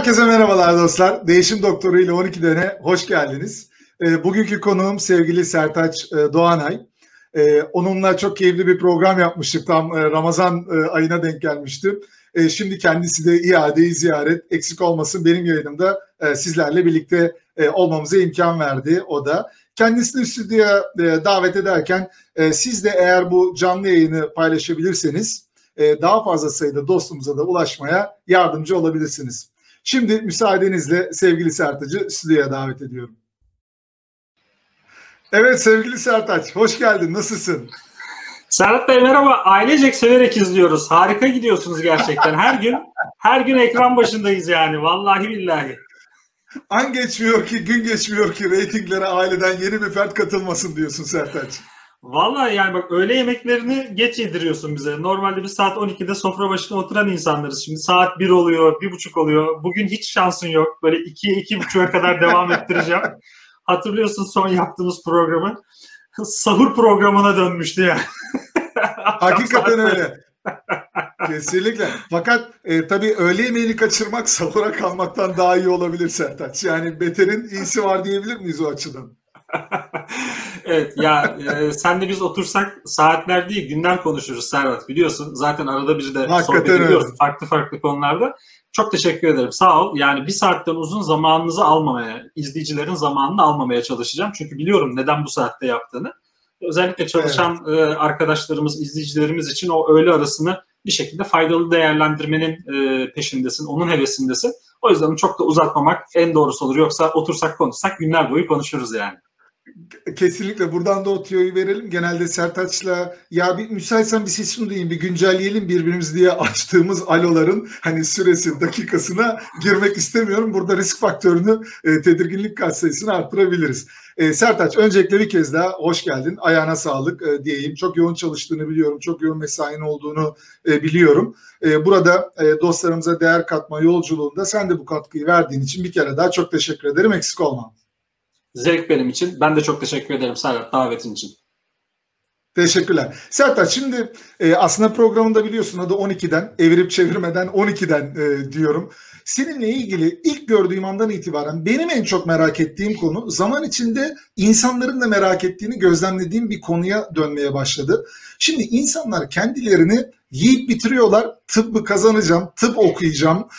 Herkese merhabalar dostlar. Değişim Doktoru ile 12 Dene hoş geldiniz. Bugünkü konuğum sevgili Sertaç Doğanay. Onunla çok keyifli bir program yapmıştık. Tam Ramazan ayına denk gelmişti. Şimdi kendisi de iade-i ziyaret eksik olmasın benim yayınımda sizlerle birlikte olmamıza imkan verdi o da. Kendisini stüdyoya davet ederken siz de eğer bu canlı yayını paylaşabilirseniz daha fazla sayıda dostumuza da ulaşmaya yardımcı olabilirsiniz. Şimdi müsaadenizle sevgili Sertaç'ı stüdyoya davet ediyorum. Evet sevgili Sertaç, hoş geldin. Nasılsın? Serhat Bey merhaba. Ailecek severek izliyoruz. Harika gidiyorsunuz gerçekten. Her gün ekran başındayız yani. Vallahi billahi. An geçmiyor ki, gün geçmiyor ki reytinglere aileden yeni bir fert katılmasın diyorsun Sertaç. Vallahi yani bak öğle yemeklerini geç yediriyorsun bize. Normalde bir saat 12'de sofra başına oturan insanlarız. Şimdi saat 1 oluyor, 1.30 oluyor. Bugün hiç şansın yok. Böyle 2'ye 2.30'a kadar devam ettireceğim. Hatırlıyorsun son yaptığımız programı. Sahur programına dönmüştü yani. Hakikaten öyle. Kesinlikle. Fakat tabii öğle yemeğini kaçırmak sahura kalmaktan daha iyi olabilir Sertaç. Yani beterin iyisi var diyebilir miyiz o açıdan? Evet ya senle biz otursak saatler değil günden konuşuruz Serhat biliyorsun. Zaten arada bir de Hakikaten sohbet ediyoruz öyle. farklı konularda. Çok teşekkür ederim sağ ol. Yani bir saatten uzun zamanınızı almamaya, izleyicilerin zamanını almamaya çalışacağım. Çünkü biliyorum neden bu saatte yaptığını. Özellikle çalışan arkadaşlarımız, izleyicilerimiz için o öğle arasını bir şekilde faydalı değerlendirmenin peşindesin, onun hevesindesin. O yüzden çok da uzatmamak en doğrusu olur. Yoksa otursak konuşsak günler boyu konuşuruz yani. Kesinlikle buradan da o tüyoyu verelim. Genelde Sertaç'la ya bir müsaitsen bir sesini duyayım, bir güncelleyelim birbirimizi diye açtığımız aloların hani süresi, dakikasına girmek istemiyorum. Burada risk faktörünü, tedirginlik katsayısını arttırabiliriz. Sertaç öncelikle bir kez daha hoş geldin. Ayağına sağlık diyeyim. Çok yoğun çalıştığını biliyorum. Çok yoğun mesain olduğunu biliyorum. Burada dostlarımıza değer katma yolculuğunda sen de bu katkıyı verdiğin için bir kere daha çok teşekkür ederim. Eksik olma. Zevk benim için. Ben de çok teşekkür ederim Serhat davetin için. Teşekkürler. Sertaç şimdi aslında programında biliyorsun adı 12'den evirip çevirmeden 12'den diyorum. Seninle ilgili ilk gördüğüm andan itibaren benim en çok merak ettiğim konu zaman içinde insanların da merak ettiğini gözlemlediğim bir konuya dönmeye başladı. Şimdi insanlar kendilerini yiyip bitiriyorlar. Tıbbı kazanacağım, tıp okuyacağım,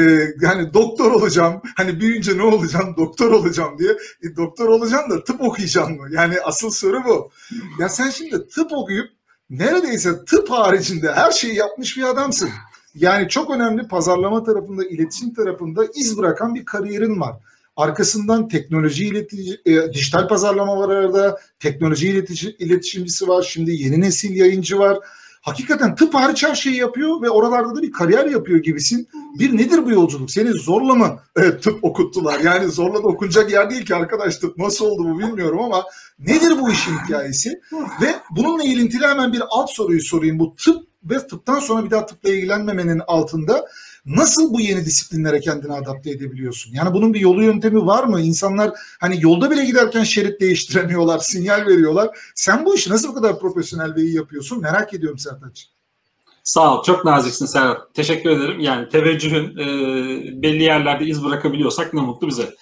hani doktor olacağım, hani büyüyünce ne olacağım, doktor olacağım diye. Doktor olacağım da tıp okuyacağım mı? Yani asıl soru bu. Ya sen şimdi tıp okuyup neredeyse tıp haricinde her şeyi yapmış bir adamsın. Yani çok önemli pazarlama tarafında, iletişim tarafında iz bırakan bir kariyerin var. Arkasından teknoloji dijital pazarlama var arada, teknoloji iletişimcisi var, şimdi yeni nesil yayıncı var. Hakikaten tıp hariç her şeyi yapıyor ve oralarda da bir kariyer yapıyor gibisin. Bir nedir bu yolculuk? Seni zorla mı tıp okuttular? Yani zorla da okunacak yer değil ki arkadaş tıp. Nasıl oldu bu bilmiyorum ama nedir bu işin hikayesi? Ve bununla ilintili hemen bir alt soruyu sorayım. Bu tıp ve tıptan sonra bir daha tıpla ilgilenmemenin altında nasıl bu yeni disiplinlere kendini adapte edebiliyorsun? Yani bunun bir yolu yöntemi var mı? İnsanlar hani yolda bile giderken şerit değiştiremiyorlar, sinyal veriyorlar. Sen bu işi nasıl bu kadar profesyonel ve iyi yapıyorsun? Merak ediyorum Sertaç. Sağ ol. Çok naziksin Serhat. Teşekkür ederim. Yani teveccühün belli yerlerde iz bırakabiliyorsak ne mutlu bize.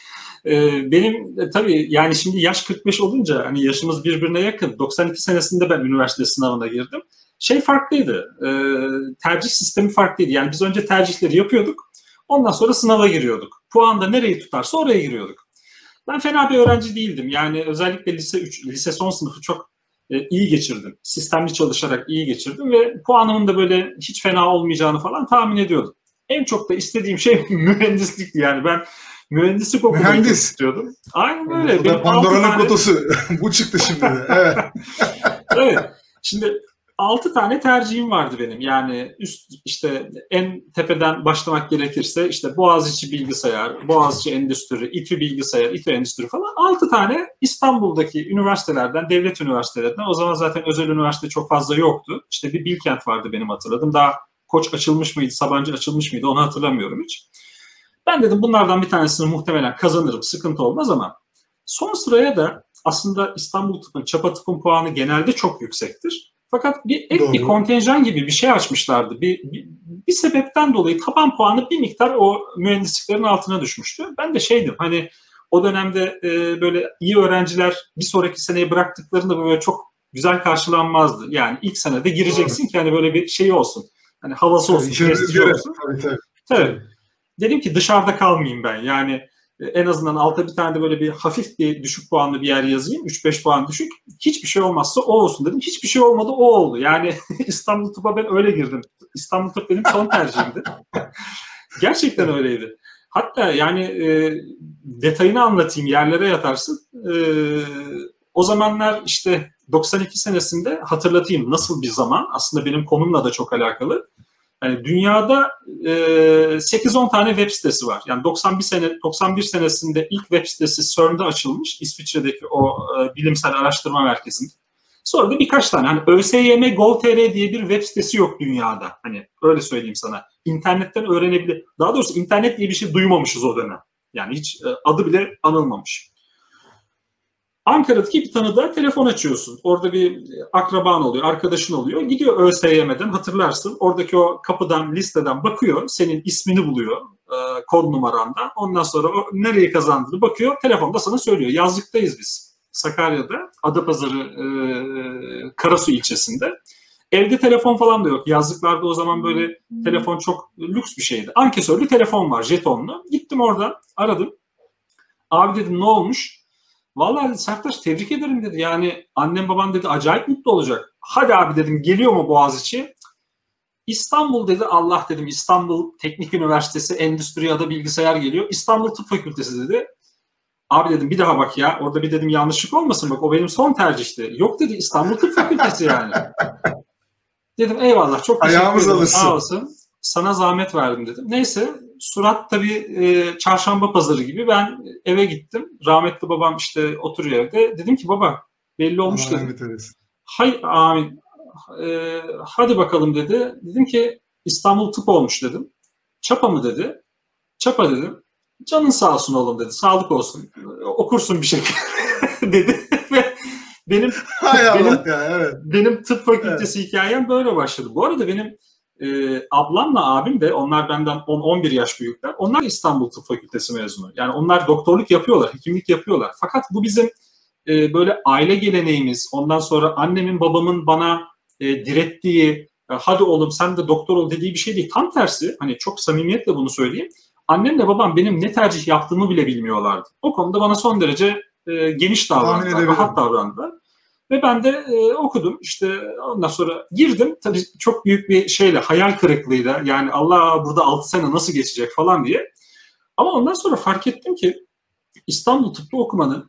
Benim tabii yani şimdi yaş 45 olunca hani yaşımız birbirine yakın. 92 senesinde ben üniversite sınavına girdim. Farklıydı. Tercih sistemi farklıydı. Yani biz önce tercihleri yapıyorduk. Ondan sonra sınava giriyorduk. Puan da nereyi tutarsa oraya giriyorduk. Ben fena bir öğrenci değildim. Yani özellikle lise 3, lise son sınıfı çok iyi geçirdim. Sistemli çalışarak iyi geçirdim ve puanımın da böyle hiç fena olmayacağını falan tahmin ediyordum. En çok da istediğim şey mühendislikti. Yani ben mühendislik okumayı çok istiyordum. Aynen öyle. Bu da Pandora'nın kutusu. Bu çıktı şimdi de. Evet. Evet. Şimdi 6 tane tercihim vardı benim. Yani işte en tepeden başlamak gerekirse işte Boğaziçi Bilgisayar, Boğaziçi Endüstri, İTÜ Bilgisayar, İTÜ Endüstri falan 6 tane İstanbul'daki üniversitelerden, devlet üniversitelerinden. O zaman zaten özel üniversite çok fazla yoktu. İşte bir Bilkent vardı benim hatırladığım. Daha Koç açılmış mıydı, Sabancı açılmış mıydı onu hatırlamıyorum hiç. Ben dedim bunlardan bir tanesini muhtemelen kazanırım, sıkıntı olmaz ama son sıraya da aslında İstanbul Tıp'ın, Çapa Tıp'ın puanı genelde çok yüksektir. Fakat bir kontenjan gibi bir şey açmışlardı. Bir bir sebepten dolayı taban puanı bir miktar o mühendisliklerin altına düşmüştü. Ben de şeydim hani o dönemde böyle iyi öğrenciler bir sonraki seneyi bıraktıklarında böyle çok güzel karşılanmazdı. Yani ilk senede gireceksin ki hani böyle bir şey olsun. Hani havası olsun, prestiji olsun. Tabii. Tabii. Dedim ki dışarıda kalmayayım ben. Yani en azından alta bir tane de böyle bir hafif bir düşük puanlı bir yer yazayım. 3-5 puan düşük. Hiçbir şey olmazsa o olsun dedim. Hiçbir şey olmadı, o oldu. Yani İstanbul Tıp'a ben öyle girdim. İstanbul Tıp benim son tercihimdi. Gerçekten öyleydi. Hatta yani detayını anlatayım, yerlere yatarsın. O zamanlar işte 92 senesinde hatırlatayım nasıl bir zaman. Aslında benim konumla da çok alakalı. Yani dünyada 8-10 tane web sitesi var. Yani 91 senesinde ilk web sitesi CERN'de açılmış. İsviçre'deki o bilimsel araştırma merkezinde. Sonra da birkaç tane. Hani ÖSYM Gov.tr diye bir web sitesi yok dünyada. Hani öyle söyleyeyim sana. İnternetten öğrenebilir. Daha doğrusu internet diye bir şey duymamışız o dönem. Yani hiç adı bile anılmamış. Ankara'daki bir tanıdığa telefon açıyorsun. Orada bir akraban oluyor, arkadaşın oluyor. Gidiyor ÖSYM'den, hatırlarsın. Oradaki o kapıdan, listeden bakıyor. Senin ismini buluyor kod numaranda. Ondan sonra o nereye kazandığını bakıyor. Telefonda sana söylüyor. Yazlıktayız biz. Sakarya'da, Adapazarı Karasu ilçesinde. Evde telefon falan da yok. Yazlıklarda o zaman böyle telefon çok lüks bir şeydi. Ankesörlü telefon var, jetonlu. Gittim orada, aradım. Abi dedim ne olmuş? Vallahi dedi, Sertaç tebrik ederim dedi. Yani annem baban dedi acayip mutlu olacak. Hadi abi dedim, geliyor mu Boğaziçi? İstanbul dedi. Allah dedim, İstanbul Teknik Üniversitesi Endüstri ya da Bilgisayar geliyor. İstanbul Tıp Fakültesi dedi. Abi dedim bir daha bak ya. Orada bir dedim yanlışlık olmasın, bak o benim son tercihti. Yok dedi, İstanbul Tıp Fakültesi yani. Dedim eyvallah, çok teşekkür Ayağımız ederim. alışsın. Sağ olsun. Sana zahmet verdim dedim. Neyse surat tabii çarşamba pazarı gibi, ben eve gittim. Rahmetli babam işte oturuyor evde. Dedim ki baba belli olmuş Allah dedim. rahmet eylesin. Hay amin. Hadi bakalım dedi. Dedim ki İstanbul Tıp olmuş dedim. Çapa mı dedi. Çapa dedim. Canın sağ olsun oğlum dedi. Sağlık olsun. Okursun bir şekilde dedi. Ve benim Hay Allah benim ya, evet. benim tıp fakültesi hikayem böyle başladı. Bu arada benim ablamla abim de, onlar benden 10-11 yaş büyükler. Onlar İstanbul Tıp Fakültesi mezunu. Yani onlar doktorluk yapıyorlar, hekimlik yapıyorlar. Fakat bu bizim böyle aile geleneğimiz, ondan sonra annemin babamın bana direttiği, hadi oğlum sen de doktor ol dediği bir şey değil. Tam tersi, hani çok samimiyetle bunu söyleyeyim. Annemle babam benim ne tercih yaptığımı bile bilmiyorlardı. O konuda bana son derece geniş davrandılar, rahat davrandılar. Ve ben de okudum. İşte ondan sonra girdim. Tabii çok büyük bir şeyle, hayal kırıklığıyla. Yani Allah, burada 6 sene nasıl geçecek falan diye. Ama ondan sonra fark ettim ki İstanbul Tıp'ta okumanın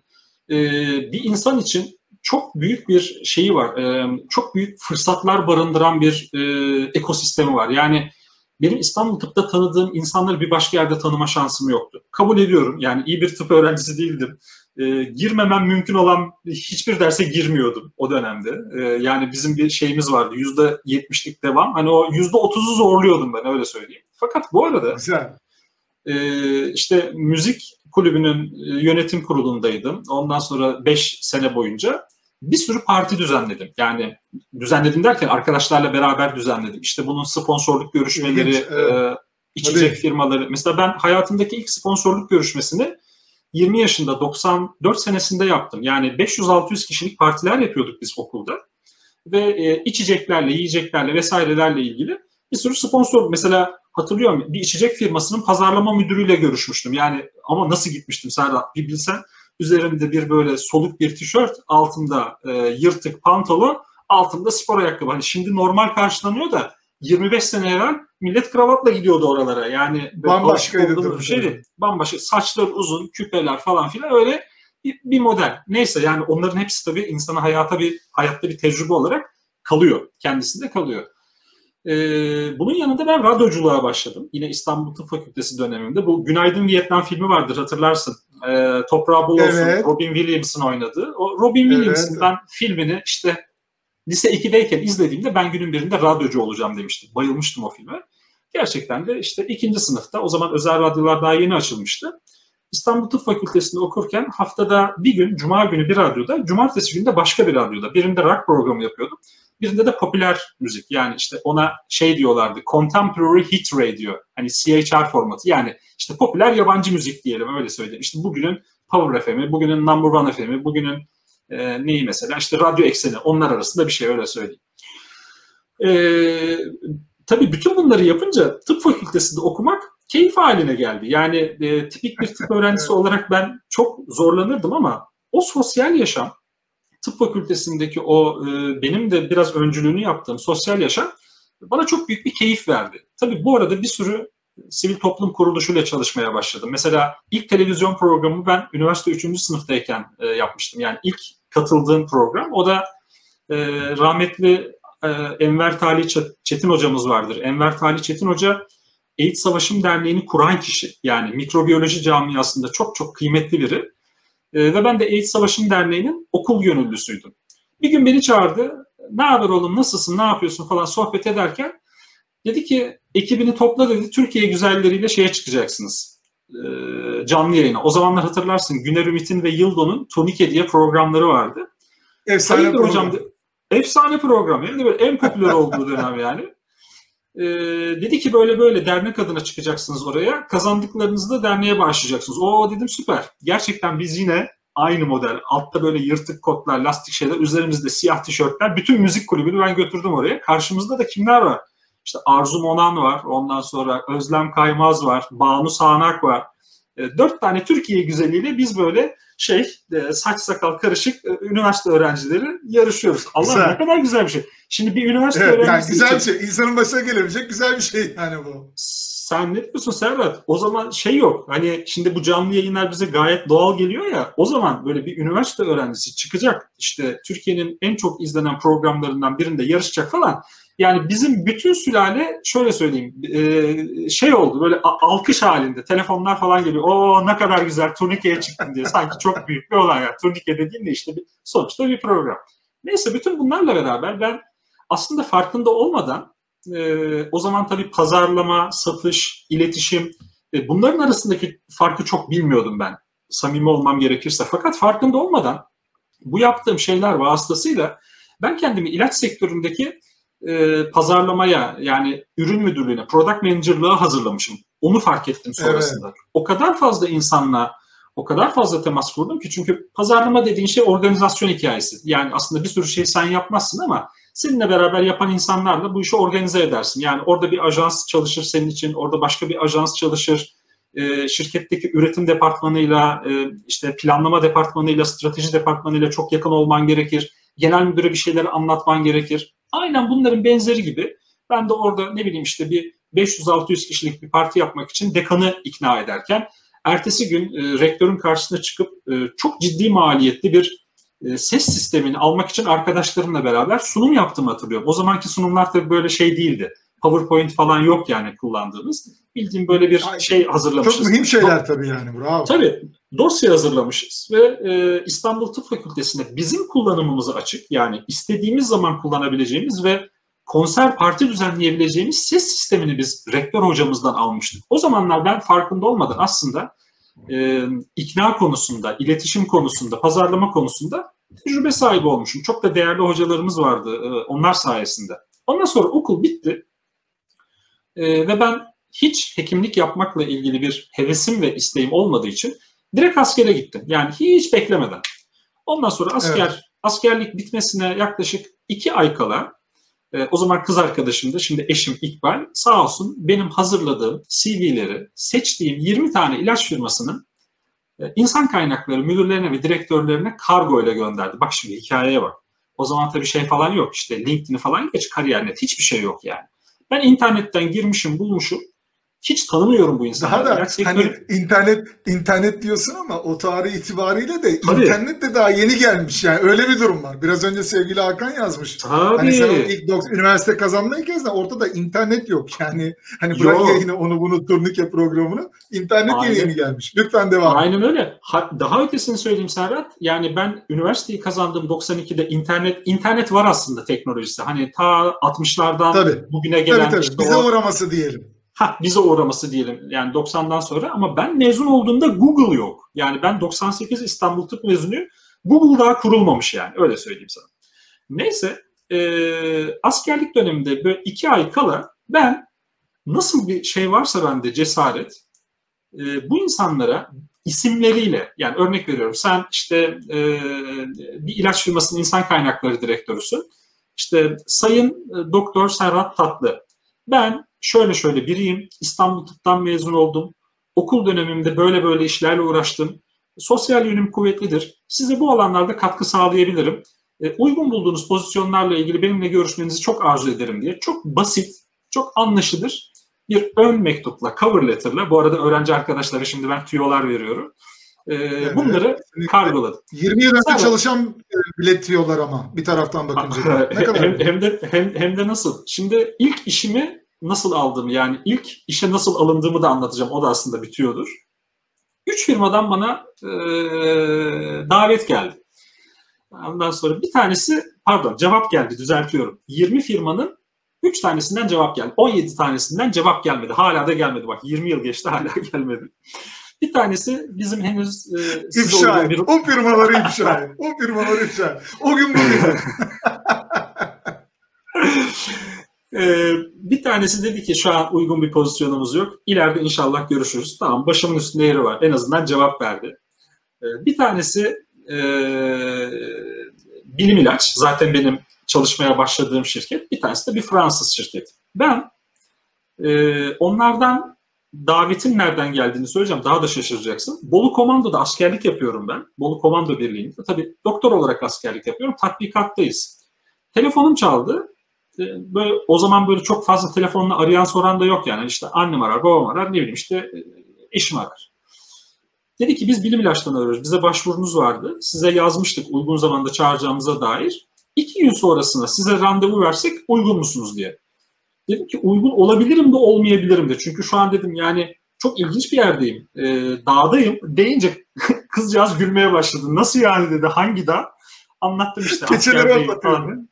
bir insan için çok büyük bir şeyi var. Çok büyük fırsatlar barındıran bir ekosistemi var. Yani benim İstanbul Tıp'ta tanıdığım insanları bir başka yerde tanıma şansım yoktu. Kabul ediyorum. Yani iyi bir tıp öğrencisi değildim. Girmemem mümkün olan hiçbir derse girmiyordum o dönemde. Yani bizim bir şeyimiz vardı. %70'lik devam. Hani o %30'u zorluyordum ben, öyle söyleyeyim. Fakat bu arada Güzel. işte müzik kulübünün yönetim kurulundaydım. Ondan sonra 5 sene boyunca bir sürü parti düzenledim. Yani düzenledim derken arkadaşlarla beraber düzenledim. İşte bunun sponsorluk görüşmeleri, İlginç, evet. içecek Tabii. firmaları. Mesela ben hayatımdaki ilk sponsorluk görüşmesini 20 yaşında 94 senesinde yaptım. Yani 500-600 kişilik partiler yapıyorduk biz okulda. Ve içeceklerle, yiyeceklerle vesairelerle ilgili bir sürü sponsor. Mesela hatırlıyorum, bir içecek firmasının pazarlama müdürüyle görüşmüştüm. Yani ama nasıl gitmiştim Serdar, bir bilsen. Üzerimde bir böyle soluk bir tişört, altında yırtık pantolon, altında spor ayakkabı. Hani şimdi normal karşılanıyor da 25 sene evvel millet kravatla gidiyordu oralara. Yani Bambaşkaydı olduğumuz bir şeydi. Bambaşka. Saçlar uzun, küpeler falan filan, öyle bir model. Neyse yani onların hepsi tabii insana hayatta bir tecrübe olarak kalıyor. Kendisinde kalıyor. Bunun yanında ben radyoculuğa başladım. Yine İstanbul Tıp Fakültesi döneminde. Bu Günaydın Vietnam filmi vardır, hatırlarsın. Toprağı bol olsun, Evet. Robin Williams'ın oynadığı. O Robin Williams'ın ben filmini işte lise 2'deyken izlediğimde ben günün birinde radyocu olacağım demiştim. Bayılmıştım o filme. Gerçekten de işte 2. sınıfta, o zaman özel radyolar daha yeni açılmıştı. İstanbul Tıp Fakültesi'nde okurken haftada bir gün, cuma günü bir radyoda, cumartesi günü de başka bir radyoda. Birinde rock programı yapıyordum. birinde de popüler müzik. Yani işte ona şey diyorlardı, Contemporary Hit Radio. Hani CHR formatı. Yani işte popüler yabancı müzik diyelim, öyle söyleyeyim. İşte bugünün Power FM'i, bugünün Number One FM'i, bugünün neyi mesela? İşte radyo ekseni. Onlar arasında bir şey, öyle söyleyeyim. Tabii bütün bunları yapınca tıp fakültesinde okumak keyif haline geldi. Yani tipik bir tıp öğrencisi olarak ben çok zorlanırdım ama o sosyal yaşam, tıp fakültesindeki o benim de biraz öncülüğünü yaptığım sosyal yaşam bana çok büyük bir keyif verdi. Tabii bu arada bir sürü sivil toplum kuruluşuyla çalışmaya başladım. Mesela ilk televizyon programı ben üniversite 3. sınıftayken yapmıştım. Yani ilk katıldığım program. O da rahmetli Enver Talih Çetin hocamız vardır. Enver Talih Çetin Hoca AIDS Savaşım Derneği'ni kuran kişi. Yani mikrobiyoloji camiasında çok çok kıymetli biri. Ve ben de AIDS Savaşım Derneği'nin okul gönüllüsüydüm. Bir gün beni çağırdı. Ne haber oğlum, nasılsın, ne yapıyorsun falan sohbet ederken dedi ki ekibini topla dedi, Türkiye güzelleriyle şeye çıkacaksınız. Canlı yayına. O zamanlar hatırlarsın Güner Ümit'in ve Yıldo'nun Turnike diye programları vardı. Efsane hayırdır program. hocam, efsane program. Hem de böyle en popüler olduğu dönem yani. Dedi ki böyle böyle dernek adına çıkacaksınız oraya. Kazandıklarınızı da derneğe bağışlayacaksınız. Oo dedim, süper. Gerçekten biz yine aynı model. Altta böyle yırtık kotlar, lastik şeyler, üzerimizde siyah tişörtler. Bütün müzik kulübünü ben götürdüm oraya. Karşımızda da kimler var? İşte Arzu Monan var. Ondan sonra Özlem Kaymaz var. Banu Sağnak var. 4 tane Türkiye güzeliyle biz böyle saç sakal karışık üniversite öğrencileri yarışıyoruz. Allah, ne kadar güzel bir şey. Şimdi bir üniversite öğrencisi yani güzel için... bir şey. İnsanın başına gelebilecek güzel bir şey yani bu. Sen ne diyorsun Serhat? O zaman yok. Hani şimdi bu canlı yayınlar bize gayet doğal geliyor ya. O zaman böyle bir üniversite öğrencisi çıkacak. İşte Türkiye'nin en çok izlenen programlarından birinde yarışacak falan. Yani bizim bütün sülale şöyle söyleyeyim oldu, böyle alkış halinde telefonlar falan geliyor. Oo ne kadar güzel, turnike'ye çıktın diye. Sanki çok büyük bir olay. Yani turnike dediğin de işte sonuçta bir program. Neyse, bütün bunlarla beraber ben aslında farkında olmadan o zaman tabii pazarlama, satış, iletişim bunların arasındaki farkı çok bilmiyordum ben. Samimi olmam gerekirse. Fakat farkında olmadan bu yaptığım şeyler vasıtasıyla ben kendimi ilaç sektöründeki pazarlamaya, yani ürün müdürlüğüne, product manager'lığa hazırlamışım. Onu fark ettim sonrasında. Evet. O kadar fazla insanla, o kadar fazla temas kurdum ki, çünkü pazarlama dediğin şey organizasyon hikayesi. Yani aslında bir sürü şey sen yapmazsın ama seninle beraber yapan insanlarla bu işi organize edersin. Yani orada bir ajans çalışır senin için, orada başka bir ajans çalışır. Şirketteki üretim departmanıyla, işte planlama departmanıyla, strateji departmanıyla çok yakın olman gerekir. Genel müdüre bir şeyleri anlatman gerekir. Aynen bunların benzeri gibi ben de orada ne bileyim işte bir 500-600 kişilik bir parti yapmak için dekanı ikna ederken ertesi gün rektörün karşısına çıkıp çok ciddi maliyetli bir ses sistemini almak için arkadaşlarımla beraber sunum yaptığımı hatırlıyorum. O zamanki sunumlar tabii böyle şey değildi. PowerPoint falan yok yani kullandığımız. Bildiğim böyle bir şey hazırlamışız. Çok mühim şeyler tabii yani, bravo. Tabii dosya hazırlamışız ve İstanbul Tıp Fakültesi'nde bizim kullanımımıza açık, yani istediğimiz zaman kullanabileceğimiz ve konser parti düzenleyebileceğimiz ses sistemini biz rektör hocamızdan almıştık. O zamanlar ben farkında olmadan aslında ikna konusunda, iletişim konusunda, pazarlama konusunda tecrübe sahibi olmuşum. Çok da değerli hocalarımız vardı onlar sayesinde. Ondan sonra okul bitti ve ben hiç hekimlik yapmakla ilgili bir hevesim ve isteğim olmadığı için direkt askere gittim. Yani hiç beklemeden. Ondan sonra askerlik bitmesine yaklaşık 2 ay kala o zaman kız arkadaşım da, şimdi eşim İkbal, sağ olsun benim hazırladığım CV'leri, seçtiğim 20 tane ilaç firmasının insan kaynakları müdürlerine ve direktörlerine kargo ile gönderdi. Bak şimdi hikayeye bak. O zaman tabii şey falan yok, işte LinkedIn falan geç, Kariyer.net, hiçbir şey yok yani. Ben internetten girmişim, bulmuşum. Hiç tanımıyorum bu insanları. Daha da hani internet diyorsun ama o tarih itibariyle de tabii. İnternet de daha yeni gelmiş yani, öyle bir durum var. Biraz önce sevgili Hakan yazmış. Tabii. Hani sen ilk üniversite kazanmayı kez de ortada internet yok yani. Hani bırak yayını, onu bunu, turnike programını, internet yeni gelmiş. Lütfen devam. Aynen öyle. Daha ötesini söyleyeyim Serhat. Yani ben üniversiteyi kazandığım 92'de internet var aslında teknolojisi. Hani ta 60'lardan tabii. Bugüne gelen. Tabii. İşte bize uğraması diyelim. Bize uğraması diyelim yani 90'dan sonra, ama ben mezun olduğumda Google yok. Yani ben 98 İstanbul Tıp mezunuyum. Google daha kurulmamış yani, öyle söyleyeyim sana. Neyse askerlik döneminde böyle 2 ay kala ben nasıl bir şey varsa bende cesaret, bu insanlara isimleriyle, yani örnek veriyorum, sen işte bir ilaç firmasının insan kaynakları direktörüsün. İşte Sayın Doktor Serhat Tatlı. Ben şöyle şöyle biriyim. İstanbul Tıp'tan mezun oldum. Okul dönemimde böyle böyle işlerle uğraştım. Sosyal yönüm kuvvetlidir. Size bu alanlarda katkı sağlayabilirim. Uygun bulduğunuz pozisyonlarla ilgili benimle görüşmenizi çok arzu ederim diye. Çok basit, çok anlaşılır bir ön mektupla, cover letter'la, bu arada öğrenci arkadaşlara şimdi ben tüyolar veriyorum. Bunları kargoladım. 20 yıl önce çalışan bile tüyolar ama bir taraftan bakınca. Ne kadar hem de nasıl? Şimdi ilk işimi nasıl aldığımı, yani ilk işe nasıl alındığımı da anlatacağım. O da aslında bir tüyodur. 3 firmadan bana davet geldi. Ondan sonra bir tanesi, pardon, cevap geldi, düzeltiyorum. 20 firmanın 3 tanesinden cevap geldi. 17 tanesinden cevap gelmedi. Hala da gelmedi. Bak 20 yıl geçti, hala gelmedi. Bir tanesi bizim henüz ifşa et. O firmaları ifşa et. O firmaları ifşa et. O gün bugün. Bir tanesi dedi ki şu an uygun bir pozisyonumuz yok. İleride inşallah görüşürüz. Tamam, başımın üstünde yeri var. En azından cevap verdi. Bir tanesi Bilim İlaç. Zaten benim çalışmaya başladığım şirket. Bir tanesi de bir Fransız şirket. Ben onlardan davetin nereden geldiğini söyleyeceğim. Daha da şaşıracaksın. Bolu Komando'da askerlik yapıyorum ben. Bolu Komando Birliği'nde. Tabii doktor olarak askerlik yapıyorum. Tatbikattayız. Telefonum çaldı. Böyle, o zaman böyle çok fazla telefonla arayan soran da yok yani. İşte annem arar, babam arar, ne bileyim işte eşim arar. Dedi ki biz bilim ilaçlarını arıyoruz. Bize başvurunuz vardı. Size yazmıştık uygun zamanda çağıracağımıza dair. 2 gün sonrasında size randevu versek uygun musunuz diye. Dedim ki uygun olabilirim de olmayabilirim de. Çünkü şu an dedim yani çok ilginç bir yerdeyim. Dağdayım deyince kızcağız gülmeye başladı. Nasıl yani dedi. Hangi dağ? Anlattım işte. Keçileri anlatıyorum.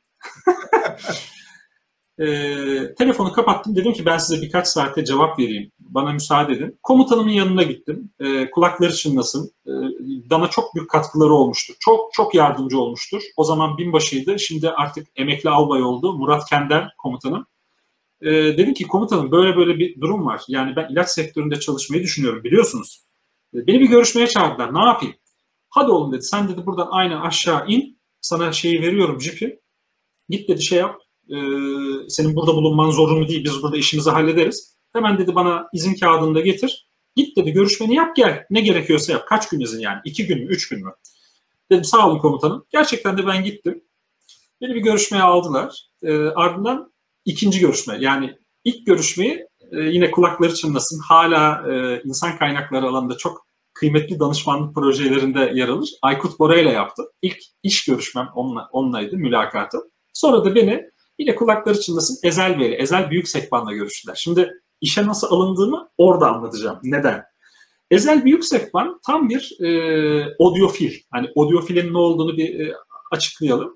Telefonu kapattım. Dedim ki ben size birkaç saate cevap vereyim. Bana müsaade edin. Komutanımın yanına gittim. Kulakları çınlasın. Bana çok büyük katkıları olmuştur. Çok çok yardımcı olmuştur. O zaman binbaşıydı. Şimdi artık emekli albay oldu. Murat Kender komutanım. Dedim ki komutanım böyle böyle bir durum var. Yani ben ilaç sektöründe çalışmayı düşünüyorum, biliyorsunuz. Beni bir görüşmeye çağırdılar. Ne yapayım? Hadi oğlum dedi. Sen dedi buradan aynen aşağı in. Sana şeyi veriyorum, jipi. Git dedi şey yap. Senin burada bulunman zorunlu değil. Biz burada işimizi hallederiz. Hemen dedi bana izin kağıdını da getir. Git dedi görüşmeni yap gel. Ne gerekiyorsa yap. Kaç gün izin yani? 2 gün mü? 3 gün mü? Dedim sağ olun komutanım. Gerçekten de ben gittim. Beni bir görüşmeye aldılar. Ardından ikinci görüşme. Yani ilk görüşmeyi yine kulakları çınlasın. Hala insan kaynakları alanında çok kıymetli danışmanlık projelerinde yer alır. Aykut Bora ile yaptım. İlk iş görüşmem onunlaydı, mülakatı. Sonra da beni yine kulakları çınlasın Ezel Bey'le, Ezel Büyük Sekban'la görüştüler. Şimdi işe nasıl alındığımı orada anlatacağım. Neden? Ezel Büyük Sekban tam bir odyofil. Hani odyofilin ne olduğunu bir açıklayalım.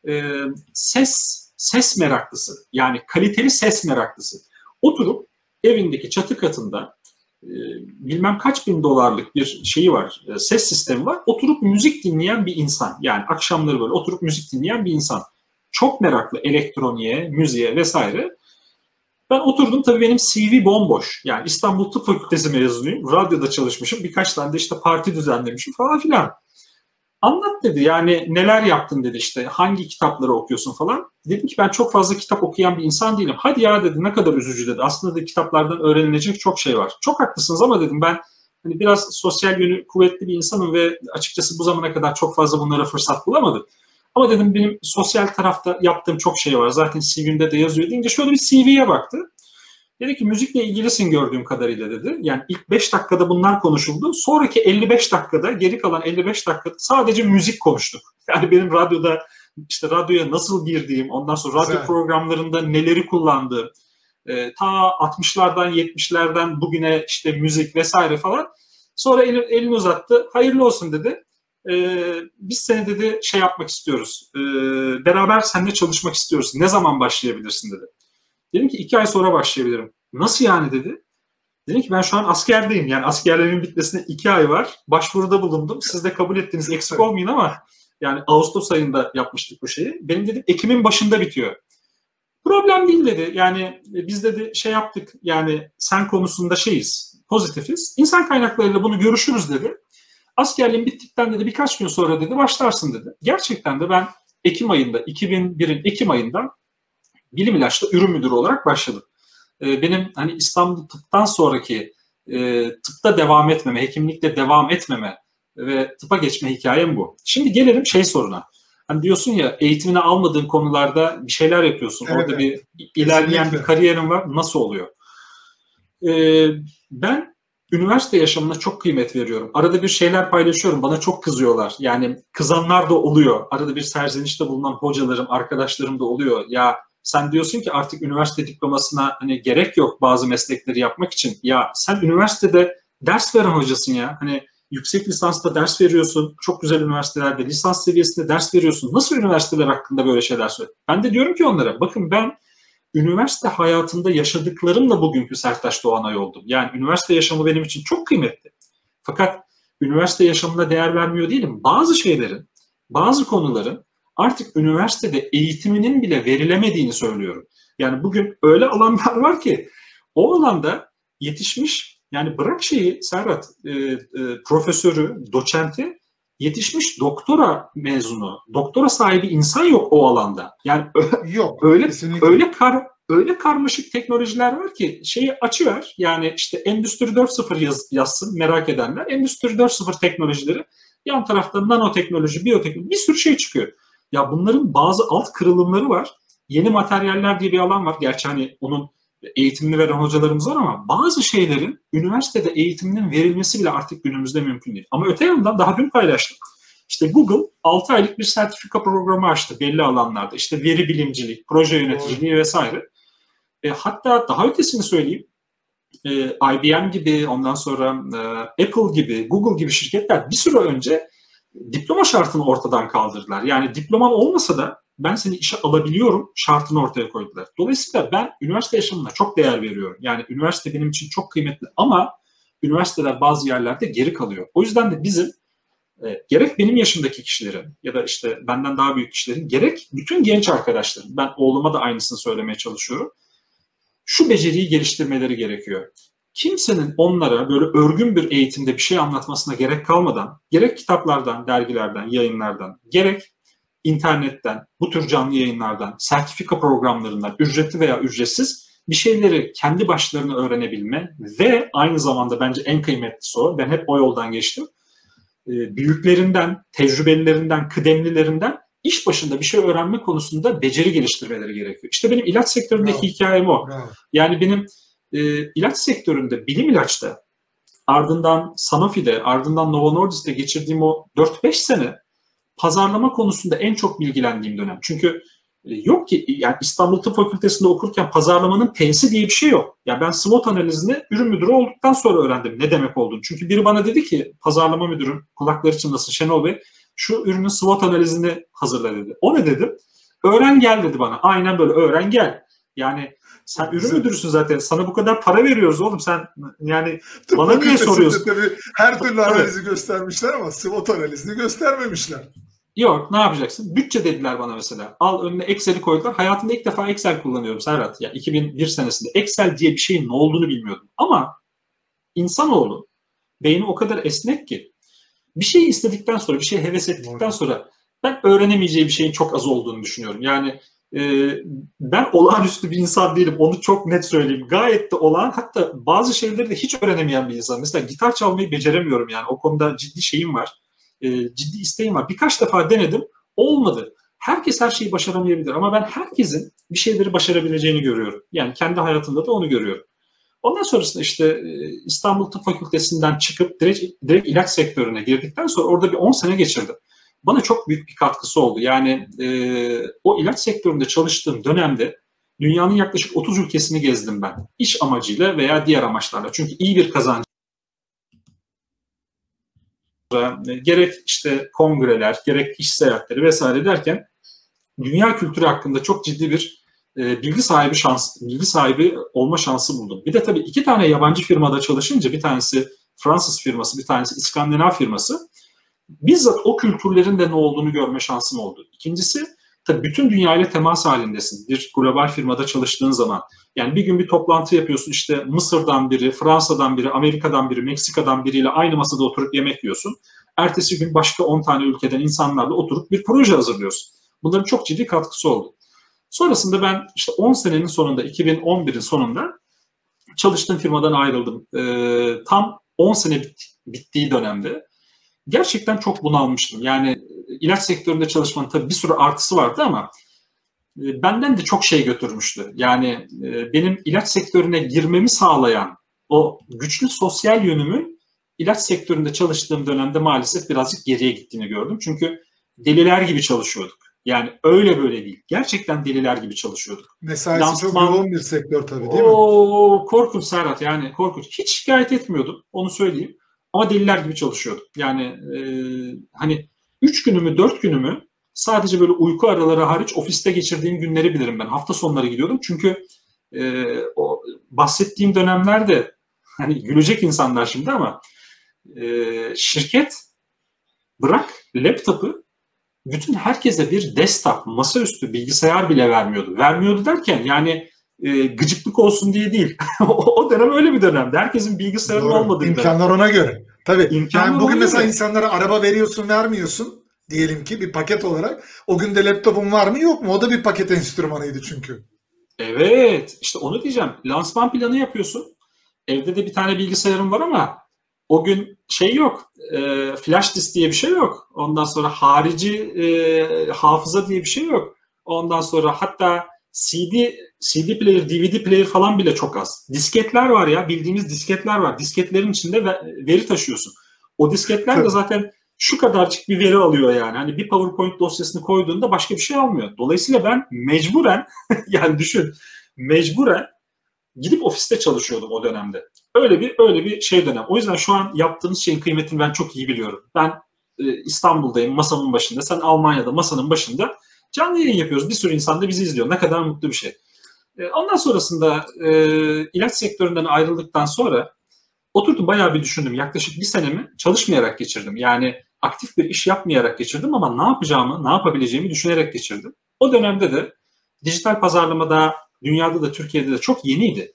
Ses meraklısı. Yani kaliteli ses meraklısı. Oturup evindeki çatı katında bilmem kaç bin dolarlık bir şeyi var, ses sistemi var. Oturup müzik dinleyen bir insan. Yani akşamları böyle oturup müzik dinleyen bir insan. Çok meraklı elektroniğe, müziğe vesaire. Ben oturdum, tabii benim CV bomboş. Yani İstanbul Tıp Fakültesi mezunuyum. Radyoda çalışmışım. Birkaç tane de işte parti düzenlemişim falan filan. Anlat dedi, yani neler yaptın dedi, işte hangi kitapları okuyorsun falan. Dedim ki ben çok fazla kitap okuyan bir insan değilim. Hadi ya dedi, ne kadar üzücü dedi. Aslında da kitaplardan öğrenilecek çok şey var. Çok haklısınız ama dedim ben hani biraz sosyal yönü kuvvetli bir insanım ve açıkçası bu zamana kadar çok fazla bunlara fırsat bulamadım. Ama dedim benim sosyal tarafta yaptığım çok şey var. Zaten CV'mde de yazıyor deyince şöyle bir CV'ye baktı. Dedi ki müzikle ilgilisin gördüğüm kadarıyla dedi. Yani ilk 5 dakikada bunlar konuşuldu. Sonraki 55 dakikada, geri kalan 55 dakikada sadece müzik konuştuk. Yani benim radyoda işte radyoya nasıl girdiğim, ondan sonra radyo programlarında neleri kullandığım, ta 60'lardan 70'lerden bugüne işte müzik vesaire falan. Sonra elini uzattı. Hayırlı olsun dedi. Biz seni dedi şey yapmak istiyoruz. Beraber seninle çalışmak istiyoruz. Ne zaman başlayabilirsin dedi. Dedim ki 2 ay sonra başlayabilirim. Nasıl yani dedi. Dedim ki ben şu an askerdeyim. Yani askerlerimin bitmesine 2 ay var. Başvuruda bulundum. Siz de kabul ettiniz. Eksik olmayın ama Yani Ağustos ayında yapmıştık bu şeyi. Benim dedim Ekim'in başında bitiyor. Problem değil dedi. Yani biz dedi şey yaptık. Yani sen konusunda şeyiz, pozitifiz. İnsan kaynaklarıyla bunu görüşürüz dedi. Askerliğin bittikten dedi birkaç gün sonra dedi başlarsın dedi. Gerçekten de ben Ekim ayında, 2001'in Ekim ayında bilim ilaçta ürün müdürü olarak başladım. Benim hani İstanbul tıptan sonraki tıpta devam etmeme, hekimlikte devam etmeme ve tıpa geçme hikayem bu. Şimdi gelelim şey soruna. Hani diyorsun ya eğitimini almadığın konularda bir şeyler yapıyorsun. Evet, Orada bir ilerleyen bir kariyerin var. Nasıl oluyor? Ben üniversite yaşamına çok kıymet veriyorum. Arada bir şeyler paylaşıyorum. Bana çok kızıyorlar. Yani kızanlar da oluyor. Arada bir serzenişte bulunan hocalarım, arkadaşlarım da oluyor. Ya sen diyorsun ki artık üniversite diplomasına hani gerek yok bazı meslekleri yapmak için. Ya sen üniversitede ders veren hocasın ya. Hani yüksek lisansta ders veriyorsun. Çok güzel üniversitelerde lisans seviyesinde ders veriyorsun. Nasıl üniversiteler hakkında böyle şeyler söylüyorsun? Ben de diyorum ki onlara bakın ben üniversite hayatında yaşadıklarımla bugünkü Sertaç Doğanay oldum. Yani üniversite yaşamı benim için çok kıymetli. Fakat üniversite yaşamına değer vermiyor değilim. Bazı şeylerin, bazı konuların artık üniversitede eğitiminin bile verilemediğini söylüyorum. Yani bugün öyle alanlar var ki o alanda yetişmiş, yani bırak şeyi Serhat, profesörü, doçenti, yetişmiş doktora mezunu, doktora sahibi insan yok o alanda. Yani Yok. öyle Kesinlikle. öyle karmaşık teknolojiler var ki şeyi açıver. Yani işte Endüstri 4.0 yazsın merak edenler. Endüstri 4.0 teknolojileri, yan tarafta nanoteknoloji, biyoteknoloji, bir sürü şey çıkıyor. Ya bunların bazı alt kırılımları var. Yeni materyaller diye bir alan var. Gerçi hani onun eğitimini veren hocalarımız var ama bazı şeylerin üniversitede eğitiminin verilmesi bile artık günümüzde mümkün değil. Ama öte yandan daha dün paylaştım. İşte Google 6 aylık bir sertifika programı açtı belli alanlarda. İşte veri bilimcilik, proje yöneticiliği vesaire. Hatta daha ötesini söyleyeyim. IBM gibi, ondan sonra Apple gibi, Google gibi şirketler bir süre önce diploma şartını ortadan kaldırdılar. Yani diploman olmasa da ben seni işe alabiliyorum şartını ortaya koydular. Dolayısıyla ben üniversite yaşamına çok değer veriyorum. Yani üniversite benim için çok kıymetli ama üniversiteler bazı yerlerde geri kalıyor. O yüzden de bizim gerek benim yaşımdaki kişilerin ya da işte benden daha büyük kişilerin, gerek bütün genç arkadaşlarım, ben oğluma da aynısını söylemeye çalışıyorum, şu beceriyi geliştirmeleri gerekiyor. Kimsenin onlara böyle örgün bir eğitimde bir şey anlatmasına gerek kalmadan, gerek kitaplardan, dergilerden, yayınlardan, gerek internetten, bu tür canlı yayınlardan, sertifika programlarından, ücretli veya ücretsiz bir şeyleri kendi başlarına öğrenebilme ve aynı zamanda bence en kıymetlisi o, ben hep o yoldan geçtim, büyüklerinden, tecrübelilerinden, kıdemlilerinden iş başında bir şey öğrenme konusunda beceri geliştirmeleri gerekiyor. İşte benim ilaç sektöründeki hikayem o. Bravo. Yani benim ilaç sektöründe, bilim ilaçta, ardından Sanofi'de, ardından Novo Nordisk'te geçirdiğim o 4-5 sene pazarlama konusunda en çok bilgilendiğim dönem. Çünkü yok ki yani İstanbul Tıp Fakültesi'nde okurken pazarlamanın P'si diye bir şey yok. Yani ben SWOT analizini ürün müdürü olduktan sonra öğrendim ne demek olduğunu. Çünkü biri bana dedi ki pazarlama müdürüm, kulakları çınlasın Şenol Bey, şu ürünün SWOT analizini hazırla dedi. O ne dedim? Öğren gel dedi bana. Aynen böyle, öğren gel. Yani sen ürün müdürüsün zaten. Sana bu kadar para veriyoruz oğlum. Sen yani Tıp bana niye soruyorsun? Tabii her türlü analizi göstermişler ama SWOT analizini göstermemişler. Yok, ne yapacaksın? Bütçe dediler bana mesela. Al önüne Excel'i koydular. Hayatımda ilk defa Excel kullanıyorum Serhat. Ya 2001 senesinde Excel diye bir şeyin ne olduğunu bilmiyordum. Ama insanoğlu beyni o kadar esnek ki bir şeyi istedikten sonra, bir şeye heves ettikten sonra ben öğrenemeyeceği bir şeyin çok az olduğunu düşünüyorum. Yani ben olağanüstü bir insan değilim. Onu çok net söyleyeyim. Gayet de olağan, hatta bazı şeyleri de hiç öğrenemeyen bir insan. Mesela gitar çalmayı beceremiyorum yani. O konuda ciddi şeyim var. Ciddi isteğim var. Birkaç defa denedim. Olmadı. Herkes her şeyi başaramayabilir ama ben herkesin bir şeyleri başarabileceğini görüyorum. Yani kendi hayatımda da onu görüyorum. Ondan sonrasında işte İstanbul Tıp Fakültesinden çıkıp direkt ilaç sektörüne girdikten sonra orada bir 10 sene geçirdim. Bana çok büyük bir katkısı oldu. Yani o ilaç sektöründe çalıştığım dönemde dünyanın yaklaşık 30 ülkesini gezdim ben. İş amacıyla veya diğer amaçlarla. Çünkü iyi bir kazancı, gerek işte kongreler, gerek iş seyahatleri vesaire derken dünya kültürü hakkında çok ciddi bir bilgi sahibi olma şansı buldum. Bir de tabii 2 tane yabancı firmada çalışınca, bir tanesi Fransız firması, bir tanesi İskandinav firması. bizzat o kültürlerin de ne olduğunu görme şansım oldu. İkincisi, tabii bütün dünyayla temas halindesin. Bir global firmada çalıştığın zaman. Yani bir gün bir toplantı yapıyorsun, işte Mısır'dan biri, Fransa'dan biri, Amerika'dan biri, Meksika'dan biriyle aynı masada oturup yemek yiyorsun. Ertesi gün başka 10 tane ülkeden insanlarla oturup bir proje hazırlıyorsun. Bunların çok ciddi katkısı oldu. Sonrasında ben işte 10 senenin sonunda, 2011'in sonunda çalıştığım firmadan ayrıldım. Tam 10 sene bittiği dönemde gerçekten çok bunalmıştım. Yani ilaç sektöründe çalışmanın tabii bir sürü artısı vardı ama benden de çok şey götürmüştü. Yani benim ilaç sektörüne girmemi sağlayan o güçlü sosyal yönümün ilaç sektöründe çalıştığım dönemde maalesef birazcık geriye gittiğini gördüm. Çünkü deliler gibi çalışıyorduk. Yani öyle böyle değil. Gerçekten deliler gibi çalışıyorduk. Mesaisi çok yoğun bir sektör tabii, değil mi? Korkunç Serhat, yani korkunç. Hiç şikayet etmiyordum, onu söyleyeyim. Ama deliler gibi çalışıyordum. Yani hani 3 günümü 4 günümü sadece böyle uyku araları hariç ofiste geçirdiğim günleri bilirim ben. Hafta sonları gidiyordum çünkü o bahsettiğim dönemlerde hani gülecek insanlar şimdi ama şirket bırak laptopu, bütün herkese bir desktop, masaüstü bilgisayar bile vermiyordu. Vermiyordu derken yani gıcıklık olsun diye değil. O dönem öyle bir dönemdi. Herkesin bilgisayarının olmadığı bir dönem. İmkanlar ona göre. Tabii. İmkanlar yani bugün mesela göre. insanlara araba veriyorsun, vermiyorsun. Diyelim ki bir paket olarak. O gün de laptopun var mı yok mu? O da bir paket enstrümanıydı çünkü. Evet. İşte onu diyeceğim. Lansman planı yapıyorsun. Evde de bir tane bilgisayarım var ama o gün şey yok. Flash disk diye bir şey yok. Ondan sonra harici hafıza diye bir şey yok. Ondan sonra hatta CD player, DVD player falan bile çok az. Disketler var ya, bildiğimiz disketler var. Disketlerin içinde veri taşıyorsun. O disketler de zaten şu kadarcık bir veri alıyor yani. Hani bir PowerPoint dosyasını koyduğunda başka bir şey almıyor. Dolayısıyla ben mecburen yani düşün, mecburen gidip ofiste çalışıyordum o dönemde. Öyle bir şey dönem. O yüzden şu an yaptığımız şeyin kıymetini ben çok iyi biliyorum. Ben İstanbul'dayım masamın başında. Sen Almanya'da masanın başında. Canlı yayın yapıyoruz. Bir sürü insan da bizi izliyor. Ne kadar mutlu bir şey. Ondan sonrasında ilaç sektöründen ayrıldıktan sonra oturdum bayağı bir düşündüm. Yaklaşık bir senemi çalışmayarak geçirdim. Yani aktif bir iş yapmayarak geçirdim ama ne yapacağımı, ne yapabileceğimi düşünerek geçirdim. O dönemde de dijital pazarlamada dünyada da Türkiye'de de çok yeniydi.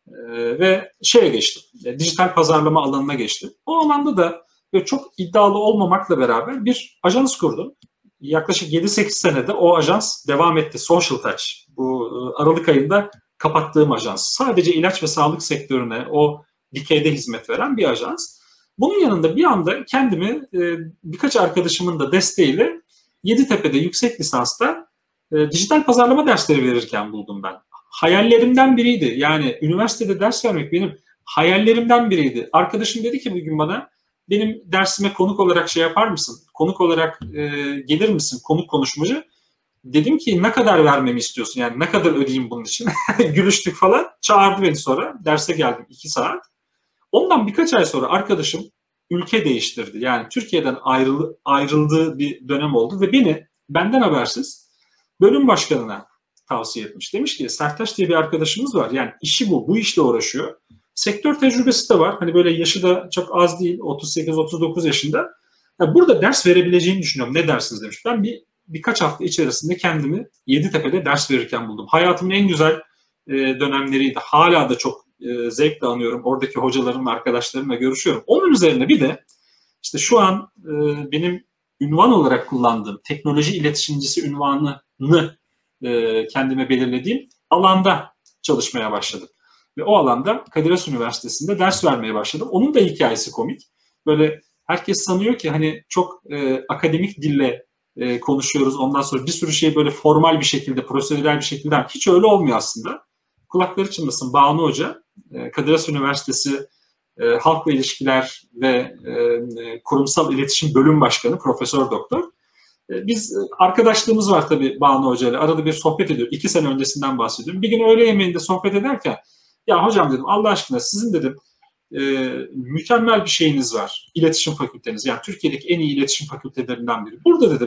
Ve şeye geçtim. Dijital pazarlama alanına geçtim. O alanda da çok iddialı olmamakla beraber bir ajans kurdum. Yaklaşık 7-8 senede o ajans devam etti. Social Touch. Bu Aralık ayında kapattığım ajans. Sadece ilaç ve sağlık sektörüne o dikeyde hizmet veren bir ajans. Bunun yanında bir anda kendimi birkaç arkadaşımın da desteğiyle Yeditepe'de yüksek lisansta dijital pazarlama dersleri verirken buldum ben. Hayallerimden biriydi. Yani üniversitede ders vermek benim hayallerimden biriydi. Arkadaşım dedi ki bugün bana, benim dersime konuk olarak şey yapar mısın? Konuk olarak gelir misin? Konuk konuşmacı. Dedim ki ne kadar vermemi istiyorsun? Yani ne kadar ödeyeyim bunun için? Gülüştük falan. Çağırdı beni sonra. Derse geldim 2 saat. Ondan birkaç ay sonra arkadaşım ülke değiştirdi. Yani Türkiye'den ayrıldığı bir dönem oldu ve beni benden habersiz bölüm başkanına tavsiye etmiş. Demiş ki Sertaç diye bir arkadaşımız var. Yani işi bu. Bu işle uğraşıyor. Sektör tecrübesi de var. Hani böyle yaşı da çok az değil. 38-39 yaşında. Yani burada ders verebileceğini düşünüyorum. Ne dersiniz demiş. Ben birkaç hafta içerisinde kendimi Yeditepe'de ders verirken buldum. Hayatımın en güzel dönemleriydi. Hala da çok zevkle anıyorum. Oradaki hocalarımla, arkadaşlarımla görüşüyorum. Onun üzerine bir de işte şu an benim ünvan olarak kullandığım teknoloji iletişimcisi ünvanını kendime belirlediğim alanda çalışmaya başladım. Ve o alanda Kadir Has Üniversitesi'nde ders vermeye başladım. Onun da hikayesi komik. Böyle herkes sanıyor ki hani çok akademik dille konuşuyoruz. Ondan sonra bir sürü şey böyle formal bir şekilde, prosedürel bir şekilde. Hiç öyle olmuyor aslında. Kulakları çınlasın. Banu Hoca, Kadir Has Üniversitesi Halkla İlişkiler ve Kurumsal İletişim Bölüm Başkanı, Profesör Doktor. Biz arkadaşlığımız var tabii Banu Hoca ile. Arada bir sohbet ediyoruz. 2 sene öncesinden bahsediyorum. Bir gün öğle yemeğinde sohbet ederken ya hocam dedim Allah aşkına sizin dedim mükemmel bir şeyiniz var. İletişim fakülteniz. Yani Türkiye'deki en iyi iletişim fakültelerinden biri. Burada dedim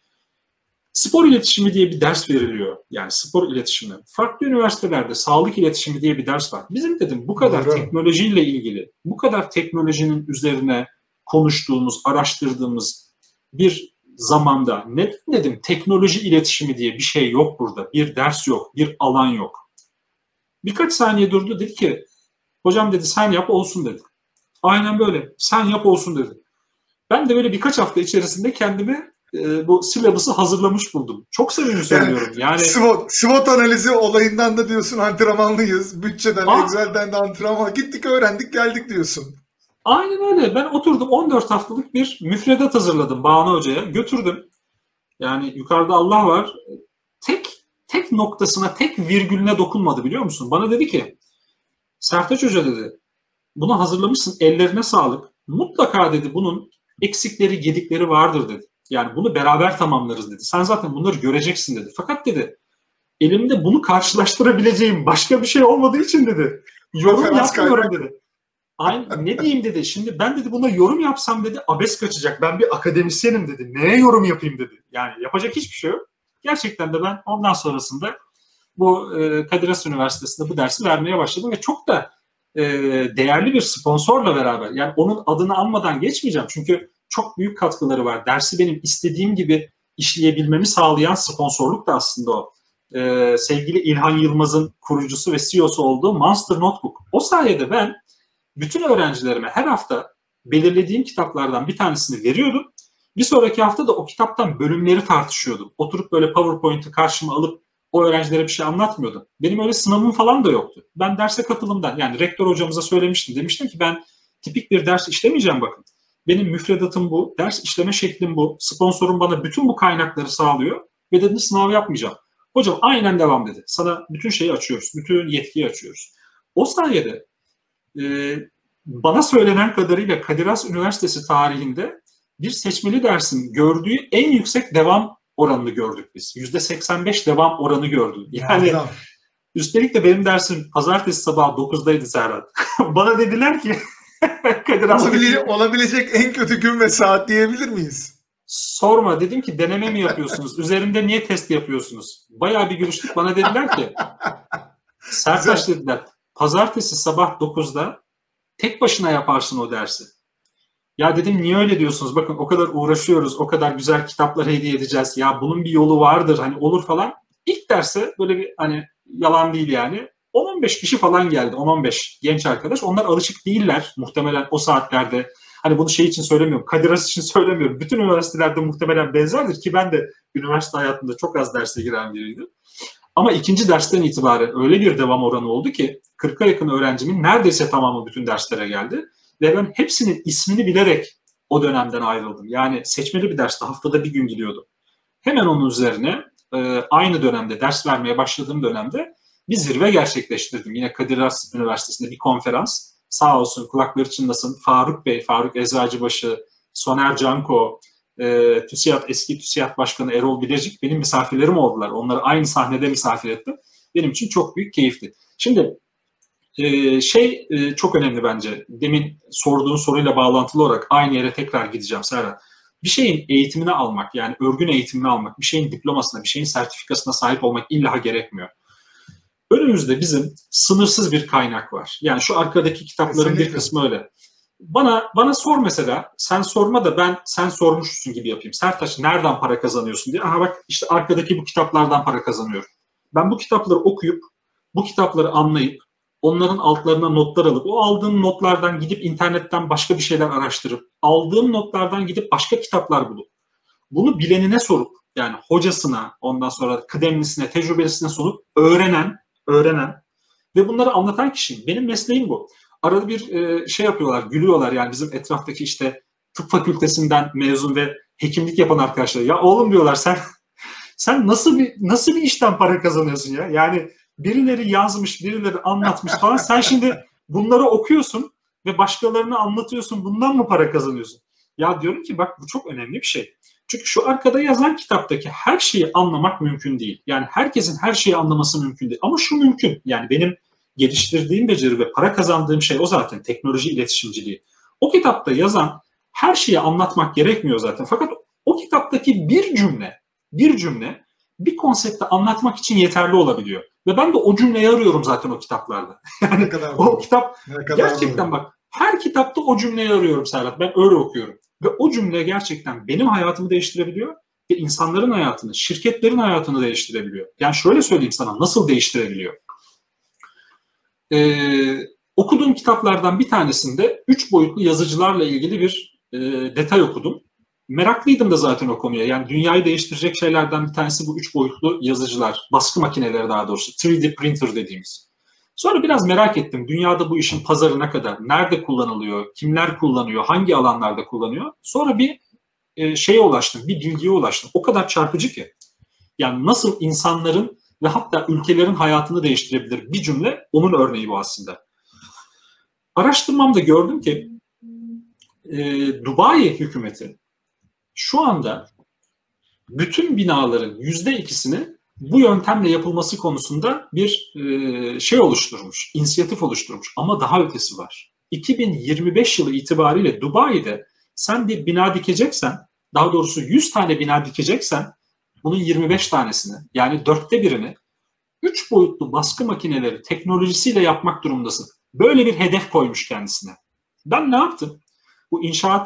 spor iletişimi diye bir ders veriliyor. Yani spor iletişimi. Farklı üniversitelerde sağlık iletişimi diye bir ders var. Bizim dedim bu kadar teknolojiyle ilgili, bu kadar teknolojinin üzerine konuştuğumuz, araştırdığımız bir zamanda ne dedim, teknoloji iletişimi diye bir şey yok burada. Bir ders yok, bir alan yok. Birkaç saniye durdu, dedi ki hocam dedi sen yap olsun dedi. Aynen böyle, sen yap olsun dedi. Ben de böyle birkaç hafta içerisinde kendimi bu silabüsü hazırlamış buldum. Çok samimi söylüyorum. Yani SWOT analizi olayından da diyorsun antrenmanlıyız. Bütçeden, Excel'den de antrenman. Gittik, öğrendik, geldik diyorsun. Aynen öyle. Ben oturdum 14 haftalık bir müfredat hazırladım Banu Hoca'ya. Götürdüm. Yani yukarıda Allah var. Tek noktasına, tek virgülüne dokunmadı, biliyor musun? Bana dedi ki Sertaç Hoca dedi, bunu hazırlamışsın, ellerine sağlık. Mutlaka dedi bunun eksikleri, gedikleri vardır dedi. Yani bunu beraber tamamlarız dedi. Sen zaten bunları göreceksin dedi. Fakat dedi elimde bunu karşılaştırabileceğim başka bir şey olmadığı için dedi yorum yapmıyorum dedi. Aynı, ne diyeyim dedi. Şimdi ben dedi buna yorum yapsam dedi abes kaçacak. Ben bir akademisyenim dedi. Neye yorum yapayım dedi. Yani yapacak hiçbir şey yok. Gerçekten de ben ondan sonrasında bu Kadir Has Üniversitesi'nde bu dersi vermeye başladım ve çok da değerli bir sponsorla beraber, yani onun adını anmadan geçmeyeceğim çünkü çok büyük katkıları var. Dersi benim istediğim gibi işleyebilmemi sağlayan sponsorluk da aslında o. Sevgili İlhan Yılmaz'ın kurucusu ve CEO'su olduğu Monster Notebook. O sayede ben bütün öğrencilerime her hafta belirlediğim kitaplardan bir tanesini veriyordum. Bir sonraki hafta da o kitaptan bölümleri tartışıyordum. Oturup böyle PowerPoint'i karşıma alıp o öğrencilere bir şey anlatmıyordum. Benim öyle sınavım falan da yoktu. Ben derse katılımdan, yani rektör hocamıza söylemiştim. Demiştim ki ben tipik bir ders işlemeyeceğim bakın. Benim müfredatım bu, ders işleme şeklim bu. Sponsorum bana bütün bu kaynakları sağlıyor ve dedim sınav yapmayacağım. Hocam aynen devam dedi. Sana bütün şeyi açıyoruz, bütün yetkiyi açıyoruz. O sayede bana söylenen kadarıyla Kadir Has Üniversitesi tarihinde bir seçmeli dersin gördüğü en yüksek devam oranını gördük biz. %85 devam oranı gördüm. Yani üstelik de benim dersim pazartesi sabahı 9'daydı Serhat. Bana dediler ki Kadir Has olabilecek en kötü gün ve saat diyebilir miyiz? Sorma, dedim ki deneme mi yapıyorsunuz? Üzerinde niye test yapıyorsunuz? Bayağı bir görüştük. Bana dediler ki Sertaç dediler pazartesi sabah 9'da tek başına yaparsın o dersi. Ya dedim niye öyle diyorsunuz? Bakın o kadar uğraşıyoruz, o kadar güzel kitaplar hediye edeceğiz. Ya bunun bir yolu vardır, hani olur falan. İlk derse böyle bir, hani yalan değil yani, 10-15 kişi falan geldi. 10-15 genç arkadaş. Onlar alışık değiller muhtemelen o saatlerde. Hani bunu şey için söylemiyorum, Kadir Has için söylemiyorum. Bütün üniversitelerde muhtemelen benzerdir ki ben de üniversite hayatında çok az derse giren biriydim. Ama ikinci dersten itibaren öyle bir devam oranı oldu ki 40'a yakın öğrencimin neredeyse tamamı bütün derslere geldi. Ve ben hepsinin ismini bilerek o dönemden ayrıldım. Yani seçmeli bir derste haftada bir gün gidiyordum. Hemen onun üzerine aynı dönemde, ders vermeye başladığım dönemde bir zirve gerçekleştirdim. Yine Kadir Has Üniversitesi'nde bir konferans. Sağ olsun, kulakları çınlasın, Faruk Bey, Faruk Eczacıbaşı, Soner Canko, eski TÜSİAD Başkanı Erol Bilecik benim misafirlerim oldular. Onları aynı sahnede misafir ettim. Benim için çok büyük keyifti. Şimdi çok önemli bence. Demin sorduğun soruyla bağlantılı olarak aynı yere tekrar gideceğim Serhat. Bir şeyin eğitimini almak, yani örgün eğitimini almak, bir şeyin diplomasına, bir şeyin sertifikasına sahip olmak illa gerekmiyor. Önümüzde bizim sınırsız bir kaynak var. Yani şu arkadaki kitapların bir kısmı öyle. Bana sor mesela, sen sorma da sen sormuşsun gibi yapayım. Sertaç nereden para kazanıyorsun diye. Aha bak işte arkadaki bu kitaplardan para kazanıyorum. Ben bu kitapları okuyup, bu kitapları anlayıp, onların altlarına notlar alıp, o aldığım notlardan gidip internetten başka bir şeyler araştırıp, aldığım notlardan gidip başka kitaplar bulup, bunu bilenine sorup, yani hocasına, ondan sonra kıdemlisine, tecrübelisine sorup öğrenen ve bunları anlatan kişiyim. Benim mesleğim bu. Arada bir şey yapıyorlar, gülüyorlar yani bizim etraftaki işte tıp fakültesinden mezun ve hekimlik yapan arkadaşlar. Ya oğlum diyorlar sen nasıl bir işten para kazanıyorsun ya? Yani birileri yazmış, birileri anlatmış falan. Sen şimdi bunları okuyorsun ve başkalarına anlatıyorsun. Bundan mı para kazanıyorsun? Ya diyorum ki bak bu çok önemli bir şey. Çünkü şu arkada yazan kitaptaki her şeyi anlamak mümkün değil. Yani herkesin her şeyi anlaması mümkün değil. Ama şu mümkün. Yani benim geliştirdiğim beceri ve para kazandığım şey o zaten, teknoloji iletişimciliği. O kitapta yazan her şeyi anlatmak gerekmiyor zaten. Fakat o kitaptaki bir cümle bir konsepti anlatmak için yeterli olabiliyor. Ve ben de o cümleyi arıyorum zaten o kitaplarda. Yani o kitap gerçekten bak her kitapta o cümleyi arıyorum Serhat. Ben öyle okuyorum. Ve o cümle gerçekten benim hayatımı değiştirebiliyor ve insanların hayatını, şirketlerin hayatını değiştirebiliyor. Yani şöyle söyleyeyim sana, nasıl değiştirebiliyor? Okuduğum kitaplardan bir tanesinde 3 boyutlu yazıcılarla ilgili bir detay okudum. Meraklıydım da zaten o konuya. Yani dünyayı değiştirecek şeylerden bir tanesi bu 3 boyutlu yazıcılar. Baskı makineleri daha doğrusu. 3D printer dediğimiz. Sonra biraz merak ettim. Dünyada bu işin pazarı ne kadar? Nerede kullanılıyor? Kimler kullanıyor? Hangi alanlarda kullanıyor? Sonra bir şeye ulaştım. Bir bilgiye ulaştım. O kadar çarpıcı ki. Yani nasıl insanların ve hatta ülkelerin hayatını değiştirebilir bir cümle, onun örneği bu aslında. Araştırmamda gördüm ki Dubai hükümeti şu anda bütün binaların %2'sini bu yöntemle yapılması konusunda bir şey oluşturmuş, inisiyatif oluşturmuş. Ama daha ötesi var. 2025 yılı itibariyle Dubai'de sen bir bina dikeceksen, daha doğrusu 100 tane bina dikeceksen, bunun 25 tanesini, yani 1/4'ünü 3 boyutlu baskı makineleri teknolojisiyle yapmak durumundasın. Böyle bir hedef koymuş kendisine. Ben ne yaptım? Bu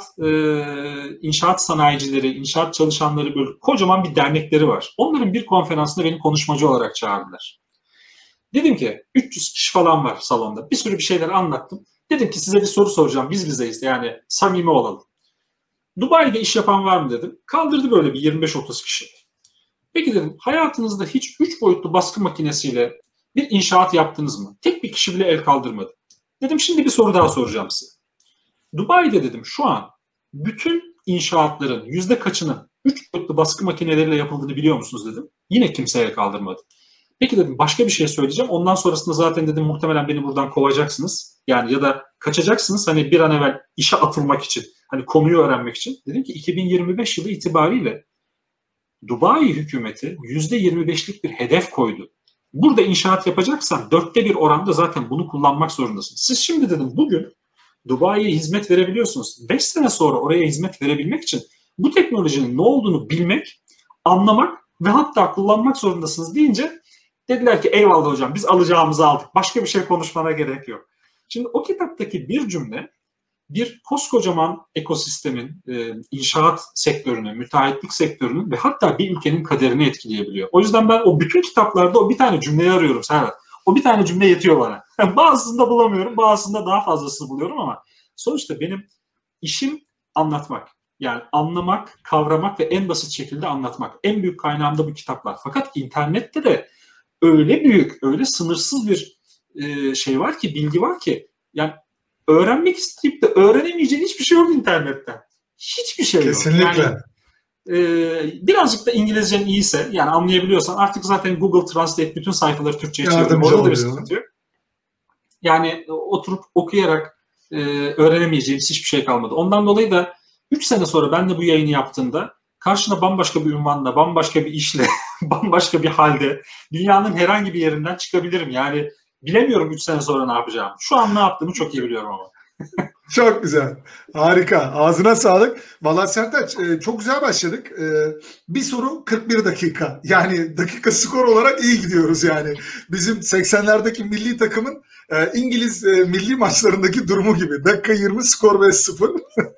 inşaat sanayicileri, inşaat çalışanları, böyle kocaman bir dernekleri var. Onların bir konferansında beni konuşmacı olarak çağırdılar. Dedim ki 300 kişi falan var salonda. Bir sürü bir şeyler anlattım. Dedim ki size bir soru soracağım. Biz bizeyiz, yani samimi olalım. Dubai'de iş yapan var mı dedim. Kaldırdı böyle bir 25-30 kişi. Peki dedim, hayatınızda hiç 3 boyutlu baskı makinesiyle bir inşaat yaptınız mı? Tek bir kişi bile el kaldırmadı. Dedim şimdi bir soru daha soracağım size. Dubai'de dedim şu an bütün inşaatların yüzde kaçının 3 boyutlu baskı makineleriyle yapıldığını biliyor musunuz dedim. Yine kimse el kaldırmadı. Peki dedim başka bir şey söyleyeceğim. Ondan sonrasında zaten dedim muhtemelen beni buradan kovacaksınız. Yani ya da kaçacaksınız hani bir an evvel işe atılmak için. Hani konuyu öğrenmek için. Dedim ki 2025 yılı itibariyle Dubai hükümeti %25'lik bir hedef koydu. Burada inşaat yapacaksan 1/4 oranda zaten bunu kullanmak zorundasın. Siz şimdi dedim bugün Dubai'ye hizmet verebiliyorsunuz. 5 sene sonra oraya hizmet verebilmek için bu teknolojinin ne olduğunu bilmek, anlamak ve hatta kullanmak zorundasınız deyince dediler ki eyvallah hocam biz alacağımızı aldık. Başka bir şey konuşmana gerek yok. Şimdi o kitaptaki bir cümle bir koskocaman ekosistemin, inşaat sektörünü, müteahhitlik sektörünü ve hatta bir ülkenin kaderini etkileyebiliyor. O yüzden ben o bütün kitaplarda o bir tane cümleyi arıyorum Serhat. O bir tane cümle yetiyor bana. Bazısında bulamıyorum, bazısında daha fazlasını buluyorum ama sonuçta benim işim anlatmak. Yani anlamak, kavramak ve en basit şekilde anlatmak. En büyük kaynağım da bu kitaplar. Fakat internette de öyle büyük, öyle sınırsız bir şey var ki, bilgi var ki yani öğrenmek isteyip de öğrenemeyeceğin hiçbir şey yok internette. Hiçbir şey yok. Kesinlikle. Yani, birazcık da İngilizcen iyiyse, yani anlayabiliyorsan artık zaten Google Translate bütün sayfaları Türkçe'ye çeviriyor. Orada da bir sıkıntı yok. Yani oturup okuyarak öğrenemeyeceğimiz hiçbir şey kalmadı. Ondan dolayı da 3 sene sonra ben de bu yayını yaptığımda karşına bambaşka bir ünvanla, bambaşka bir işle, bambaşka bir halde dünyanın herhangi bir yerinden çıkabilirim. Yani bilemiyorum 3 sene sonra ne yapacağım. Şu an ne yaptığımı çok iyi biliyorum ama. Çok güzel. Harika. Ağzına sağlık. Vallahi Sertaç çok güzel başladık. Bir soru 41 dakika. Yani dakika skor olarak iyi gidiyoruz yani. Bizim 80'lerdeki milli takımın İngiliz milli maçlarındaki durumu gibi. Dakika 20 skor 5-0.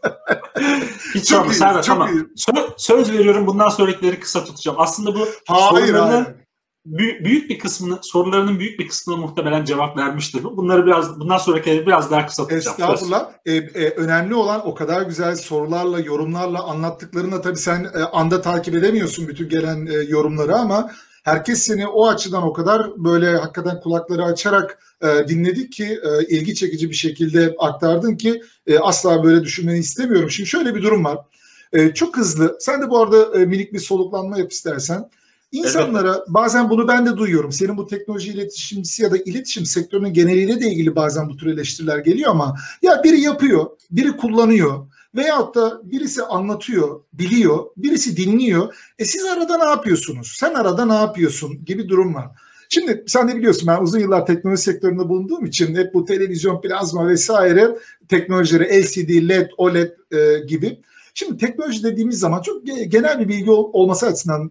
Hiç sorma Serhat, tamam. Söz veriyorum bundan sonrakileri kısa tutacağım. Aslında bu büyük bir kısmını, sorularının büyük bir kısmına muhtemelen cevap vermiştir. Bundan sonrakileri biraz daha kısa tutacağım. Estağfurullah. Önemli olan o kadar güzel sorularla, yorumlarla anlattıklarına tabii sen anda takip edemiyorsun bütün gelen yorumları ama herkes seni o açıdan o kadar böyle hakikaten kulakları açarak dinledik ki ilgi çekici bir şekilde aktardın ki asla böyle düşünmeni istemiyorum. Şimdi şöyle bir durum var. Çok hızlı. Sen de bu arada minik bir soluklanma yap istersen. İnsanlara evet. Bazen bunu ben de duyuyorum. Senin bu teknoloji iletişimcisi ya da iletişim sektörünün geneliyle de ilgili bazen bu tür eleştiriler geliyor ama ya biri yapıyor, biri kullanıyor veyahut da birisi anlatıyor, biliyor, birisi dinliyor. Siz arada ne yapıyorsunuz? Sen arada ne yapıyorsun gibi durum var. Şimdi sen de biliyorsun ben uzun yıllar teknoloji sektöründe bulunduğum için hep bu televizyon, plazma vesaire teknolojileri LCD, LED, OLED gibi Şimdi teknoloji dediğimiz zaman çok genel bir bilgi olması açısından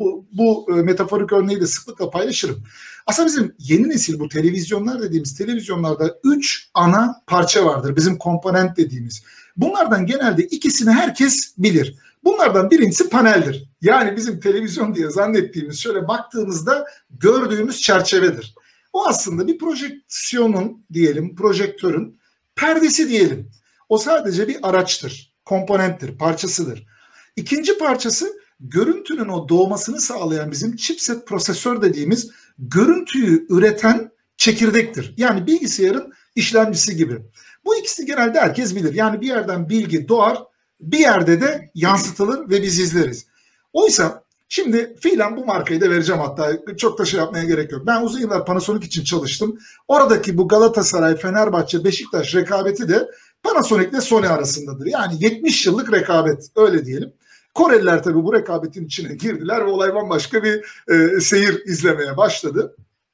bu metaforik örneği de sıklıkla paylaşırım. Aslında bizim yeni nesil bu televizyonlar dediğimiz televizyonlarda 3 ana parça vardır. Bizim komponent dediğimiz. Bunlardan genelde ikisini herkes bilir. Bunlardan birincisi paneldir. Yani bizim televizyon diye zannettiğimiz, şöyle baktığımızda gördüğümüz çerçevedir. O aslında bir projeksiyonun diyelim, projektörün perdesi diyelim. O sadece bir araçtır, komponenttir, parçasıdır. İkinci parçası görüntünün o doğmasını sağlayan bizim chipset prosesör dediğimiz görüntüyü üreten çekirdektir. Yani bilgisayarın işlemcisi gibi. Bu ikisi genelde herkes bilir. Yani bir yerden bilgi doğar, bir yerde de yansıtılır ve biz izleriz. Oysa şimdi fiilen bu markayı da vereceğim, hatta çok da şey yapmaya gerek yok. Ben uzun yıllar Panasonic için çalıştım. Oradaki bu Galatasaray, Fenerbahçe, Beşiktaş rekabeti de Panasonic ile Sony arasındadır. Yani 70 yıllık rekabet, öyle diyelim. Koreliler tabii bu rekabetin içine girdiler ve olay bambaşka bir seyir izlemeye başladı.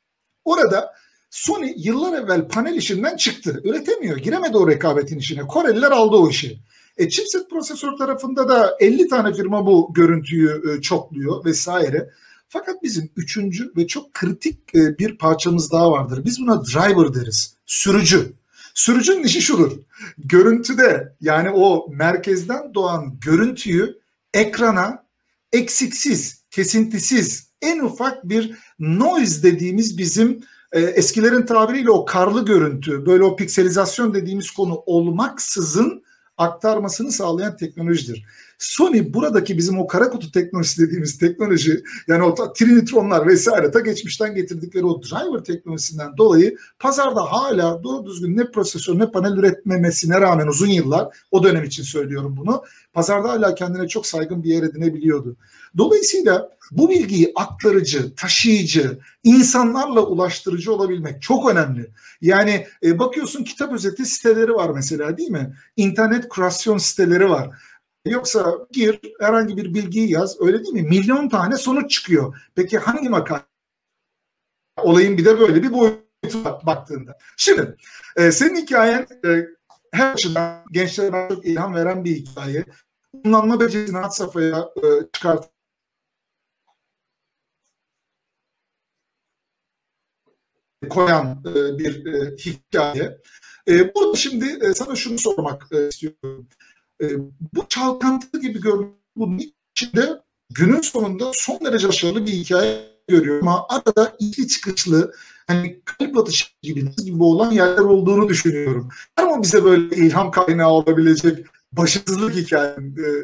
Orada Sony yıllar evvel panel işinden çıktı. Üretemiyor, giremedi o rekabetin içine. Koreliler aldı o işi. Chipset prosesör tarafında da 50 tane firma bu görüntüyü çokluyor vesaire. Fakat bizim üçüncü ve çok kritik bir parçamız daha vardır. Biz buna driver deriz. Sürücü. Sürücünün işi şudur. Görüntüde, yani o merkezden doğan görüntüyü ekrana eksiksiz, kesintisiz, en ufak bir noise dediğimiz bizim eskilerin tabiriyle o karlı görüntü, böyle o pikselizasyon dediğimiz konu olmaksızın aktarmasını sağlayan teknolojidir. Sony buradaki bizim o kara kutu teknolojisi dediğimiz teknoloji, yani o trinitronlar vesaire ta geçmişten getirdikleri o driver teknolojisinden dolayı pazarda hala doğru düzgün ne prosesör ne panel üretmemesine rağmen uzun yıllar, o dönem için söylüyorum bunu, pazarda hala kendine çok saygın bir yer edinebiliyordu. Dolayısıyla bu bilgiyi aktarıcı, taşıyıcı, insanlarla ulaştırıcı olabilmek çok önemli. Yani bakıyorsun kitap özeti siteleri var mesela, değil mi? İnternet kurasyon siteleri var. Yoksa gir herhangi bir bilgiyi yaz, öyle değil mi? Milyon tane sonuç çıkıyor. Peki hangi makale? Olayın bir de böyle bir boyutu baktığında. Şimdi senin hikayen her açıdan gençlere çok ilham veren bir hikaye. Kullanma becerisini had safhaya çıkart. Koyan bir hikaye. Burada şimdi sana şunu sormak istiyorum. Bu çalkantı gibi görünen bunun içinde günün sonunda son derece başarılı bir hikaye görüyorum ama arada içli çıkışlı, hani kalp atışı gibi olan yerler olduğunu düşünüyorum. Var mı bize böyle ilham kaynağı olabilecek başarısızlık hikaye?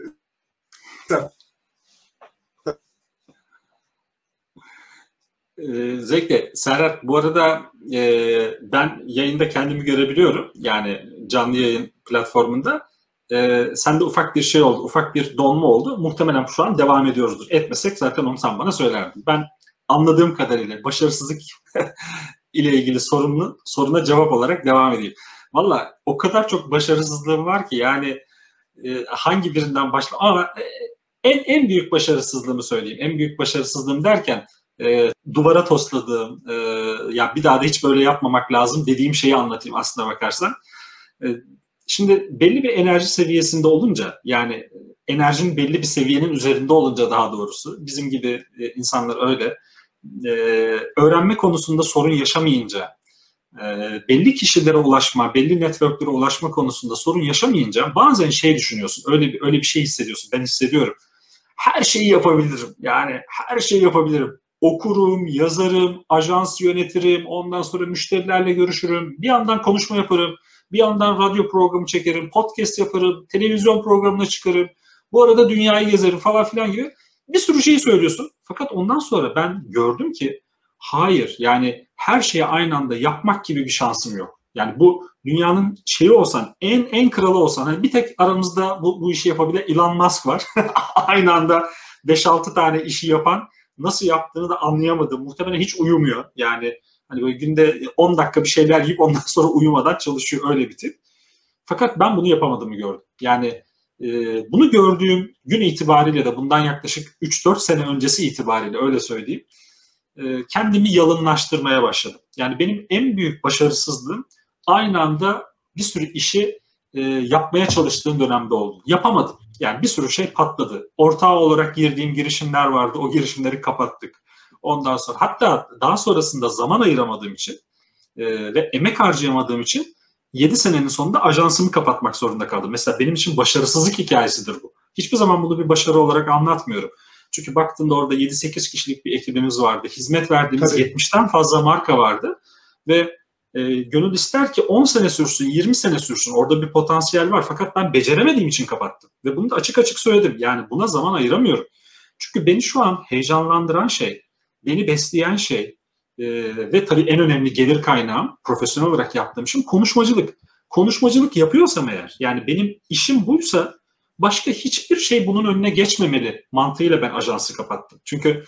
Zevkle. Serhat, bu arada ben yayında kendimi görebiliyorum. Yani canlı yayın platformunda. Sende ufak bir şey oldu, ufak bir donma oldu. Muhtemelen şu an devam ediyoruzdur. Etmesek zaten onu sen bana söylerdin. Ben anladığım kadarıyla başarısızlık ile ilgili soruna cevap olarak devam edeyim. Valla o kadar çok başarısızlığım var ki yani hangi birinden başla, ama en büyük başarısızlığımı söyleyeyim. En büyük başarısızlığım derken duvara tosladığım, ya bir daha da hiç böyle yapmamak lazım dediğim şeyi anlatayım aslına bakarsan. Şimdi belli bir enerji seviyesinde olunca, yani enerjinin belli bir seviyenin üzerinde olunca daha doğrusu, bizim gibi insanlar öyle, öğrenme konusunda sorun yaşamayınca, belli kişilere ulaşma, belli networklere ulaşma konusunda sorun yaşamayınca bazen şey düşünüyorsun, öyle bir şey hissediyorsun, ben hissediyorum. Her şeyi yapabilirim, yani her şeyi yapabilirim. Okurum, yazarım, ajans yönetirim, ondan sonra müşterilerle görüşürüm, bir yandan konuşma yaparım, bir yandan radyo programı çekerim, podcast yaparım, televizyon programına çıkarım, bu arada dünyayı gezerim falan filan gibi bir sürü şey söylüyorsun. Fakat ondan sonra ben gördüm ki hayır, yani her şeyi aynı anda yapmak gibi bir şansım yok. Yani bu dünyanın şeyi olsan, en kralı olsan, hani bir tek aramızda bu işi yapabilen Elon Musk var. Aynı anda 5-6 tane işi yapan, nasıl yaptığını da anlayamadım. Muhtemelen hiç uyumuyor. Yani hani böyle günde 10 dakika bir şeyler yiyip ondan sonra uyumadan çalışıyor, öyle bir tip. Fakat ben bunu yapamadığımı gördüm. Yani bunu gördüğüm gün itibariyle de bundan yaklaşık 3-4 sene öncesi itibariyle öyle söyleyeyim, kendimi yalınlaştırmaya başladım. Yani benim en büyük başarısızlığım aynı anda bir sürü işi yapmaya çalıştığım dönemde oldu. Yapamadım. Yani bir sürü şey patladı. Ortağı olarak girdiğim girişimler vardı. O girişimleri kapattık. Ondan sonra hatta daha sonrasında zaman ayıramadığım için ve emek harcayamadığım için 7 senenin sonunda ajansımı kapatmak zorunda kaldım. Mesela benim için başarısızlık hikayesidir bu. Hiçbir zaman bunu bir başarı olarak anlatmıyorum. Çünkü baktığında orada 7-8 kişilik bir ekibimiz vardı. Hizmet verdiğimiz 70'ten fazla marka vardı. Ve gönül ister ki 10 sene sürsün, 20 sene sürsün. Orada bir potansiyel var. Fakat ben beceremediğim için kapattım. Ve bunu da açık açık söyledim. Yani buna zaman ayıramıyorum. Çünkü beni şu an heyecanlandıran şey, beni besleyen şey ve tabii en önemli gelir kaynağım, profesyonel olarak yaptığım şey konuşmacılık. Konuşmacılık yapıyorsam eğer, yani benim işim buysa başka hiçbir şey bunun önüne geçmemeli mantığıyla ben ajansı kapattım. Çünkü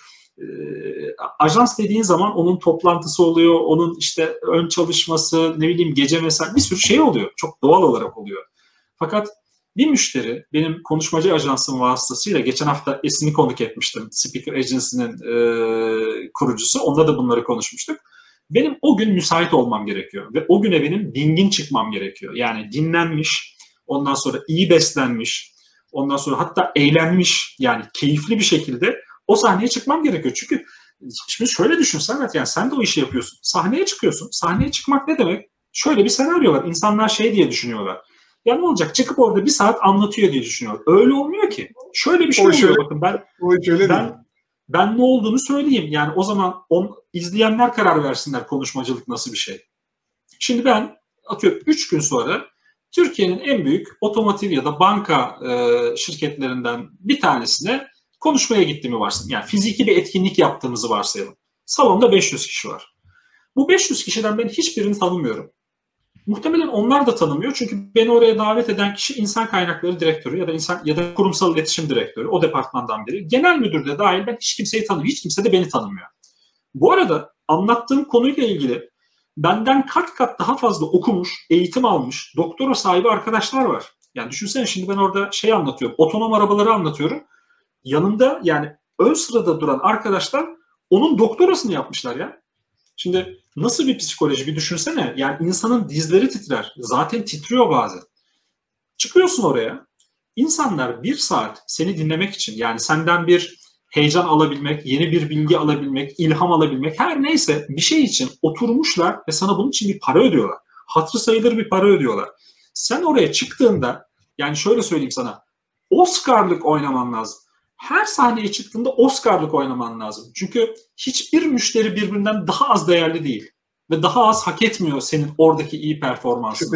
ajans dediğin zaman onun toplantısı oluyor, onun işte ön çalışması, ne bileyim gece mesai, bir sürü şey oluyor. Çok doğal olarak oluyor. Fakat bir müşteri benim konuşmacı ajansım vasıtasıyla geçen hafta Esin'i konuk etmiştim. Speaker Agency'nin kurucusu. Onunla da bunları konuşmuştuk. Benim o gün müsait olmam gerekiyor. Ve o güne benim dingin çıkmam gerekiyor. Yani dinlenmiş, ondan sonra iyi beslenmiş, ondan sonra hatta eğlenmiş, yani keyifli bir şekilde o sahneye çıkmam gerekiyor. Çünkü şimdi şöyle düşünsen, yani sen de o işi yapıyorsun. Sahneye çıkıyorsun. Sahneye çıkmak ne demek? Şöyle bir senaryo var. İnsanlar şey diye düşünüyorlar. Ya ne olacak? Çıkıp orada bir saat anlatıyor diye düşünüyor. Öyle olmuyor ki. Şöyle bir şey oluyor. Bakın ben ne olduğunu söyleyeyim. Yani o zaman izleyenler karar versinler konuşmacılık nasıl bir şey. Şimdi ben atıyorum 3 gün sonra Türkiye'nin en büyük otomotiv ya da banka şirketlerinden bir tanesine konuşmaya gittiğimi varsayalım. Yani fiziki bir etkinlik yaptığımızı varsayalım. Salonda 500 kişi var. Bu 500 kişiden ben hiçbirini tanımıyorum. Muhtemelen onlar da tanımıyor. Çünkü beni oraya davet eden kişi insan kaynakları direktörü ya da kurumsal iletişim direktörü, o departmandan biri. Genel müdür de dahil ben hiç kimseyi tanımıyorum. Hiç kimse de beni tanımıyor. Bu arada anlattığım konuyla ilgili benden kat kat daha fazla okumuş, eğitim almış, doktora sahibi arkadaşlar var. Yani düşünsene şimdi ben orada şey anlatıyorum, otonom arabaları anlatıyorum. Yanında yani ön sırada duran arkadaşlar onun doktorasını yapmışlar ya. Şimdi nasıl bir psikoloji bir düşünsene. Yani insanın dizleri titrer. Zaten titriyor bazen. Çıkıyorsun oraya. İnsanlar bir saat seni dinlemek için, yani senden bir heyecan alabilmek, yeni bir bilgi alabilmek, ilham alabilmek, her neyse bir şey için oturmuşlar ve sana bunun için bir para ödüyorlar. Hatırı sayılır bir para ödüyorlar. Sen oraya çıktığında, yani şöyle söyleyeyim sana, Oscar'lık oynaman lazım. Her sahneye çıktığında Oscar'lık oynaman lazım. Çünkü hiçbir müşteri birbirinden daha az değerli değil. Ve daha az hak etmiyor senin oradaki iyi performansını.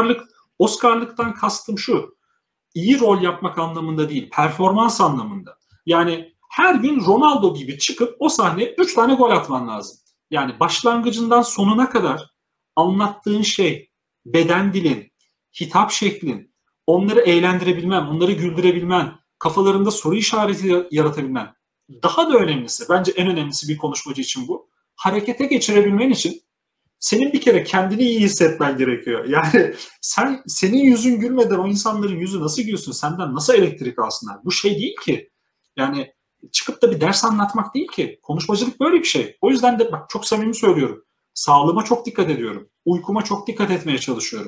Oscar'lıktan kastım şu. İyi rol yapmak anlamında değil, performans anlamında. Yani her gün Ronaldo gibi çıkıp o sahneye 3 tane gol atman lazım. Yani başlangıcından sonuna kadar anlattığın şey, beden dilin, hitap şeklin, onları eğlendirebilmen, onları güldürebilmen, kafalarında soru işareti yaratabilmen. Daha da önemlisi, bence en önemlisi bir konuşmacı için bu. Harekete geçirebilmen için senin bir kere kendini iyi hissetmen gerekiyor. Yani senin yüzün gülmeden o insanların yüzü nasıl gülsün? Senden nasıl elektrik alsınlar? Bu şey değil ki. Yani çıkıp da bir ders anlatmak değil ki. Konuşmacılık böyle bir şey. O yüzden de bak çok samimi söylüyorum. Sağlığıma çok dikkat ediyorum. Uykuma çok dikkat etmeye çalışıyorum.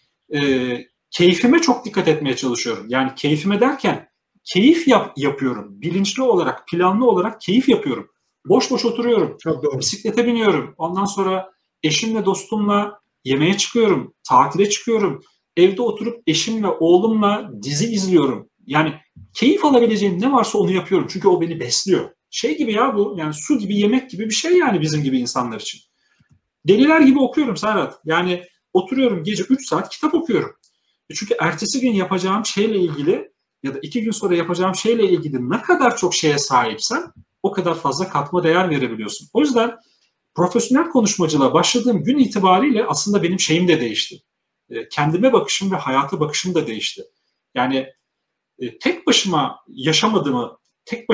Keyfime çok dikkat etmeye çalışıyorum. Yani keyfime derken keyif yapıyorum. Bilinçli olarak, planlı olarak keyif yapıyorum. Boş boş oturuyorum. Bisiklete biniyorum. Ondan sonra eşimle, dostumla yemeğe çıkıyorum. Tatile çıkıyorum. Evde oturup eşimle, oğlumla dizi izliyorum. Yani keyif alabileceğim ne varsa onu yapıyorum. Çünkü o beni besliyor. Şey gibi ya bu. Yani su gibi, yemek gibi bir şey yani bizim gibi insanlar için. Deliler gibi okuyorum Serhat. Yani oturuyorum gece 3 saat kitap okuyorum. Çünkü ertesi gün yapacağım şeyle ilgili ya da 2 gün sonra yapacağım şeyle ilgili ne kadar çok şeye sahipsen o kadar fazla katma değer verebiliyorsun. O yüzden profesyonel konuşmacılığa başladığım gün itibariyle aslında benim şeyim de değişti. Kendime bakışım ve hayata bakışım da değişti. Yani tek başıma yaşamadığımı, tek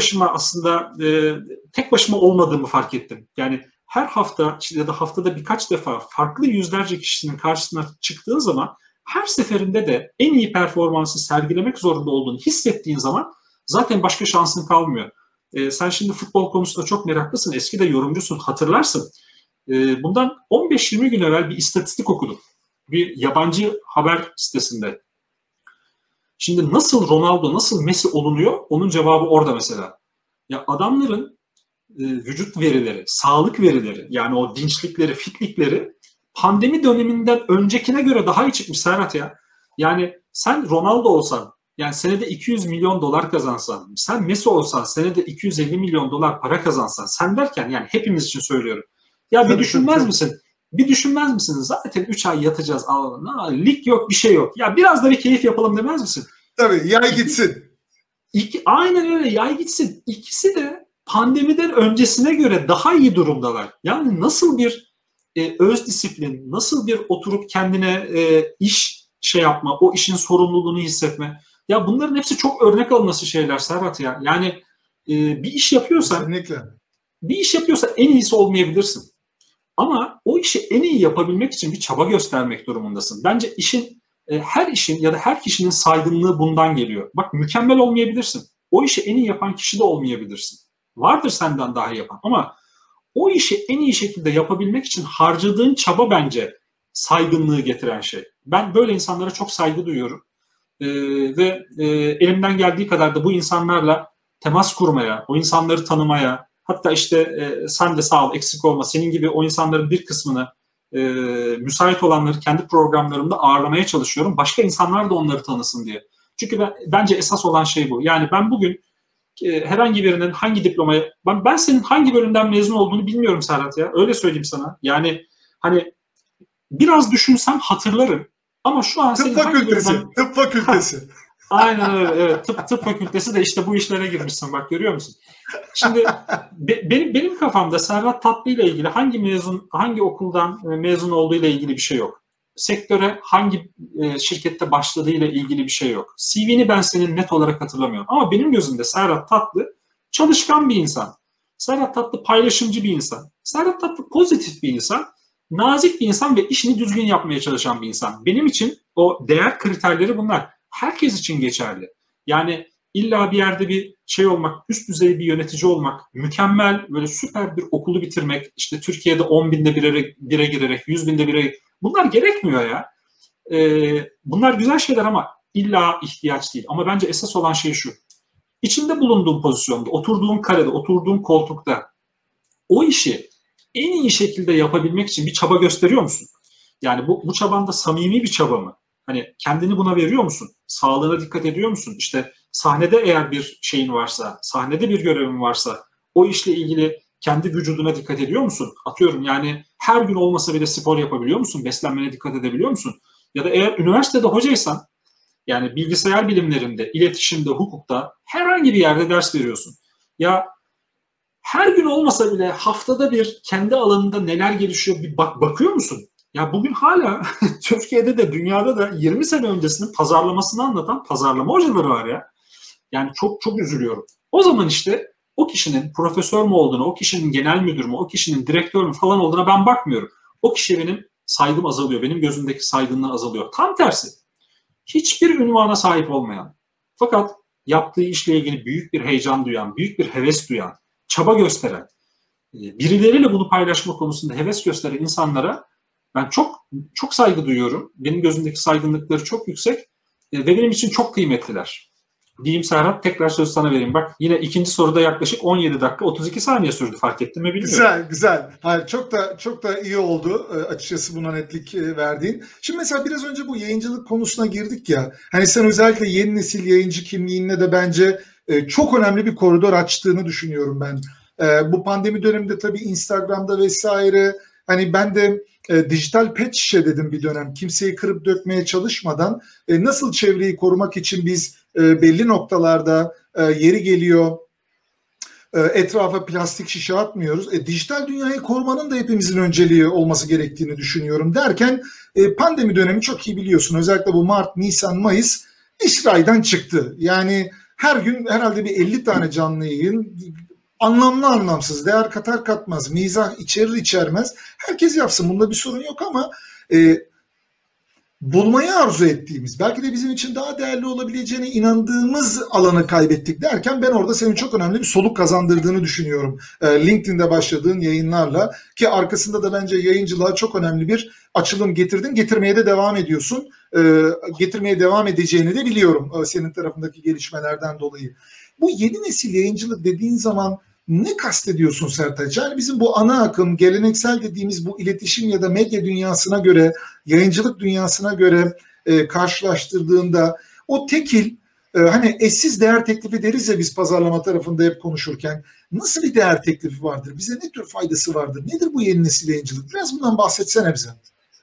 başıma olmadığımı fark ettim. Yani her hafta ya da haftada birkaç defa farklı yüzlerce kişinin karşısına çıktığın zaman her seferinde de en iyi performansı sergilemek zorunda olduğunu hissettiğin zaman zaten başka şansın kalmıyor. Sen şimdi futbol konusunda çok meraklısın, eski de yorumcusun, hatırlarsın. Bundan 15-20 gün evvel bir istatistik okudum. Bir yabancı haber sitesinde. Şimdi nasıl Ronaldo, nasıl Messi olunuyor? Onun cevabı orada mesela. Ya adamların vücut verileri, sağlık verileri, yani o dinçlikleri, fitlikleri pandemi döneminden öncekine göre daha iyi çıkmış Serhat ya. Yani sen Ronaldo olsan, yani senede 200 milyon dolar kazansan, sen Messi olsan senede 250 milyon dolar para kazansan, sen derken yani hepimiz için söylüyorum. Ya bir Tabii, tabii, düşünmez tabii. misin? Bir düşünmez misiniz? Zaten 3 ay yatacağız. Lig yok, bir şey yok. Ya biraz da bir keyif yapalım demez misin? Tabii, yay gitsin. Aynen öyle, yay gitsin. İkisi de pandemiden öncesine göre daha iyi durumdalar. Yani nasıl bir öz disiplin, nasıl bir oturup kendine iş şey yapma, o işin sorumluluğunu hissetme. Ya bunların hepsi çok örnek alınması şeyler Serhat ya. Yani bir iş yapıyorsan, Kesinlikle. en iyisi olmayabilirsin. Ama o işi en iyi yapabilmek için bir çaba göstermek durumundasın. Bence her işin ya da her kişinin saygınlığı bundan geliyor. Bak mükemmel olmayabilirsin. O işi en iyi yapan kişi de olmayabilirsin. Vardır senden daha iyi yapan ama o işi en iyi şekilde yapabilmek için harcadığın çaba bence saygınlığı getiren şey. Ben böyle insanlara çok saygı duyuyorum. Ve elimden geldiği kadar da bu insanlarla temas kurmaya, o insanları tanımaya, hatta işte sen de sağ ol eksik olma, senin gibi o insanların bir kısmını müsait olanları kendi programlarımda ağırlamaya çalışıyorum. Başka insanlar da onları tanısın diye. Çünkü bence esas olan şey bu. Yani ben bugün herhangi birinin hangi diplomaya, ben senin hangi bölümden mezun olduğunu bilmiyorum Serhat ya. Öyle söyleyeyim sana. Yani hani biraz düşünsem hatırlarım. Ama şu an Tıp senin hangi fakültesi. bölümden... Tıp fakültesi. Aynen öyle. Evet. Tıp fakültesi de işte bu işlere girmişsin. Bak görüyor musun? Şimdi benim kafamda Serhat Tatlı ile ilgili hangi okuldan mezun olduğu ile ilgili bir şey yok. Sektöre hangi şirkette başladığı ile ilgili bir şey yok. CV'ni ben senin net olarak hatırlamıyorum. Ama benim gözümde Serhat Tatlı çalışkan bir insan. Serhat Tatlı paylaşımcı bir insan. Serhat Tatlı pozitif bir insan. Nazik bir insan ve işini düzgün yapmaya çalışan bir insan. Benim için o değer kriterleri bunlar. Herkes için geçerli. Yani illa bir yerde bir şey olmak, üst düzey bir yönetici olmak, mükemmel böyle süper bir okulu bitirmek, işte Türkiye'de 10 binde bire girerek, 100 binde bire, bunlar gerekmiyor ya. Bunlar güzel şeyler ama illa ihtiyaç değil. Ama bence esas olan şey şu. İçinde bulunduğun pozisyonda, oturduğun karede, oturduğun koltukta o işi en iyi şekilde yapabilmek için bir çaba gösteriyor musun? Yani bu çaban da samimi bir çaba mı? Hani kendini buna veriyor musun? Sağlığına dikkat ediyor musun? İşte sahnede eğer bir şeyin varsa, sahnede bir görevin varsa o işle ilgili kendi vücuduna dikkat ediyor musun? Atıyorum yani her gün olmasa bile spor yapabiliyor musun? Beslenmene dikkat edebiliyor musun? Ya da eğer üniversitede hocaysan yani bilgisayar bilimlerinde, iletişimde, hukukta herhangi bir yerde ders veriyorsun. Ya her gün olmasa bile haftada bir kendi alanında neler gelişiyor bir bakıyor musun? Ya bugün hala Türkiye'de de dünyada da 20 sene öncesinin pazarlamasını anlatan pazarlama hocaları var ya. Yani çok çok üzülüyorum. O zaman işte o kişinin profesör mü olduğuna, o kişinin genel müdür mü, o kişinin direktör mü falan olduğuna ben bakmıyorum. O kişiye benim saygım azalıyor. Benim gözümdeki saygınlığı azalıyor. Tam tersi. Hiçbir ünvana sahip olmayan fakat yaptığı işle ilgili büyük bir heyecan duyan, büyük bir heves duyan, çaba gösteren, birileriyle bunu paylaşma konusunda heves gösteren insanlara ben çok çok saygı duyuyorum. Benim gözümdeki saygınlıkları çok yüksek ve benim için çok kıymetliler. Diyeyim Serhat, tekrar söz sana vereyim. Bak yine ikinci soruda yaklaşık 17 dakika 32 saniye sürdü, fark ettin mi bilmiyorum. Güzel, güzel. Hayır, çok da iyi oldu açıkçası buna netlik verdiğin. Şimdi mesela biraz önce bu yayıncılık konusuna girdik ya. Hani sen özellikle yeni nesil yayıncı kimliğinle de bence çok önemli bir koridor açtığını düşünüyorum ben. Bu pandemi döneminde tabii Instagram'da vesaire, hani ben de dijital pet şişe dedim bir dönem. Kimseyi kırıp dökmeye çalışmadan nasıl çevreyi korumak için biz belli noktalarda yeri geliyor etrafa plastik şişe atmıyoruz. Dijital dünyayı korumanın da hepimizin önceliği olması gerektiğini düşünüyorum derken pandemi dönemi çok iyi biliyorsun. Özellikle bu Mart, Nisan, Mayıs iş raydan çıktı. Yani her gün herhalde bir 50 tane canlı yayın, anlamlı anlamsız, değer katar katmaz, mizah içerir içermez. Herkes yapsın, bunda bir sorun yok ama bulmayı arzu ettiğimiz, belki de bizim için daha değerli olabileceğine inandığımız alanı kaybettik derken ben orada senin çok önemli bir soluk kazandırdığını düşünüyorum. LinkedIn'de başladığın yayınlarla, ki arkasında da bence yayıncılığa çok önemli bir açılım getirdin, getirmeye de devam ediyorsun. getirmeye devam edeceğini de biliyorum senin tarafındaki gelişmelerden dolayı. Bu yeni nesil yayıncılık dediğin zaman ne kastediyorsun Sertaç? Yani bizim bu ana akım, geleneksel dediğimiz bu iletişim ya da medya dünyasına göre, yayıncılık dünyasına göre karşılaştırdığında o tekil, hani eşsiz değer teklifi deriz ya biz pazarlama tarafında hep konuşurken, nasıl bir değer teklifi vardır? Bize ne tür faydası vardır? Nedir bu yeni nesil yayıncılık? Biraz bundan bahsetsene bize.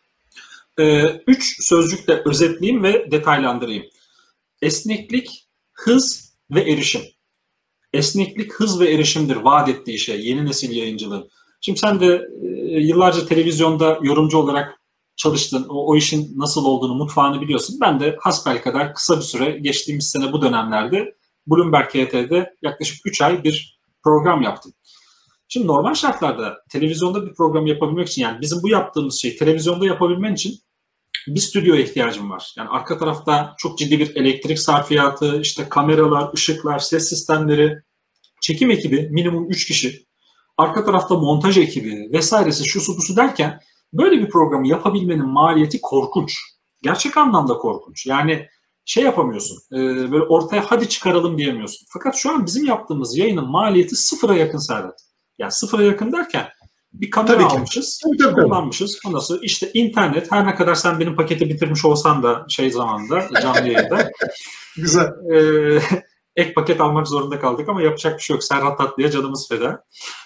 3 sözcükle özetleyeyim ve detaylandırayım. Esneklik, hız ve erişim. Esneklik, hız ve erişimdir vaat ettiği şey yeni nesil yayıncılığın. Şimdi sen de yıllarca televizyonda yorumcu olarak çalıştın. O işin nasıl olduğunu, mutfağını biliyorsun. Ben de hasbelkader kısa bir süre geçtiğimiz sene bu dönemlerde Bloomberg HT'de yaklaşık 3 ay bir program yaptım. Şimdi normal şartlarda televizyonda bir program yapabilmek için, yani bizim bu yaptığımız şeyi televizyonda yapabilmen için bir stüdyoya ihtiyacım var. Yani arka tarafta çok ciddi bir elektrik sarfiyatı, işte kameralar, ışıklar, ses sistemleri, çekim ekibi minimum 3 kişi, arka tarafta montaj ekibi vesairesi şusu busu derken böyle bir programı yapabilmenin maliyeti korkunç. Gerçek anlamda korkunç. Yani şey yapamıyorsun, böyle ortaya hadi çıkaralım diyemiyorsun. Fakat şu an bizim yaptığımız yayının maliyeti sıfıra yakın Serhat. Yani sıfıra yakın derken bir kamera almışız, kullanmışız. Ondan sonra işte internet, her ne kadar sen benim paketi bitirmiş olsan da şey zamanında, canlı yayında. Güzel. Ek paket almak zorunda kaldık ama yapacak bir şey yok. Serhat Tatlı'ya canımız feda.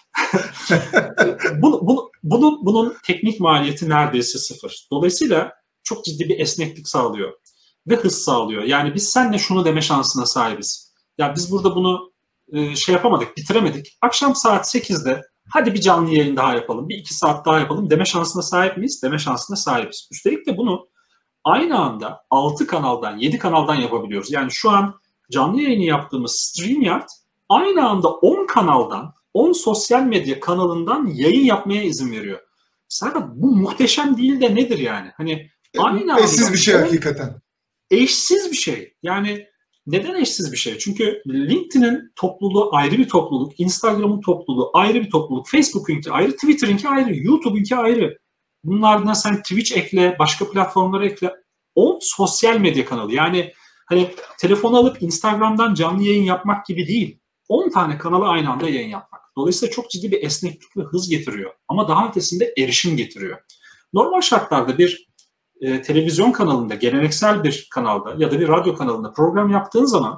Bunun teknik maliyeti neredeyse sıfır. Dolayısıyla çok ciddi bir esneklik sağlıyor ve hız sağlıyor. Yani biz seninle şunu deme şansına sahibiz. Ya biz burada bunu şey yapamadık, bitiremedik. Akşam saat 8'de hadi bir canlı yayın daha yapalım, bir 2 saat daha yapalım deme şansına sahip miyiz? Deme şansına sahibiz. Üstelik de bunu aynı anda 6 kanaldan, 7 kanaldan yapabiliyoruz. Yani şu an canlı yayını yaptığımız StreamYard aynı anda 10 kanaldan, 10 sosyal medya kanalından yayın yapmaya izin veriyor. Serhat, bu muhteşem değil de nedir yani? Hani aynı anda eşsiz bir şey hakikaten. Eşsiz bir şey. Yani neden eşsiz bir şey? Çünkü LinkedIn'in topluluğu ayrı bir topluluk, Instagram'ın topluluğu ayrı bir topluluk, Facebook'unki ayrı, Twitter'ınki ayrı, YouTube'unki ayrı. Bunlardan sen Twitch ekle, başka platformlara ekle. 10 sosyal medya kanalı. Yani hani telefonu alıp Instagram'dan canlı yayın yapmak gibi değil. 10 tane kanala aynı anda yayın yapmak. Dolayısıyla çok ciddi bir esneklik ve hız getiriyor. Ama daha ötesinde erişim getiriyor. Normal şartlarda bir televizyon kanalında, geleneksel bir kanalda ya da bir radyo kanalında program yaptığın zaman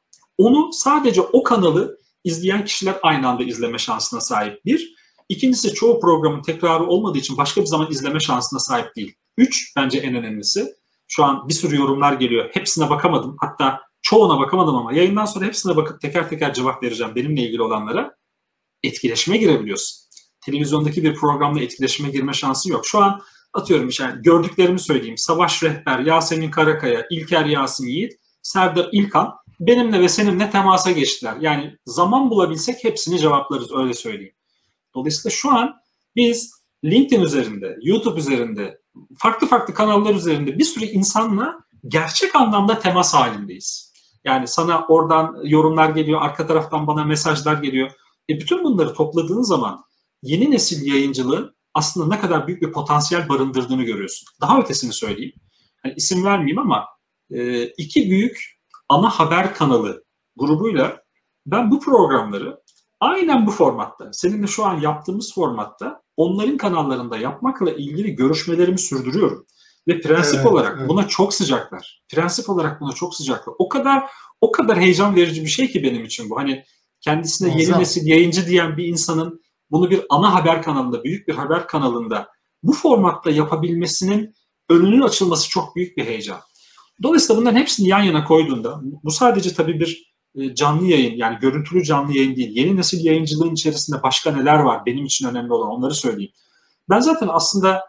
onu sadece o kanalı izleyen kişiler aynı anda izleme şansına sahip. Bir. İkincisi, çoğu programın tekrarı olmadığı için başka bir zaman izleme şansına sahip değil. 3, bence en önemlisi. Şu an bir sürü yorumlar geliyor. Hepsine bakamadım. Hatta çoğuna bakamadım ama yayından sonra hepsine bakıp teker teker cevap vereceğim benimle ilgili olanlara. Etkileşime girebiliyorsun. Televizyondaki bir programla etkileşime girme şansın yok. Şu an atıyorum yani gördüklerimi söyleyeyim. Savaş Rehber, Yasemin Karakaya, İlker Yasin Yiğit, Serdar İlkan benimle ve seninle temasa geçtiler. Yani zaman bulabilsek hepsini cevaplarız, öyle söyleyeyim. Dolayısıyla şu an biz LinkedIn üzerinde, YouTube üzerinde, farklı farklı kanallar üzerinde bir sürü insanla gerçek anlamda temas halindeyiz. Yani sana oradan yorumlar geliyor, arka taraftan bana mesajlar geliyor. Bütün bunları topladığın zaman yeni nesil yayıncılığın aslında ne kadar büyük bir potansiyel barındırdığını görüyorsun. Daha ötesini söyleyeyim. Yani isim vermeyeyim ama 2 büyük ana haber kanalı grubuyla ben bu programları aynen bu formatta, seninle şu an yaptığımız formatta onların kanallarında yapmakla ilgili görüşmelerimi sürdürüyorum. Ve prensip olarak buna çok sıcaklar. Prensip olarak buna çok sıcaklar. O kadar heyecan verici bir şey ki benim için bu. Hani kendisine yeni nesil yayıncı diyen bir insanın bunu bir ana haber kanalında, büyük bir haber kanalında bu formatta yapabilmesinin önünün açılması çok büyük bir heyecan. Dolayısıyla bunların hepsini yan yana koyduğunda, bu sadece tabii bir canlı yayın, yani görüntülü canlı yayın değil. Yeni nesil yayıncılığın içerisinde başka neler var benim için önemli olan, onları söyleyeyim. Ben zaten aslında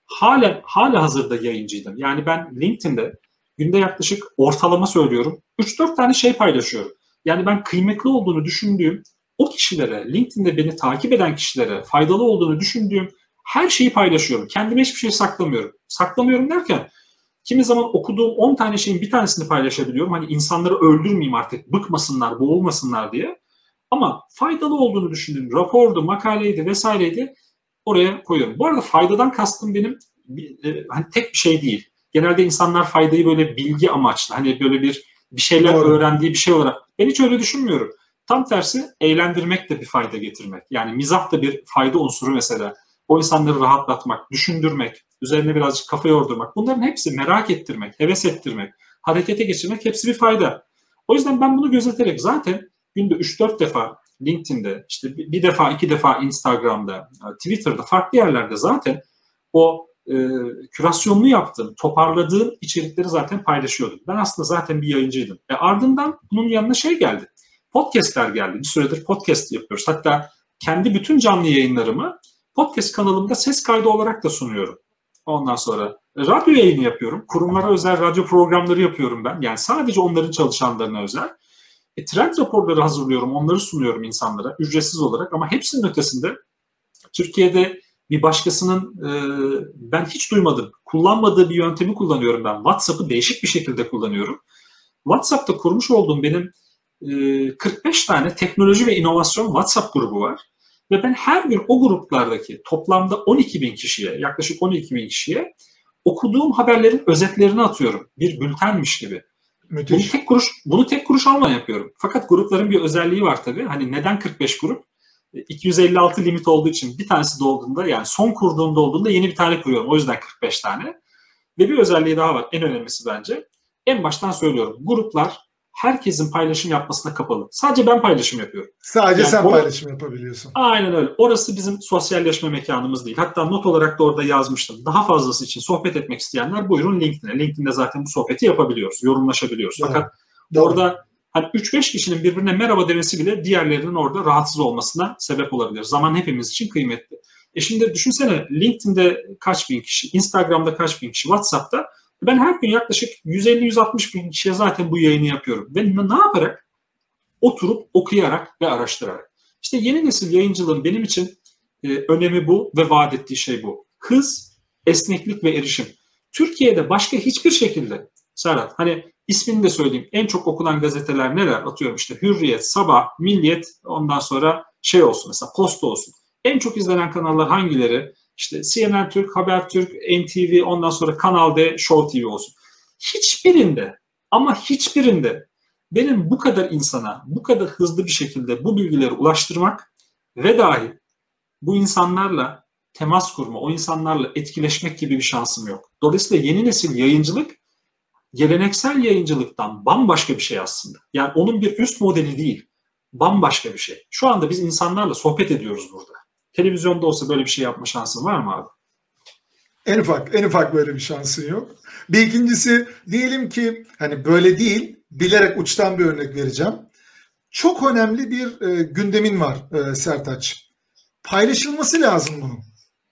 hala hazırda yayıncıydım. Yani ben LinkedIn'de günde yaklaşık, ortalama söylüyorum, 3-4 tane şey paylaşıyorum. Yani ben kıymetli olduğunu düşündüğüm o kişilere, LinkedIn'de beni takip eden kişilere faydalı olduğunu düşündüğüm her şeyi paylaşıyorum. Kendime hiçbir şey saklamıyorum. Saklamıyorum derken kimi zaman okuduğum 10 tane şeyin bir tanesini paylaşabiliyorum. Hani insanları öldürmeyeyim artık, bıkmasınlar, boğulmasınlar diye. Ama faydalı olduğunu düşündüğüm rapordu, makaleydi vesaireydi, oraya koyuyorum. Bu arada faydadan kastım benim hani tek bir şey değil. genelde insanlar faydayı böyle bilgi amaçlı, hani böyle bir şeyler Doğru. öğrendiği bir şey olarak. Ben hiç öyle düşünmüyorum. Tam tersi, eğlendirmek de bir fayda getirmek. Yani mizah da bir fayda unsuru mesela. O insanları rahatlatmak, düşündürmek, üzerine birazcık kafa yordurmak. Bunların hepsi, merak ettirmek, heves ettirmek, harekete geçirmek, hepsi bir fayda. O yüzden ben bunu gözeterek zaten günde 3-4 defa LinkedIn'de, işte bir defa 2 defa Instagram'da, Twitter'da, farklı yerlerde zaten o kürasyonunu yaptığım, toparladığım içerikleri zaten paylaşıyordum. Ben aslında zaten bir yayıncıydım. Ardından bunun yanına şey geldi. Podcast'ler geldi. Bir süredir podcast yapıyoruz. Hatta kendi bütün canlı yayınlarımı podcast kanalımda ses kaydı olarak da sunuyorum. Ondan sonra radyo yayını yapıyorum. Kurumlara özel radyo programları yapıyorum ben. Yani sadece onların çalışanlarına özel. Trend raporları hazırlıyorum. Onları sunuyorum insanlara ücretsiz olarak. Ama hepsinin ötesinde Türkiye'de bir başkasının ben hiç duymadım, kullanmadığı bir yöntemi kullanıyorum ben. WhatsApp'ı değişik bir şekilde kullanıyorum. WhatsApp'ta kurmuş olduğum benim 45 tane teknoloji ve inovasyon WhatsApp grubu var. Ve ben her gün o gruplardaki toplamda 12 bin kişiye, yaklaşık 12 bin kişiye okuduğum haberlerin özetlerini atıyorum. Bir bültenmiş gibi. Müthiş. Bunu tek kuruş almadan yapıyorum. Fakat grupların bir özelliği var tabii. Hani neden 45 grup? 256 limit olduğu için bir tanesi dolduğunda, yani son kurduğumda olduğunda yeni bir tane kuruyorum. O yüzden 45 tane. Ve bir özelliği daha var. En önemlisi bence. En baştan söylüyorum. Gruplar herkesin paylaşım yapmasına kapalı. Sadece ben paylaşım yapıyorum. Sadece Yani sen paylaşım yapabiliyorsun. Aynen öyle. Orası bizim sosyalleşme mekanımız değil. Hatta not olarak da orada yazmıştım. Daha fazlası için sohbet etmek isteyenler buyurun LinkedIn'e. LinkedIn'de zaten bu sohbeti yapabiliyoruz. Yorumlaşabiliyoruz. Doğru. Fakat Doğru. orada hani 3-5 kişinin birbirine merhaba demesi bile diğerlerinin orada rahatsız olmasına sebep olabilir. Zaman hepimiz için kıymetli. Şimdi düşünsene, LinkedIn'de kaç bin kişi, Instagram'da kaç bin kişi, WhatsApp'ta. Ben her gün yaklaşık 150-160 bin kişiye zaten bu yayını yapıyorum. Ve ne yaparak? Oturup okuyarak ve araştırarak. İşte yeni nesil yayıncılığın benim için önemi bu ve vaat ettiği şey bu. Hız, esneklik ve erişim. Türkiye'de başka hiçbir şekilde, Serhat, hani ismini de söyleyeyim, en çok okunan gazeteler neler? Atıyorum işte Hürriyet, Sabah, Milliyet, ondan sonra şey olsun mesela, Posta olsun. En çok izlenen kanallar hangileri? İşte CNN Türk, Habertürk, NTV, ondan sonra Kanal D, Show TV olsun. Hiçbirinde, ama hiçbirinde benim bu kadar insana, bu kadar hızlı bir şekilde bu bilgileri ulaştırmak ve dahi bu insanlarla temas kurma, o insanlarla etkileşmek gibi bir şansım yok. Dolayısıyla yeni nesil yayıncılık, geleneksel yayıncılıktan bambaşka bir şey aslında. Yani onun bir üst modeli değil, bambaşka bir şey. Şu anda biz insanlarla sohbet ediyoruz burada. Televizyonda olsa böyle bir şey yapma şansın var mı abi? En ufak böyle bir şansın yok. Bir ikincisi, diyelim ki hani böyle değil, bilerek uçtan bir örnek vereceğim. Çok önemli bir gündemin var Sertaç. Paylaşılması lazım bunun.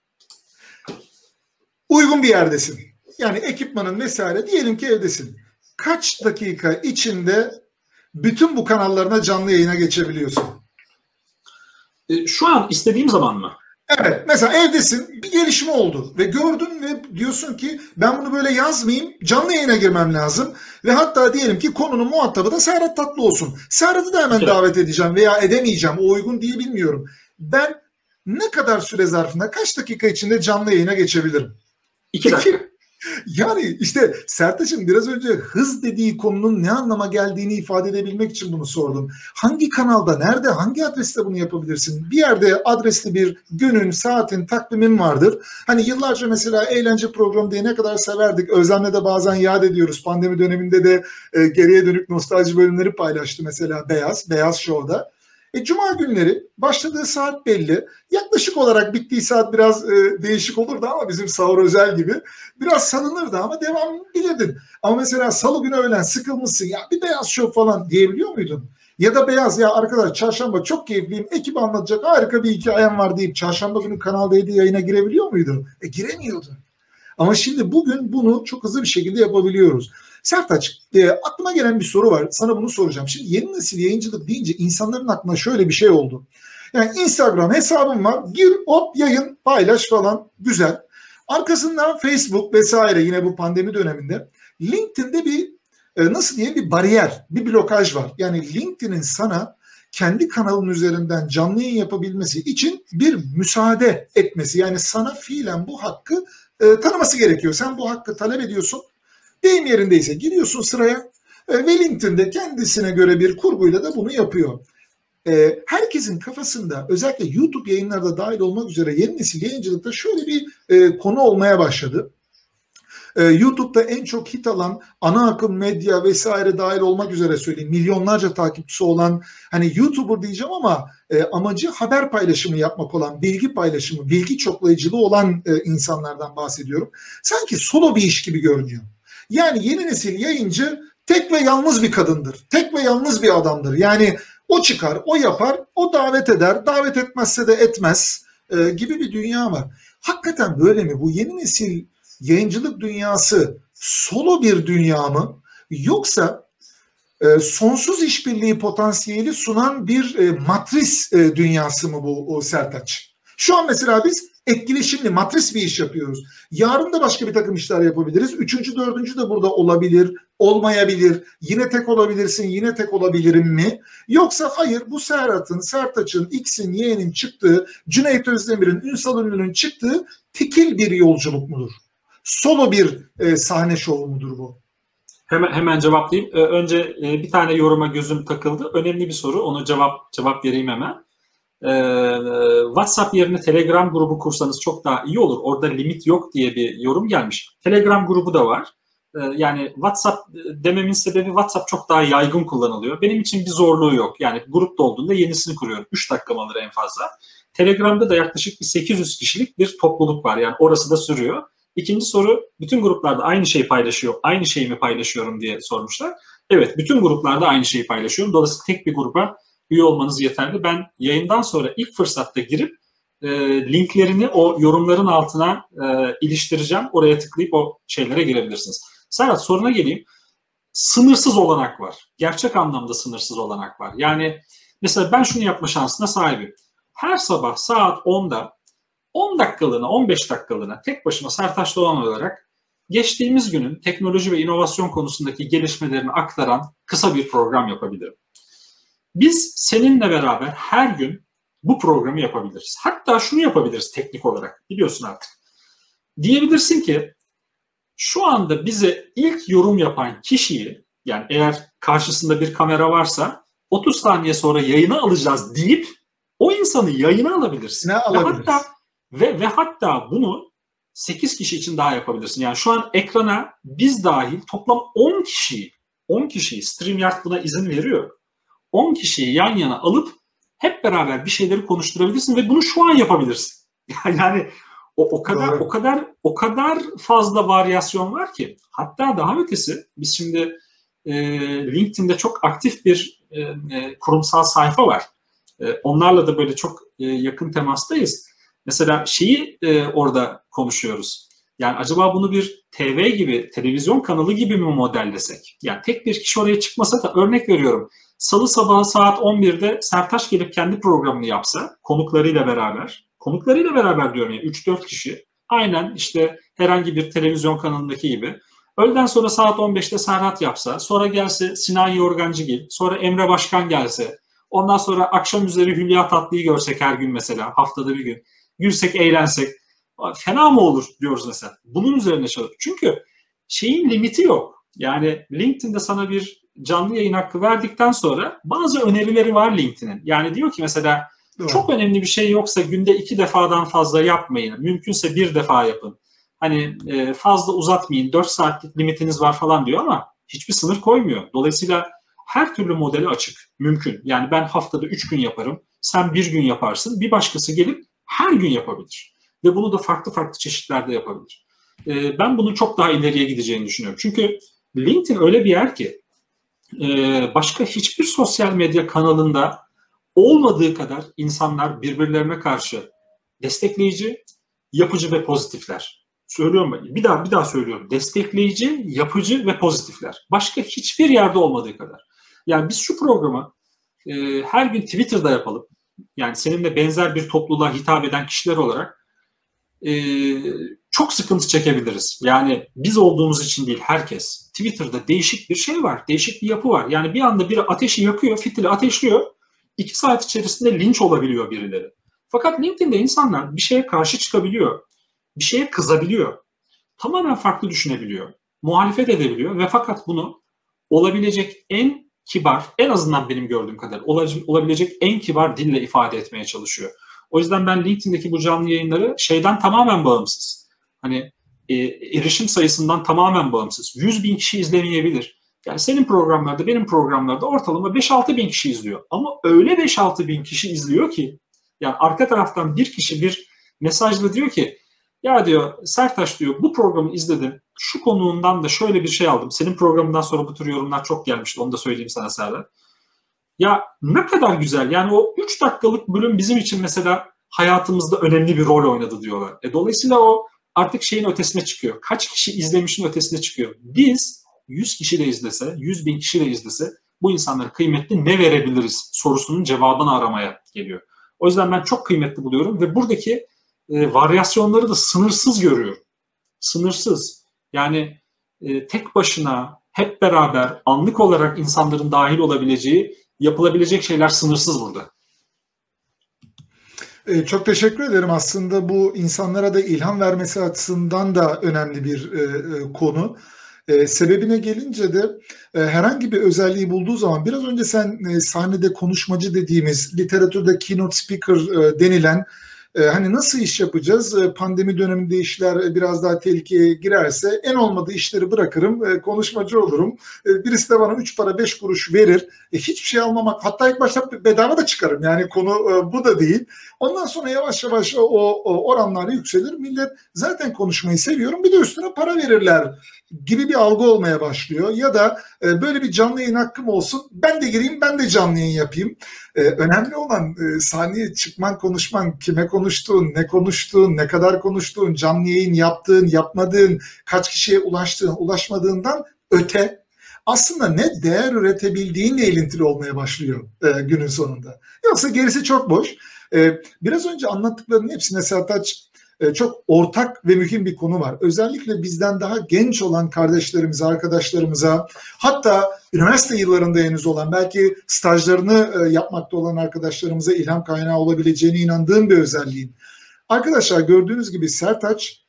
Uygun bir yerdesin. Yani ekipmanın vesaire, diyelim ki evdesin. Kaç dakika içinde bütün bu kanallarına canlı yayına geçebiliyorsun? Şu an istediğim zaman mı? Evet, mesela evdesin, bir gelişme oldu ve gördün ve diyorsun ki ben bunu böyle yazmayayım, canlı yayına girmem lazım ve hatta diyelim ki konunun muhatabı da Serhat Tatlı olsun. Serhat'ı da hemen davet edeceğim veya edemeyeceğim, o uygun değil bilmiyorum. Ben ne kadar süre zarfında, kaç dakika içinde canlı yayına geçebilirim? 2 dakika. Yani işte Sertaç'ın biraz önce hız dediği konunun ne anlama geldiğini ifade edebilmek için bunu sordum. Hangi kanalda, nerede, hangi adreste bunu yapabilirsin? Bir yerde adresli bir günün, saatin, takvimin vardır. Hani yıllarca mesela eğlence programı diye ne kadar severdik. Özlem'le de bazen yad ediyoruz. Pandemi döneminde de geriye dönük nostalji bölümleri paylaştı mesela Beyaz Show'da. Cuma günleri başladığı saat belli. Yaklaşık olarak bittiği saat biraz değişik olurdu ama bizim sahur özel gibi. Biraz salınırdı ama devam bilirdin. Ama mesela salı günü öğlen sıkılmışsın, ya bir Beyaz Show falan diyebiliyor muydun? Ya da Beyaz, ya arkadaş çarşamba çok keyifliyim, ekip anlatacak harika bir hikayem var deyip çarşamba günü Kanal D'de yayına girebiliyor muydun? Giremiyordu. Ama şimdi bugün bunu çok hızlı bir şekilde yapabiliyoruz. Sertaç, aklıma gelen bir soru var. Sana bunu soracağım. Şimdi yeni nesil yayıncılık deyince insanların aklına şöyle bir şey oldu. Yani Instagram hesabım var. Gir, hop, yayın, paylaş falan. Güzel. Arkasından Facebook vesaire, yine bu pandemi döneminde. LinkedIn'de bir nasıl diyeyim, bir bariyer, bir blokaj var. Yani LinkedIn'in sana kendi kanalın üzerinden canlı yayın yapabilmesi için bir müsaade etmesi. Yani sana fiilen bu hakkı tanıması gerekiyor. Sen bu hakkı talep ediyorsun. Deyim yerindeyse giriyorsun sıraya ve LinkedIn'de kendisine göre bir kurguyla da bunu yapıyor. Herkesin kafasında özellikle YouTube yayınlarda dahil olmak üzere yeni nesil yayıncılıkta şöyle bir konu olmaya başladı. YouTube'da en çok hit alan ana akım medya vesaire dahil olmak üzere söyleyeyim, milyonlarca takipçisi olan, hani YouTuber diyeceğim ama amacı haber paylaşımı yapmak olan, bilgi paylaşımı, bilgi çoklayıcılığı olan insanlardan bahsediyorum. Sanki solo bir iş gibi görünüyor. Yani yeni nesil yayıncı tek ve yalnız bir kadındır. Tek ve yalnız bir adamdır. Yani o çıkar, o yapar, o davet eder, davet etmezse de etmez gibi bir dünya var. Hakikaten böyle mi? Bu yeni nesil yayıncılık dünyası solo bir dünya mı? Yoksa sonsuz işbirliği potansiyeli sunan bir matris dünyası mı bu Sertaç? Şu an mesela biz etkileşimli, matris bir iş yapıyoruz. Yarın da başka bir takım işler yapabiliriz. Üçüncü, dördüncü de burada olabilir, olmayabilir. Yine tek olabilirsin, yine tek olabilirim mi? Yoksa hayır, bu Serhat'ın, Sertaç'ın, X'in, Y'nin çıktığı, Cüneyt Özdemir'in, Ünsal Ünlü'nün çıktığı tekil bir yolculuk mudur? Solo bir sahne şovu mudur bu? Hemen cevaplayayım. Önce bir tane yoruma gözüm takıldı. Önemli bir soru. Onu cevap vereyim hemen. WhatsApp yerine Telegram grubu kursanız çok daha iyi olur. Orada limit yok diye bir yorum gelmiş. Telegram grubu da var. Yani WhatsApp dememin sebebi, WhatsApp çok daha yaygın kullanılıyor. Benim için bir zorluğu yok. Yani grupta olduğunda yenisini kuruyorum. 3 dakikam alır en fazla. Telegram'da da yaklaşık bir 800 kişilik bir topluluk var. Yani orası da sürüyor. İkinci soru, bütün gruplarda aynı şeyi paylaşıyor, aynı şeyi mi paylaşıyorum diye sormuşlar. Evet, bütün gruplarda aynı şeyi paylaşıyorum. Dolayısıyla tek bir gruba üye olmanız yeterli. Ben yayından sonra ilk fırsatta girip linklerini o yorumların altına iliştireceğim. Oraya tıklayıp o şeylere girebilirsiniz. Serhat, soruna geleyim. Sınırsız olanak var. Gerçek anlamda sınırsız olanak var. Yani mesela ben şunu yapma şansına sahibim. Her sabah saat 10'da 10 dakikalığına, 15 dakikalığına tek başıma Sertaç Doğan olarak geçtiğimiz günün teknoloji ve inovasyon konusundaki gelişmelerini aktaran kısa bir program yapabilirim. Biz seninle beraber her gün bu programı yapabiliriz. Hatta şunu yapabiliriz teknik olarak, biliyorsun artık. Diyebilirsin ki şu anda bize ilk yorum yapan kişiyi, yani eğer karşısında bir kamera varsa 30 saniye sonra yayına alacağız deyip o insanı yayına alabilirsin. Ne alabiliriz? Ve hatta bunu 8 kişi için daha yapabilirsin. Yani şu an ekrana biz dahil toplam 10 kişiyi StreamYard buna izin veriyor. 10 kişiyi yan yana alıp hep beraber bir şeyleri konuşturabilirsin ve bunu şu an yapabilirsin. Yani o kadar fazla varyasyon var ki. Hatta daha ötesi, biz şimdi LinkedIn'de çok aktif bir kurumsal sayfa var. Onlarla da böyle çok yakın temastayız. Mesela şeyi orada konuşuyoruz. Yani acaba bunu bir TV gibi, televizyon kanalı gibi mi modellesek? Yani tek bir kişi oraya çıkmasa da, örnek veriyorum, Salı sabahı saat 11'de Sertaç gelip kendi programını yapsa, konuklarıyla beraber diyorum ya, 3-4 kişi, aynen işte herhangi bir televizyon kanalındaki gibi. Öğleden sonra saat 15'te Serhat yapsa, sonra gelse Sinan Yorgancıgil, sonra Emre Başkan gelse, ondan sonra akşam üzeri Hülya Tatlı'yı görsek her gün, mesela haftada bir gün, gülsek, eğlensek, fena mı olur diyoruz mesela. Bunun üzerine çalışıyoruz. Çünkü şeyin limiti yok. Yani LinkedIn'de sana bir canlı yayın hakkı verdikten sonra bazı önerileri var LinkedIn'in. Yani diyor ki mesela, Doğru, çok önemli bir şey yoksa günde 2 defadan fazla yapmayın. Mümkünse 1 defa yapın. Hani fazla uzatmayın. 4 saatlik limitiniz var falan diyor ama hiçbir sınır koymuyor. Dolayısıyla her türlü modeli açık. Mümkün. Yani ben haftada 3 gün yaparım. Sen 1 gün yaparsın. Bir başkası gelip her gün yapabilir. Ve bunu da farklı farklı çeşitlerde yapabilir. Ben bunun çok daha ileriye gideceğini düşünüyorum. Çünkü LinkedIn öyle bir yer ki başka hiçbir sosyal medya kanalında olmadığı kadar insanlar birbirlerine karşı destekleyici, yapıcı ve pozitifler. Söylüyorum, bir daha söylüyorum. Destekleyici, yapıcı ve pozitifler. Başka hiçbir yerde olmadığı kadar. Yani biz şu programı her gün Twitter'da yapalım. Yani seninle benzer bir topluluğa hitap eden kişiler olarak çok sıkıntı çekebiliriz. Yani biz olduğumuz için değil, herkes. Twitter'da değişik bir şey var, değişik bir yapı var. Yani bir anda biri ateşi yakıyor, fitili ateşliyor. 2 saat içerisinde linç olabiliyor birileri. Fakat LinkedIn'de insanlar bir şeye karşı çıkabiliyor, bir şeye kızabiliyor. tamamen farklı düşünebiliyor. Muhalefet edebiliyor ve fakat bunu olabilecek en kibar, en azından benim gördüğüm kadar olabilecek en kibar dille ifade etmeye çalışıyor. O yüzden ben LinkedIn'deki bu canlı yayınları şeyden tamamen bağımsız. Hani erişim sayısından tamamen bağımsız. 100 bin kişi izlemeyebilir. Yani senin programlarda, benim programlarda ortalama 5-6 bin kişi izliyor. Ama öyle 5-6 bin kişi izliyor ki, yani arka taraftan bir kişi bir mesajla diyor ki, ya diyor Sertaç diyor, bu programı izledim. Şu konuğundan da şöyle bir şey aldım. Senin programından sonra bu tür yorumlar çok gelmişti. Onu da söyleyeyim sana Serdar. Ya ne kadar güzel. Yani o 3 dakikalık bölüm bizim için mesela hayatımızda önemli bir rol oynadı diyorlar. Dolayısıyla o artık şeyin ötesine çıkıyor. Kaç kişi izlemişin ötesine çıkıyor. Biz 100 kişi de izlese, 100 bin kişi de izlese bu insanlara kıymetli ne verebiliriz sorusunun cevabını aramaya geliyor. O yüzden ben çok kıymetli buluyorum ve buradaki varyasyonları da sınırsız görüyorum. Sınırsız. Yani tek başına, hep beraber, anlık olarak insanların dahil olabileceği, yapılabilecek şeyler sınırsız burada. Çok teşekkür ederim. Aslında bu insanlara da ilham vermesi açısından da önemli bir konu. Sebebine gelince de herhangi bir özelliği bulduğu zaman, biraz önce sen sahnede konuşmacı dediğimiz, literatürde keynote speaker denilen, hani nasıl iş yapacağız? Pandemi döneminde işler biraz daha tehlikeye girerse en olmadığı işleri bırakırım, konuşmacı olurum. Birisi de bana 3 para 5 kuruş verir. Hiçbir şey almamak, hatta ilk başta bedava da çıkarım. Yani konu bu da değil. Ondan sonra yavaş yavaş o oranlar yükselir. Millet zaten konuşmayı seviyorum, bir de üstüne para verirler gibi bir algı olmaya başlıyor. Ya da böyle bir canlı yayın hakkım olsun, ben de gireyim, ben de canlı yayın yapayım. Önemli olan sahneye çıkman, konuşman, kime konuştuğun, ne konuştuğun, ne kadar konuştuğun, canlı yayın yaptığın, yapmadığın, kaç kişiye ulaştığın, ulaşmadığından öte aslında ne değer üretebildiğinle ilintili olmaya başlıyor günün sonunda. Yoksa gerisi çok boş. Biraz önce anlattıklarının hepsine Sertaç, çok ortak ve mühim bir konu var. Özellikle bizden daha genç olan kardeşlerimize, arkadaşlarımıza, hatta üniversite yıllarında henüz olan, belki stajlarını yapmakta olan arkadaşlarımıza ilham kaynağı olabileceğine inandığım bir özelliğin. Arkadaşlar, gördüğünüz gibi Sertaç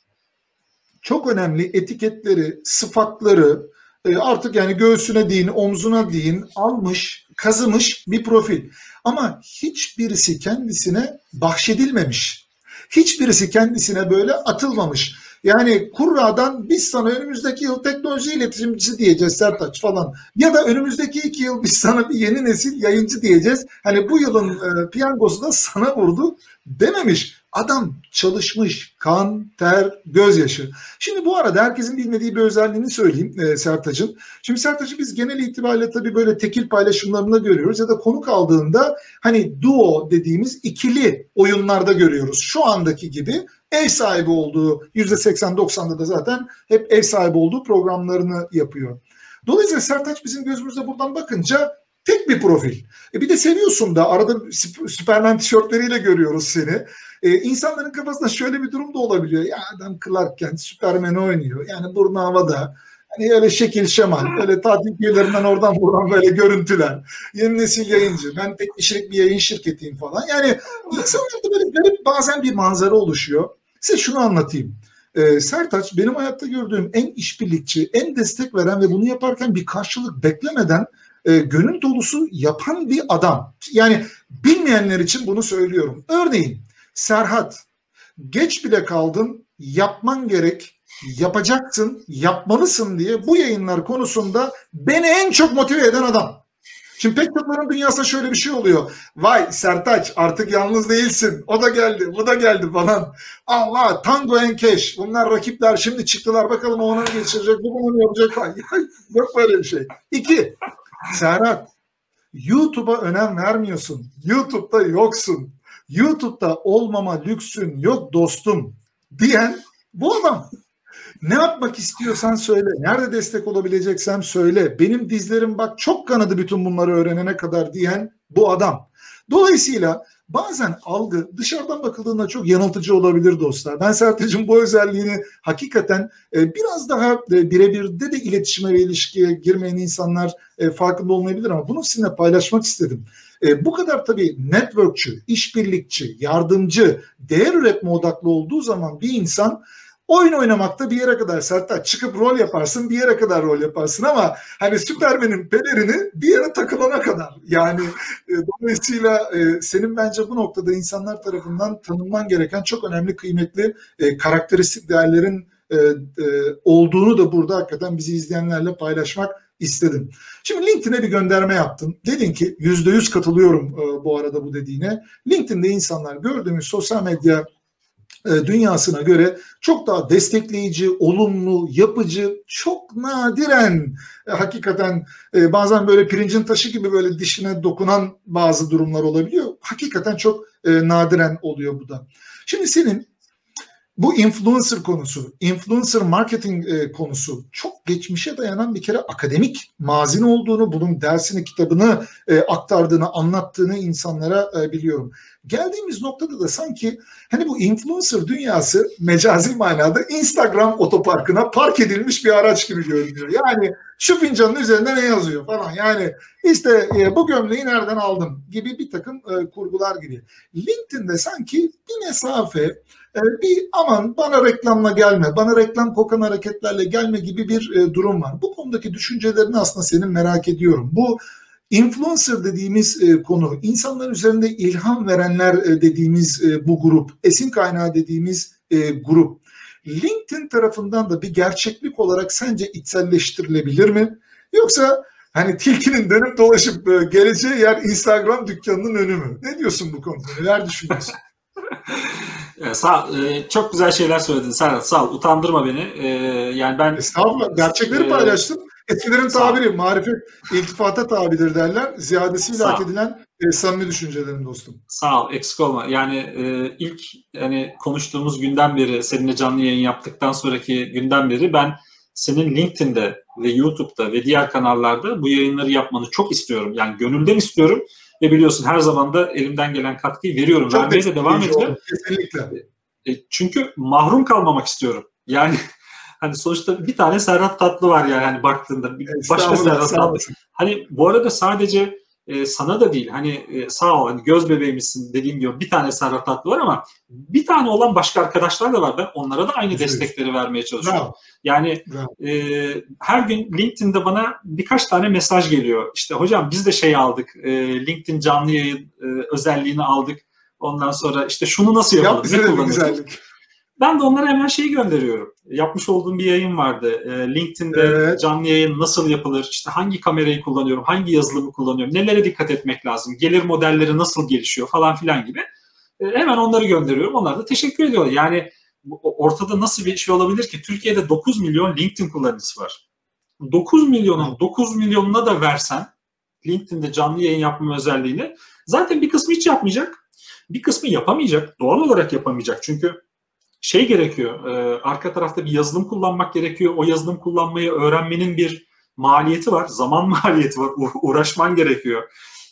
çok önemli etiketleri, sıfatları artık yani göğsüne deyin, omzuna deyin almış, kazımış bir profil. Ama hiçbirisi kendisine bahşedilmemiş. Hiçbirisi kendisine böyle atılmamış. Yani Kurra'dan biz sana önümüzdeki yıl teknoloji iletişimcisi diyeceğiz Sertaç falan. Ya da önümüzdeki 2 yıl biz sana bir yeni nesil yayıncı diyeceğiz. Hani bu yılın piyangosu da sana vurdu dememiş. Adam çalışmış, kan, ter, gözyaşı. Şimdi bu arada herkesin bilmediği bir özelliğini söyleyeyim Sertaç'ın. Şimdi Sertaç'ı biz genel itibariyle tabii böyle tekil paylaşımlarında görüyoruz ya da konuk aldığında hani duo dediğimiz ikili oyunlarda görüyoruz. Şu andaki gibi ev sahibi olduğu, %80-90'da da zaten hep ev sahibi olduğu programlarını yapıyor. Dolayısıyla Sertaç bizim gözümüzde buradan bakınca tek bir profil. Bir de seviyorsun da, arada Superman tişörtleriyle görüyoruz seni. İnsanların kafasında şöyle bir durum da olabiliyor. Ya adam Clark Kent Superman oynuyor. Yani burnu havada. Hani öyle şekil şemal, öyle tatil üyelerinden oradan buradan böyle görüntüler. Yeni nesil yayıncı. Ben tek kişilik bir yayın şirketiyim falan. Yani insanlarda böyle garip bazen bir manzara oluşuyor. Size şunu anlatayım. Sertaç benim hayatta gördüğüm en işbirlikçi, en destek veren ve bunu yaparken bir karşılık beklemeden gönül dolusu yapan bir adam. Yani bilmeyenler için bunu söylüyorum. Örneğin Serhat, geç bile kaldın, yapman gerek, yapacaksın, yapmalısın diye bu yayınlar konusunda beni en çok motive eden adam. Şimdi pek çokların dünyasında şöyle bir şey oluyor. Vay Sertaç, artık yalnız değilsin. O da geldi, bu da geldi falan. Allah, Tango and Cash. Bunlar rakipler, şimdi çıktılar. Bakalım o onu geçirecek, bu bunu yapacak falan. Yok böyle bir şey. 2. Serhat, YouTube'a önem vermiyorsun. YouTube'da yoksun. YouTube'da olmama lüksün yok dostum diyen bu adam. Ne yapmak istiyorsan söyle. Nerede destek olabileceksem söyle. Benim dizlerim bak çok kanadı bütün bunları öğrenene kadar diyen bu adam. Dolayısıyla bazen algı dışarıdan bakıldığında çok yanıltıcı olabilir dostlar. Ben Sertaç'ın bu özelliğini hakikaten biraz daha birebirde de iletişime ve ilişkiye girmeyen insanlar farkında olmayabilir ama bunu sizinle paylaşmak istedim. Bu kadar tabii networkçü, işbirlikçi, yardımcı, değer üretme odaklı olduğu zaman bir insan Oyun oynamakta bir yere kadar Sertaç, çıkıp rol yaparsın, bir yere kadar rol yaparsın ama hani Süpermen'in pelerini bir yere takılana kadar. Yani dolayısıyla senin bence bu noktada insanlar tarafından tanınman gereken çok önemli, kıymetli karakteristik değerlerin olduğunu da burada hakikaten bizi izleyenlerle paylaşmak istedim. Şimdi LinkedIn'e bir gönderme yaptın. Dedin ki %100 katılıyorum bu arada bu dediğine. LinkedIn'de insanlar gördüğümüz sosyal medya dünyasına göre çok daha destekleyici, olumlu, yapıcı, çok nadiren hakikaten bazen böyle pirincin taşı gibi böyle dişine dokunan bazı durumlar olabiliyor. Hakikaten çok nadiren oluyor bu da. Şimdi senin bu influencer konusu, influencer marketing konusu çok geçmişe dayanan bir kere akademik mazin olduğunu, bunun dersini, kitabını aktardığını, anlattığını insanlara biliyorum. Geldiğimiz noktada da sanki hani bu influencer dünyası mecazi manada Instagram otoparkına park edilmiş bir araç gibi görünüyor. Yani şu fincanın üzerinde ne yazıyor falan. Yani işte bu gömleği nereden aldım gibi bir takım kurgular gibi. LinkedIn'de sanki bir mesafe, bir aman bana reklamla gelme, bana reklam kokan hareketlerle gelme gibi bir durum var. Bu konudaki düşüncelerini aslında senin merak ediyorum. Bu influencer dediğimiz konu, insanlar üzerinde ilham verenler dediğimiz bu grup, esin kaynağı dediğimiz grup, LinkedIn tarafından da bir gerçeklik olarak sence içselleştirilebilir mi? Yoksa hani tilkinin dönüp dolaşıp geleceği yer Instagram dükkanının önü mü? Ne diyorsun bu konuda? Neler düşünüyorsun? Çok güzel şeyler söyledin Serhat. Sağ ol. Utandırma beni. Yani ben estağfurullah. Gerçekleri paylaştım. Eskilerin tabiri marifet iltifata tabidir derler. Ziyadesiyle hak edilen samimi düşüncelerim dostum. Sağ ol. Eksik olma. Yani ilk hani konuştuğumuz günden beri, seninle canlı yayın yaptıktan sonraki günden beri ben senin LinkedIn'de ve YouTube'da ve diğer kanallarda bu yayınları yapmanı çok istiyorum. Yani gönülden istiyorum. Ve biliyorsun her zaman da elimden gelen katkıyı veriyorum. Çok vermeye de devam edeceğim. Kesinlikle. Çünkü mahrum kalmamak istiyorum. Yani hani sonuçta bir tane Serhat Tatlı var yani hani baktığında. Başka Serhat Tatlı. Hani bu arada sadece sana da değil. Hani sağ ol hani göz bebeğimizsin dediğim gibi bir tane Serhat Tatlı var ama bir tane olan başka arkadaşlar da var. Ben onlara da aynı destekleri vermeye çalışıyorum. Bravo. Yani her gün LinkedIn'de bana birkaç tane mesaj geliyor. İşte hocam biz de şey aldık. LinkedIn canlı yayın özelliğini aldık. Ondan sonra işte şunu nasıl yapalım? Yap bize de bir güzellik. Ben de onlara hemen şeyi gönderiyorum. Yapmış olduğum bir yayın vardı. LinkedIn'de canlı yayın nasıl yapılır? İşte hangi kamerayı kullanıyorum? Hangi yazılımı kullanıyorum? Nelere dikkat etmek lazım? Gelir modelleri nasıl gelişiyor falan filan gibi. Hemen onları gönderiyorum. Onlar da teşekkür ediyor. Yani ortada nasıl bir şey olabilir ki? Türkiye'de 9 milyon LinkedIn kullanıcısı var. 9 milyonuna da versen LinkedIn'de canlı yayın yapma özelliğini zaten bir kısmı hiç yapmayacak. Bir kısmı yapamayacak. Doğal olarak yapamayacak. Çünkü şey gerekiyor, arka tarafta bir yazılım kullanmak gerekiyor. O yazılım kullanmayı öğrenmenin bir maliyeti var, zaman maliyeti var, uğraşman gerekiyor.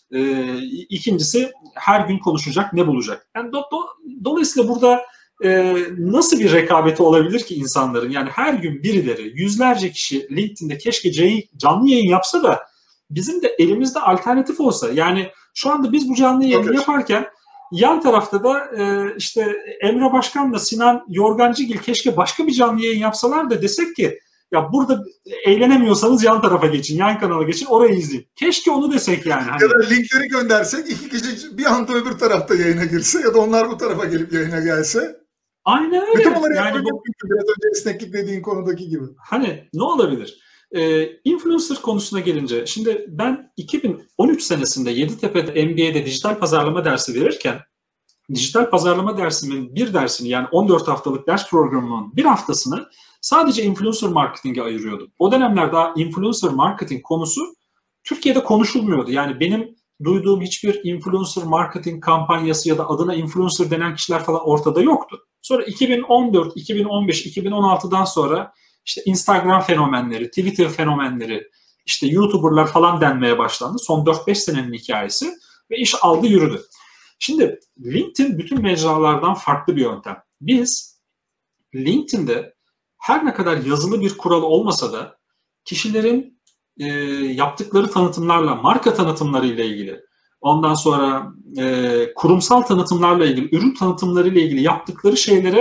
İkincisi her gün konuşacak, ne bulacak? Yani dolayısıyla burada nasıl bir rekabeti olabilir ki insanların? Yani her gün birileri, yüzlerce kişi LinkedIn'de keşke canlı yayın yapsa da bizim de elimizde alternatif olsa. Yani şu anda biz bu canlı yayını yaparken yan tarafta da işte Emre Başkan'la Sinan Yorgancıgil keşke başka bir canlı yayın yapsalar da desek ki ya burada eğlenemiyorsanız yan tarafa geçin, yan kanala geçin, orayı izleyin. Keşke onu desek yani. Ya da linkleri göndersek iki kişi bir anda öbür tarafta yayına girse ya da onlar bu tarafa gelip yayına gelse. Aynen öyle. Bütün onları yani biraz önce esneklik dediğin konudaki gibi. Hani ne olabilir? Influencer konusuna gelince, şimdi ben 2013 senesinde Yeditepe'de MBA'de dijital pazarlama dersi verirken, dijital pazarlama dersimin bir dersini yani 14 haftalık ders programının bir haftasını sadece influencer marketing'e ayırıyordum. O dönemler daha influencer marketing konusu Türkiye'de konuşulmuyordu. Yani benim duyduğum hiçbir influencer marketing kampanyası ya da adına influencer denen kişiler falan ortada yoktu. Sonra 2014, 2015, 2016'dan sonra İşte Instagram fenomenleri, Twitter fenomenleri, işte YouTuber'lar falan denmeye başlandı. Son 4-5 senenin hikayesi ve iş aldı yürüdü. Şimdi LinkedIn bütün mecralardan farklı bir yöntem. Biz LinkedIn'de her ne kadar yazılı bir kural olmasa da kişilerin yaptıkları tanıtımlarla, marka tanıtımlarıyla ilgili, ondan sonra kurumsal tanıtımlarla ilgili, ürün tanıtımlarıyla ilgili yaptıkları şeylere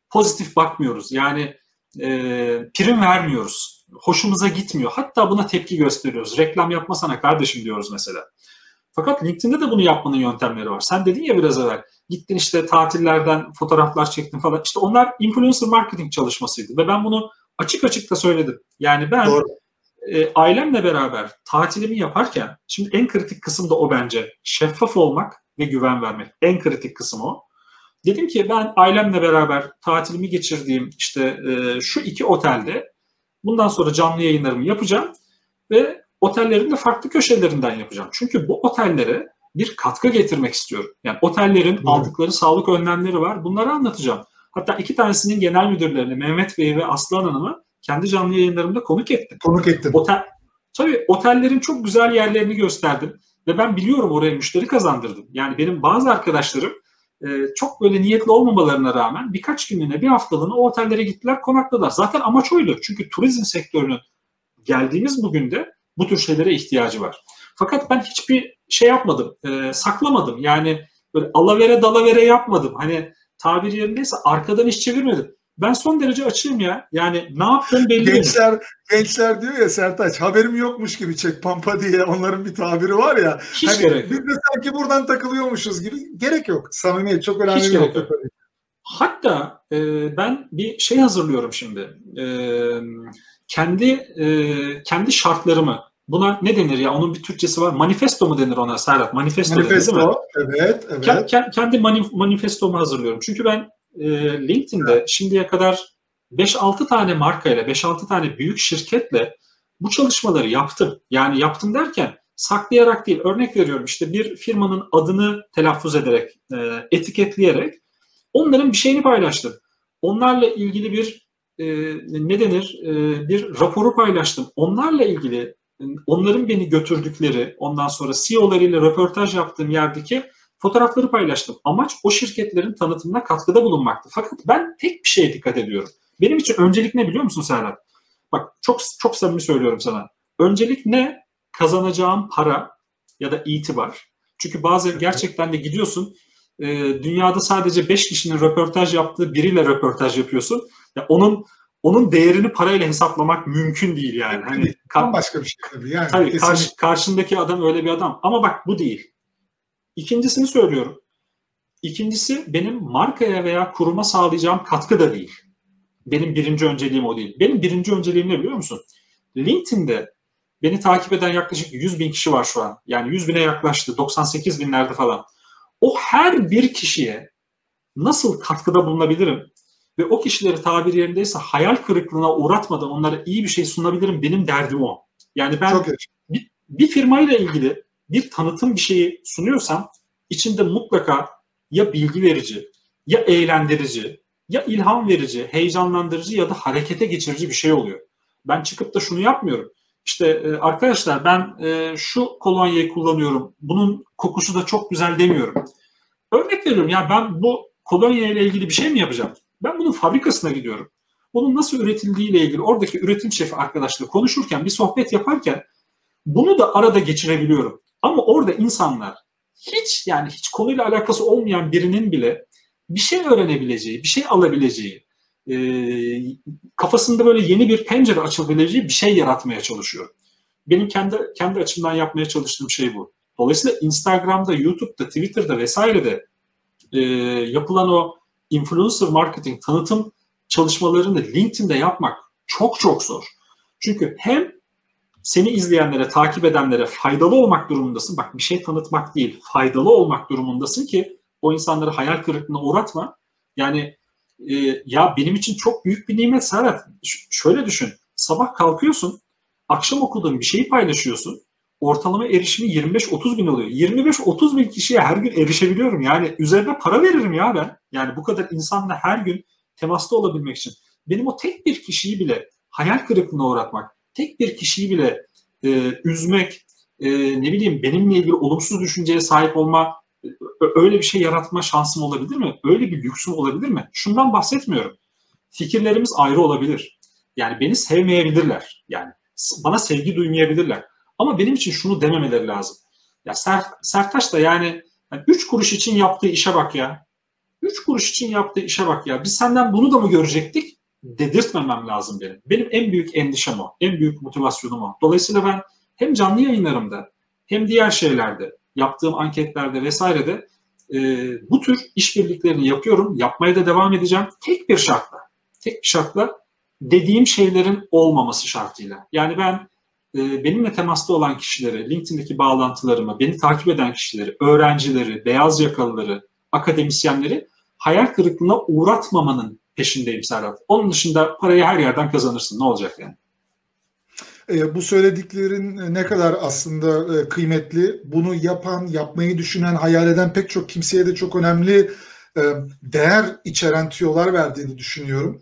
pozitif bakmıyoruz. Yani prim vermiyoruz. Hoşumuza gitmiyor. Hatta buna tepki gösteriyoruz. Reklam yapmasana kardeşim diyoruz mesela. Fakat LinkedIn'de de bunu yapmanın yöntemleri var. Sen dedin ya biraz evvel, gittin işte tatillerden fotoğraflar çektin falan. İşte onlar influencer marketing çalışmasıydı ve ben bunu açık açık da söyledim. Yani ben Doğru. Ailemle beraber tatilimi yaparken, şimdi en kritik kısım da o bence. Şeffaf olmak ve güven vermek. En kritik kısım o. Dedim ki ben ailemle beraber tatilimi geçirdiğim işte şu 2 otelde bundan sonra canlı yayınlarımı yapacağım ve otellerin de farklı köşelerinden yapacağım. Çünkü bu otellere bir katkı getirmek istiyorum. Yani otellerin aldıkları sağlık önlemleri var. Bunları anlatacağım. Hatta 2 tanesinin genel müdürlerini, Mehmet Bey'i ve Aslan Hanım'ı kendi canlı yayınlarımda konuk ettim. Konuk ettim. Tabii otellerin çok güzel yerlerini gösterdim ve ben biliyorum oraya müşteri kazandırdım. Yani benim bazı arkadaşlarım çok böyle niyetli olmamalarına rağmen birkaç günlüğüne, bir haftalığına o otellere gittiler, konakladılar. Zaten amaç oydu. Çünkü turizm sektörünün geldiğimiz bugün de bu tür şeylere ihtiyacı var. Fakat ben hiçbir şey yapmadım, saklamadım. Yani böyle alavere dalavere yapmadım. Hani tabiri yerindeyse arkadan iş çevirmedim. Ben son derece açığım ya. Yani ne yaptığım belli benim. Gençler diyor ya Sertaç, haberim yokmuş gibi çek pampa diye, onların bir tabiri var ya. Hiç hani gerek biz yok. de sanki buradan takılıyormuşuz gibi. Gerek yok. Samimiyet çok önemli Hiç bir gerek nokta yok. tabii. Hatta ben bir şey hazırlıyorum şimdi. Kendi şartlarımı, buna ne denir ya? Onun bir Türkçesi var. Manifesto mu denir ona Serhat? Manifesto denir değil mi? Evet. Kendi manifestomu hazırlıyorum. Çünkü ben LinkedIn'de şimdiye kadar 5-6 tane markayla, 5-6 tane büyük şirketle bu çalışmaları yaptım. Yani yaptım derken saklayarak değil. Örnek veriyorum, işte bir firmanın adını telaffuz ederek, etiketleyerek onların bir şeyini paylaştım. Onlarla ilgili bir bir raporu paylaştım. Onlarla ilgili onların beni götürdükleri, ondan sonra CEO'larıyla röportaj yaptığım yerdeki fotoğrafları paylaştım. Amaç o şirketlerin tanıtımına katkıda bulunmaktı. Fakat ben tek bir şeye dikkat ediyorum. Benim için öncelik ne biliyor musun Serhat? Bak çok çok samimi söylüyorum sana. Öncelik ne? Kazanacağım para ya da itibar. Çünkü bazen gerçekten de gidiyorsun, dünyada sadece 5 kişinin röportaj yaptığı biriyle röportaj yapıyorsun. Ya onun değerini parayla hesaplamak mümkün değil yani. Hani başka bir şey tabii yani. Tabii karşındaki adam öyle bir adam. Ama bak bu değil. İkincisini söylüyorum. İkincisi benim markaya veya kuruma sağlayacağım katkı da değil. Benim birinci önceliğim o değil. Benim birinci önceliğim ne biliyor musun? LinkedIn'de beni takip eden yaklaşık 100 bin kişi var şu an. Yani 100 bine yaklaştı. 98 binlerde falan. O her bir kişiye nasıl katkıda bulunabilirim ve o kişileri tabiri yerindeyse hayal kırıklığına uğratmadan onlara iyi bir şey sunabilirim, benim derdim o. Yani ben bir firmayla ilgili bir tanıtım bir şeyi sunuyorsam içinde mutlaka ya bilgi verici, ya eğlendirici, ya ilham verici, heyecanlandırıcı ya da harekete geçirici bir şey oluyor. Ben çıkıp da şunu yapmıyorum. İşte arkadaşlar ben şu kolonyayı kullanıyorum, bunun kokusu da çok güzel demiyorum. Örnek veriyorum ya, ben bu kolonya ile ilgili bir şey mi yapacağım? Ben bunun fabrikasına gidiyorum. Bunun nasıl üretildiği ile ilgili oradaki üretim şefi arkadaşla konuşurken, bir sohbet yaparken bunu da arada geçirebiliyorum. Ama orada insanlar hiç konuyla alakası olmayan birinin bile bir şey öğrenebileceği, bir şey alabileceği, kafasında böyle yeni bir pencere açılabileceği bir şey yaratmaya çalışıyor. Benim kendi açımdan yapmaya çalıştığım şey bu. Dolayısıyla Instagram'da, YouTube'da, Twitter'da vesairede yapılan o influencer marketing, tanıtım çalışmalarını LinkedIn'de yapmak çok çok zor. Çünkü hem seni izleyenlere, takip edenlere faydalı olmak durumundasın. Bak, bir şey tanıtmak değil, faydalı olmak durumundasın ki o insanları hayal kırıklığına uğratma. Yani ya benim için çok büyük bir nimet Serhat. Şöyle düşün. Sabah kalkıyorsun, akşam okuduğun bir şeyi paylaşıyorsun. Ortalama erişimi 25-30 bin oluyor. 25-30 bin kişiye her gün erişebiliyorum. Yani üzerine para veririm ya ben. Yani bu kadar insanla her gün temasta olabilmek için. Benim o tek bir kişiyi bile hayal kırıklığına uğratmak, tek bir kişiyi bile üzmek, ne bileyim benimle ilgili olumsuz düşünceye sahip olma, öyle bir şey yaratma şansım olabilir mi? Öyle bir lüksüm olabilir mi? Şundan bahsetmiyorum. Fikirlerimiz ayrı olabilir. Yani beni sevmeyebilirler. Yani bana sevgi duymayabilirler. Ama benim için şunu dememeleri lazım. Ya Sertaç da yani 3 kuruş için yaptığı işe bak ya. 3 kuruş için yaptığı işe bak ya. Biz senden bunu da mı görecektik? Dedirtmemem lazım benim. Benim en büyük endişem o. En büyük motivasyonum o. Dolayısıyla ben hem canlı yayınlarımda hem diğer şeylerde, yaptığım anketlerde vesairede bu tür işbirliklerini yapıyorum. Yapmaya da devam edeceğim. Tek bir şartla. Tek bir şartla, dediğim şeylerin olmaması şartıyla. Yani ben benimle temasta olan kişileri, LinkedIn'deki bağlantılarımı, beni takip eden kişileri, öğrencileri, beyaz yakalıları, akademisyenleri hayal kırıklığına uğratmamanın peşindeyim Serhat. Onun dışında parayı her yerden kazanırsın. Ne olacak yani? Bu söylediklerin ne kadar aslında kıymetli. Bunu yapan, yapmayı düşünen, hayal eden pek çok kimseye de çok önemli değer içeren tüyolar verdiğini düşünüyorum.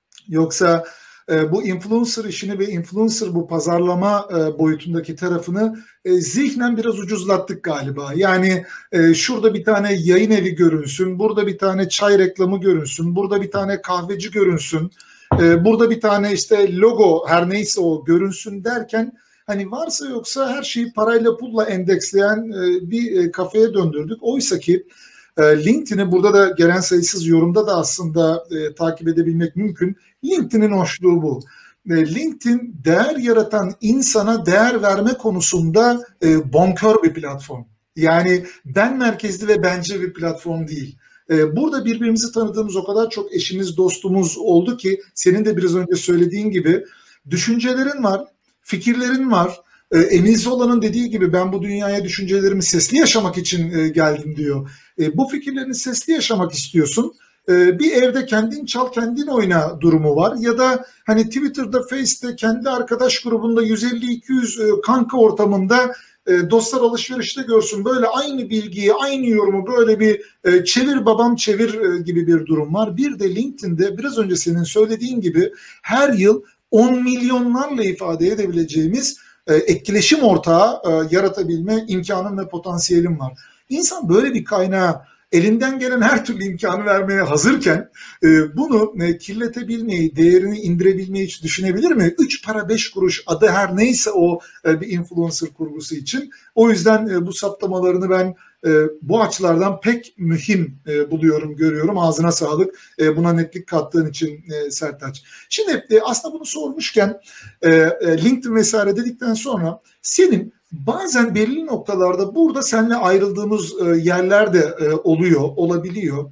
Yoksa bu influencer işini ve influencer bu pazarlama boyutundaki tarafını zihnen biraz ucuzlattık galiba. Yani şurada bir tane yayın evi görünsün, burada bir tane çay reklamı görünsün, burada bir tane kahveci görünsün, burada bir tane işte logo her neyse o görünsün derken hani varsa yoksa her şeyi parayla pulla endeksleyen bir kafeye döndürdük. Oysa ki LinkedIn'i burada da gelen sayısız yorumda da aslında takip edebilmek mümkün. LinkedIn'in hoşluğu bu. LinkedIn değer yaratan insana değer verme konusunda bonkör bir platform. Yani ben merkezli ve bencil bir platform değil. Burada birbirimizi tanıdığımız o kadar çok eşimiz, dostumuz oldu ki senin de biraz önce söylediğin gibi düşüncelerin var, fikirlerin var. Emil Zola'nın dediği gibi ben bu dünyaya düşüncelerimi sesli yaşamak için geldim diyor. Bu fikirlerini sesli yaşamak istiyorsun. Bir evde kendin çal kendin oyna durumu var ya da hani Twitter'da, Face'te kendi arkadaş grubunda 150-200 kanka ortamında dostlar alışverişte görsün böyle aynı bilgiyi, aynı yorumu böyle bir çevir babam çevir gibi bir durum var. Bir de LinkedIn'de biraz önce senin söylediğin gibi her yıl 10 milyonlarla ifade edebileceğimiz etkileşim ortağı yaratabilme imkanım ve potansiyelim var. İnsan böyle bir kaynağa elinden gelen her türlü imkanı vermeye hazırken bunu kirletebilmeyi, değerini indirebilmeyi hiç düşünebilir mi? 3 para 5 kuruş adı her neyse o bir influencer kurgusu için. O yüzden bu saptamalarını ben bu açılardan pek mühim buluyorum, görüyorum. Ağzına sağlık buna netlik kattığın için Sertaç. Şimdi aslında bunu sormuşken LinkedIn vesaire dedikten sonra senin bazen belirli noktalarda burada seninle ayrıldığımız yerler de oluyor, olabiliyor.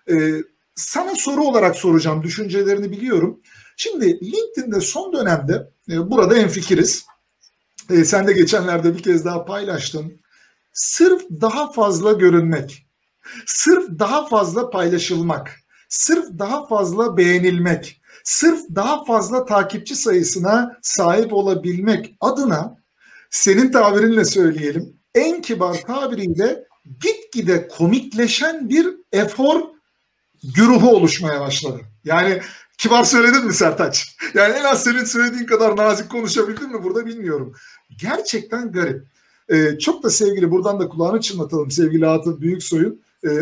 Sana soru olarak soracağım, düşüncelerini biliyorum. Şimdi LinkedIn'de son dönemde burada hemfikiriz. Sen de geçenlerde bir kez daha paylaştın. Sırf daha fazla görünmek, sırf daha fazla paylaşılmak, sırf daha fazla beğenilmek, sırf daha fazla takipçi sayısına sahip olabilmek adına senin tabirinle söyleyelim, en kibar tabiriyle gitgide komikleşen bir efor güruhu oluşmaya başladı. Yani kibar söyledin mi Sertaç? Yani en az senin söylediğin kadar nazik konuşabildin mi burada bilmiyorum. Gerçekten garip. Çok da sevgili, buradan da kulağını çınlatalım sevgili Atıl Büyüksoy'un.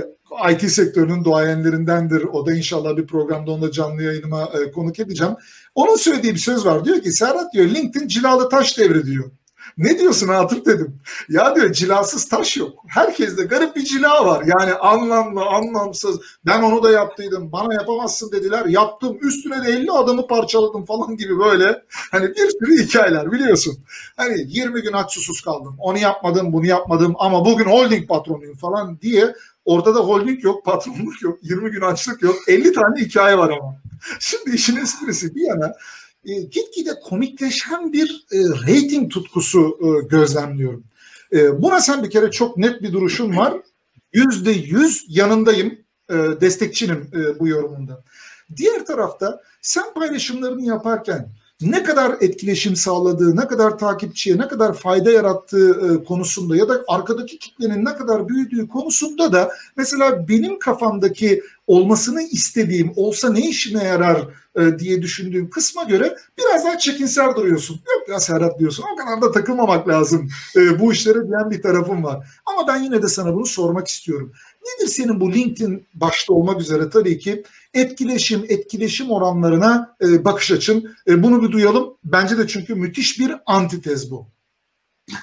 IT sektörünün duayenlerindendir. O da inşallah bir programda onunla canlı yayınıma konuk edeceğim. Onun söylediği bir söz var. Diyor ki Serhat diyor LinkedIn cilalı taş devri diyor. Ne diyorsun Atıf dedim. Ya diyor cilasız taş yok. Herkeste garip bir cila var. Yani anlamlı, anlamsız. Ben onu da yaptıydım. Bana yapamazsın dediler. Yaptım. Üstüne de 50 adamı parçaladım falan gibi böyle. Hani bir sürü hikayeler biliyorsun. Hani 20 gün aç susuz kaldım. Onu yapmadım, bunu yapmadım ama bugün holding patronuyum falan diye. Ortada holding yok, patronluk yok, 20 gün açlık yok. 50 tane hikaye var ama. Şimdi işin esprisi bir yana gitgide komikleşen bir reyting tutkusu gözlemliyorum. Buna sen bir kere çok net bir duruşun var. %100 yanındayım, destekçinim bu yorumunda. Diğer tarafta sen paylaşımlarını yaparken ne kadar etkileşim sağladığı, ne kadar takipçiye, ne kadar fayda yarattığı konusunda ya da arkadaki kitlenin ne kadar büyüdüğü konusunda da mesela benim kafamdaki olmasını istediğim, olsa ne işime yarar diye düşündüğüm kısma göre biraz daha çekinsel duruyorsun. Yok ya Serhat diyorsun, o kadar da takılmamak lazım. Bu işlere diyen bir tarafım var. Ama ben yine de sana bunu sormak istiyorum. Nedir senin bu LinkedIn başta olmak üzere tabii ki etkileşim oranlarına bakış açın? Bunu bir duyalım. Bence de çünkü müthiş bir antitez bu.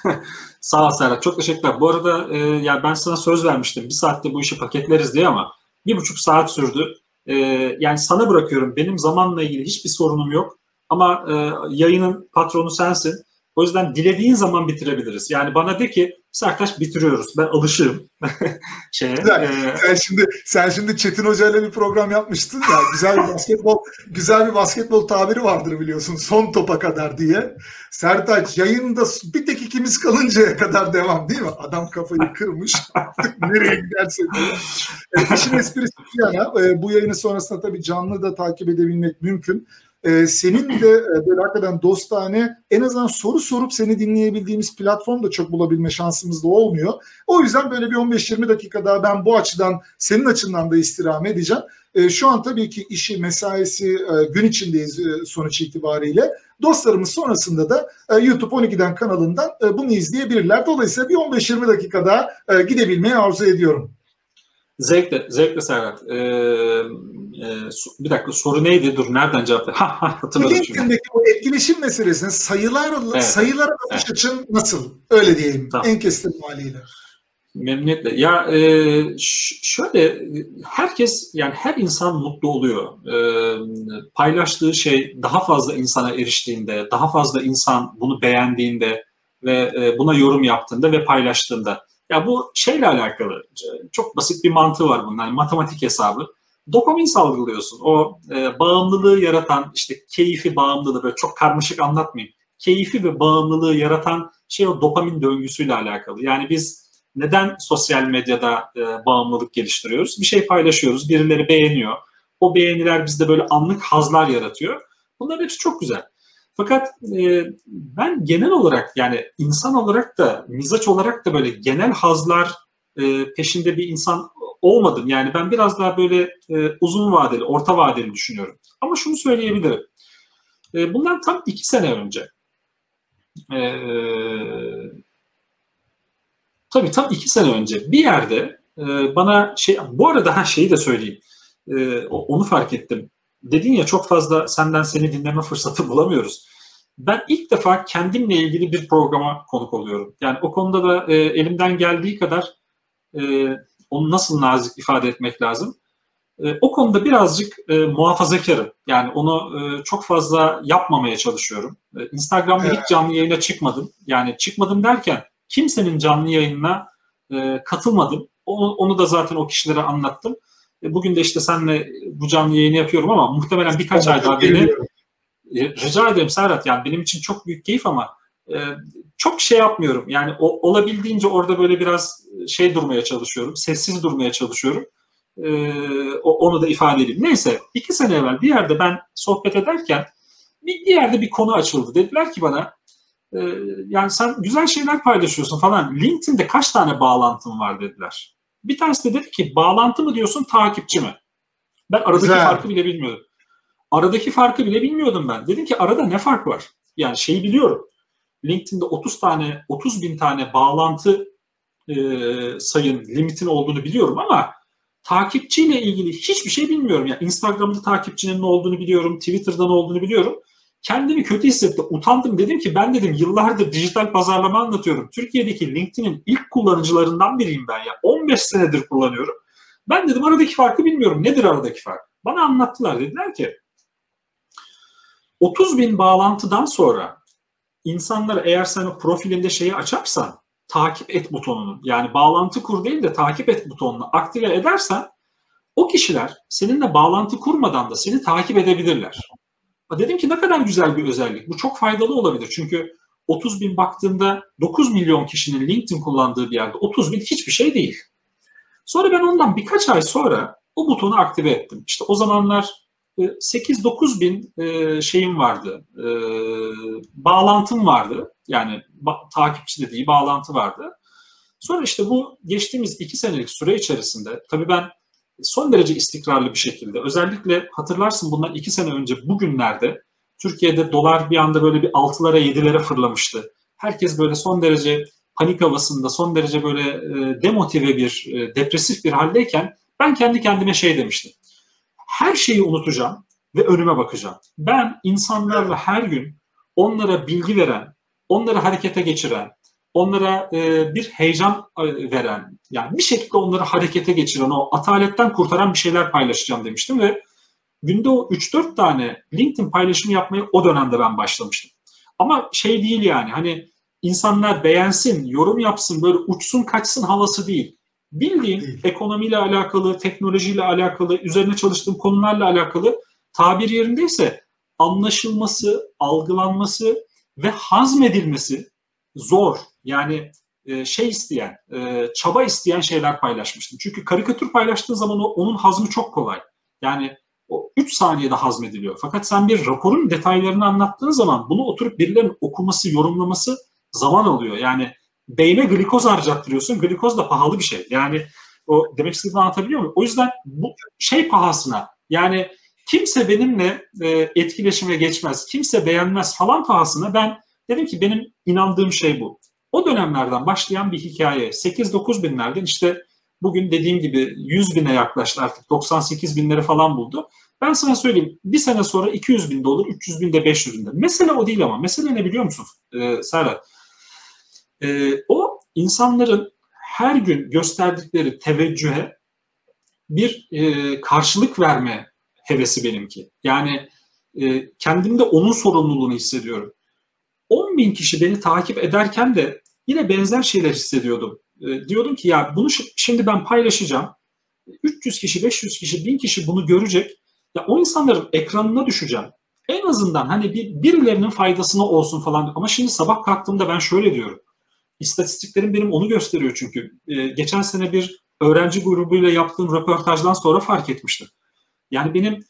Sağ ol Serhat. Çok teşekkürler. Bu arada yani ben sana söz vermiştim. Bir saatte bu işi paketleriz diye ama 1,5 saat sürdü. Yani sana bırakıyorum. Benim zamanla ilgili hiçbir sorunum yok. Ama yayının patronu sensin. O yüzden dilediğin zaman bitirebiliriz. Yani bana de ki Sertaç bitiriyoruz. Ben alışığım şeye. Güzel. Sen şimdi Çetin Hoca ile bir program yapmıştın ya. Güzel bir basketbol tabiri vardır biliyorsun. Son topa kadar diye. Sertaç yayında bir tek ikimiz kalıncaya kadar devam değil mi? Adam kafayı kırmış. Artık nereye giderse diye. İşin esprisi bir yana bu yayını sonrasında tabii canlı da takip edebilmek mümkün. Senin de böyle hakikaten dostane en azından soru sorup seni dinleyebildiğimiz platform da çok bulabilme şansımız da olmuyor. O yüzden böyle bir 15-20 dakika daha ben bu açıdan senin açından da istirham edeceğim. Şu an tabii ki işi mesaisi gün içindeyiz sonuç itibariyle. Dostlarımız sonrasında da YouTube 12'den kanalından bunu izleyebilirler. Dolayısıyla bir 15-20 dakika daha gidebilmeyi arzu ediyorum. Zevkle Serhat. Bir dakika soru neydi? Dur nereden cevap ver? Hatırladım şimdi. LinkedIn'deki o etkileşim meselesine sayılara bakış açın nasıl? Öyle diyeyim. Tamam. En kestirme haliyle. Memnuniyetle. Ya şöyle herkes yani her insan mutlu oluyor. Paylaştığı şey daha fazla insana eriştiğinde, daha fazla insan bunu beğendiğinde ve buna yorum yaptığında ve paylaştığında. Ya bu şeyle alakalı çok basit bir mantığı var bunun. Yani matematik hesabı. Dopamin salgılıyorsun. O bağımlılığı yaratan işte keyfi bağımlılığı böyle çok karmaşık anlatmayayım. Keyfi ve bağımlılığı yaratan şey o dopamin döngüsüyle alakalı. Yani biz neden sosyal medyada bağımlılık geliştiriyoruz? Bir şey paylaşıyoruz, birileri beğeniyor. O beğeniler bizde böyle anlık hazlar yaratıyor. Bunların hepsi çok güzel. Fakat ben genel olarak yani insan olarak da mizaç olarak da böyle genel hazlar peşinde bir insan olmadım. Yani ben biraz daha böyle uzun vadeli, orta vadeli düşünüyorum. Ama şunu söyleyebilirim. Bundan tam 2 sene önce tabii tam 2 sene önce bir yerde bana bu arada şeyi de söyleyeyim. Onu fark ettim. Dedin ya çok fazla seni dinleme fırsatı bulamıyoruz. Ben ilk defa kendimle ilgili bir programa konuk oluyorum. Yani o konuda da elimden geldiği kadar onu nasıl nazik ifade etmek lazım. O konuda birazcık muhafazakarım. Yani onu çok fazla yapmamaya çalışıyorum. Instagram'da hiç canlı yayına çıkmadım. Yani çıkmadım derken kimsenin canlı yayınına katılmadım. Onu da zaten o kişilere anlattım. Bugün de işte seninle bu canlı yayını yapıyorum ama muhtemelen birkaç ay daha beni rica ederim Serhat. Yani benim için çok büyük keyif ama çok şey yapmıyorum. Yani olabildiğince orada böyle biraz durmaya çalışıyorum. Sessiz durmaya çalışıyorum. Onu da ifade edeyim. Neyse 2 sene evvel bir yerde ben sohbet ederken bir yerde bir konu açıldı. Dediler ki bana yani sen güzel şeyler paylaşıyorsun falan. LinkedIn'de kaç tane bağlantın var dediler. Bir tanesi de dedi ki bağlantı mı diyorsun takipçi mi? Ben aradaki farkı bile bilmiyordum. Aradaki farkı bile bilmiyordum ben. Dedim ki arada ne fark var? Yani şeyi biliyorum. LinkedIn'de 30 bin tane bağlantı sayın limitin olduğunu biliyorum ama takipçiyle ilgili hiçbir şey bilmiyorum. Yani Instagram'da takipçinin ne olduğunu biliyorum, Twitter'da ne olduğunu biliyorum. Kendimi kötü hissettim, utandım. Dedim ki ben dedim yıllardır dijital pazarlama anlatıyorum. Türkiye'deki LinkedIn'in ilk kullanıcılarından biriyim ben ya. 15 senedir kullanıyorum. Ben dedim aradaki farkı bilmiyorum. Nedir aradaki fark? Bana anlattılar. Dediler ki 30 bin bağlantıdan sonra insanlar eğer sen o profilinde şeyi açarsan takip et butonunu yani bağlantı kur değil de takip et butonunu aktive edersen o kişiler seninle bağlantı kurmadan da seni takip edebilirler. Dedim ki ne kadar güzel bir özellik. Bu çok faydalı olabilir. Çünkü 30 bin baktığında 9 milyon kişinin LinkedIn kullandığı bir yerde 30 bin hiçbir şey değil. Sonra ben ondan birkaç ay sonra o butonu aktive ettim. İşte o zamanlar 8-9 bin şeyim vardı, bağlantım vardı. Yani takipçi dediği bağlantı vardı. Sonra işte bu geçtiğimiz 2 senelik süre içerisinde tabii ben son derece istikrarlı bir şekilde özellikle hatırlarsın bundan 2 sene önce bugünlerde Türkiye'de dolar bir anda böyle bir 6'lara 7'lere fırlamıştı. Herkes böyle son derece panik havasında, son derece böyle demotive depresif bir haldeyken ben kendi kendime demiştim. Her şeyi unutacağım ve önüme bakacağım. Ben insanlarla her gün onlara bilgi veren, onları harekete geçiren, onlara bir heyecan veren, yani bir şekilde onları harekete geçiren, o ataletten kurtaran bir şeyler paylaşacağım demiştim ve günde o 3-4 tane LinkedIn paylaşımı yapmayı o dönemde ben başlamıştım. Ama şey değil yani, hani insanlar beğensin, yorum yapsın, böyle uçsun kaçsın havası değil. Bildiğin Değil. ekonomiyle alakalı, teknolojiyle alakalı, üzerine çalıştığım konularla alakalı, tabir yerindeyse anlaşılması, algılanması ve hazmedilmesi zor. Yani şey isteyen, çaba isteyen şeyler paylaşmıştım. Çünkü karikatür paylaştığın zaman onun hazmı çok kolay. Yani o 3 saniyede hazmediliyor. Fakat sen bir raporun detaylarını anlattığın zaman bunu oturup birilerinin okuması, yorumlaması zaman alıyor. Yani beyne glikoz harcattırıyorsun. Glikoz da pahalı bir şey. Yani o demek istediğimi anlatabiliyor muyum? O yüzden bu şey pahasına, yani kimse benimle etkileşime geçmez, kimse beğenmez falan pahasına ben dedim ki benim inandığım şey bu. O dönemlerden başlayan bir hikaye. 8-9 binlerden işte bugün dediğim gibi 100 bine yaklaştı, artık 98 binleri falan buldu. Ben sana söyleyeyim, bir sene sonra 200 binde olur, 300 binde, 500 binde. Mesele o değil ama. Mesele ne biliyor musun Serhat? O insanların her gün gösterdikleri teveccühe bir karşılık verme hevesi benimki. Yani kendimde onun sorumluluğunu hissediyorum. 10 bin kişi beni takip ederken de yine benzer şeyler hissediyordum. Diyordum ki ya bunu şimdi ben paylaşacağım. 300 kişi, 500 kişi, 1000 kişi bunu görecek. Ya o insanların ekranına düşeceğim. En azından hani birilerinin faydasına olsun falan. Ama şimdi sabah kalktığımda ben şöyle diyorum. İstatistiklerim benim onu gösteriyor çünkü. Geçen sene bir öğrenci grubuyla yaptığım röportajdan sonra fark etmiştim. Yani benim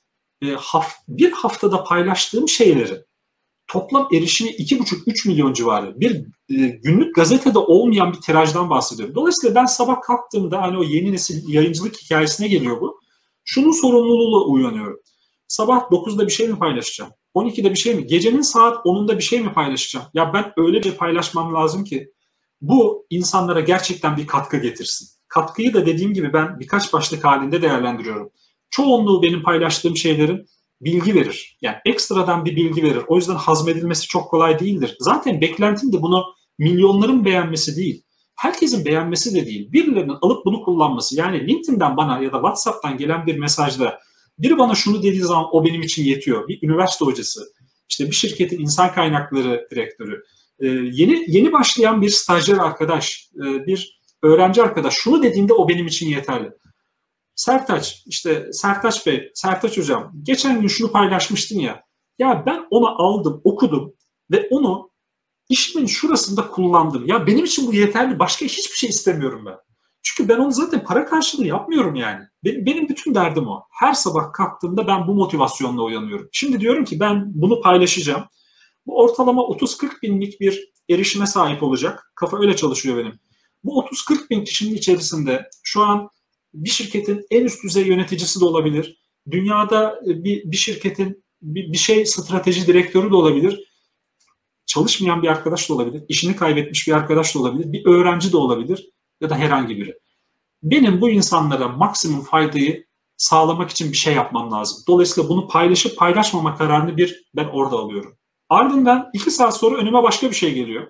bir haftada paylaştığım şeyleri toplam erişimi 2,5-3 milyon civarı bir günlük gazetede olmayan bir tirajdan bahsediyorum. Dolayısıyla ben sabah kalktığımda hani o yeni nesil yayıncılık hikayesine geliyor bu. Şunun sorumluluğuyla uyanıyorum. Sabah 9'da bir şey mi paylaşacağım? 12'de bir şey mi? Gecenin saat 10'unda bir şey mi paylaşacağım? Ya ben öylece paylaşmam lazım ki bu insanlara gerçekten bir katkı getirsin. Katkıyı da dediğim gibi ben birkaç başlık halinde değerlendiriyorum. Çoğunluğu benim paylaştığım şeylerin bilgi verir. Yani ekstradan bir bilgi verir. O yüzden hazmedilmesi çok kolay değildir. Zaten beklentim de bunu milyonların beğenmesi değil. Herkesin beğenmesi de değil. Birilerinin alıp bunu kullanması. Yani LinkedIn'den bana ya da WhatsApp'tan gelen bir mesajda biri bana şunu dediği zaman o benim için yetiyor. Bir üniversite hocası, işte bir şirketin insan kaynakları direktörü, yeni başlayan bir stajyer arkadaş, bir öğrenci arkadaş şunu dediğinde o benim için yeterli. Sertaç, işte Sertaç Bey, Sertaç Hocam, geçen gün şunu paylaşmıştın ya. Ya ben onu aldım, okudum ve onu işimin şurasında kullandım. Ya benim için bu yeterli. Başka hiçbir şey istemiyorum ben. Çünkü ben onu zaten para karşılığı yapmıyorum yani. Benim bütün derdim o. Her sabah kalktığımda ben bu motivasyonla uyanıyorum. Şimdi diyorum ki ben bunu paylaşacağım. Bu ortalama 30-40 binlik bir erişime sahip olacak. Kafa öyle çalışıyor benim. Bu 30-40 bin kişinin içerisinde şu an bir şirketin en üst düzey yöneticisi de olabilir. Dünyada bir şirketin bir şey strateji direktörü de olabilir. Çalışmayan bir arkadaş da olabilir. İşini kaybetmiş bir arkadaş da olabilir. Bir öğrenci de olabilir ya da herhangi biri. Benim bu insanlara maksimum faydayı sağlamak için bir şey yapmam lazım. Dolayısıyla bunu paylaşıp paylaşmama kararını ben orada alıyorum. Ardından 2 saat sonra önüme başka bir şey geliyor.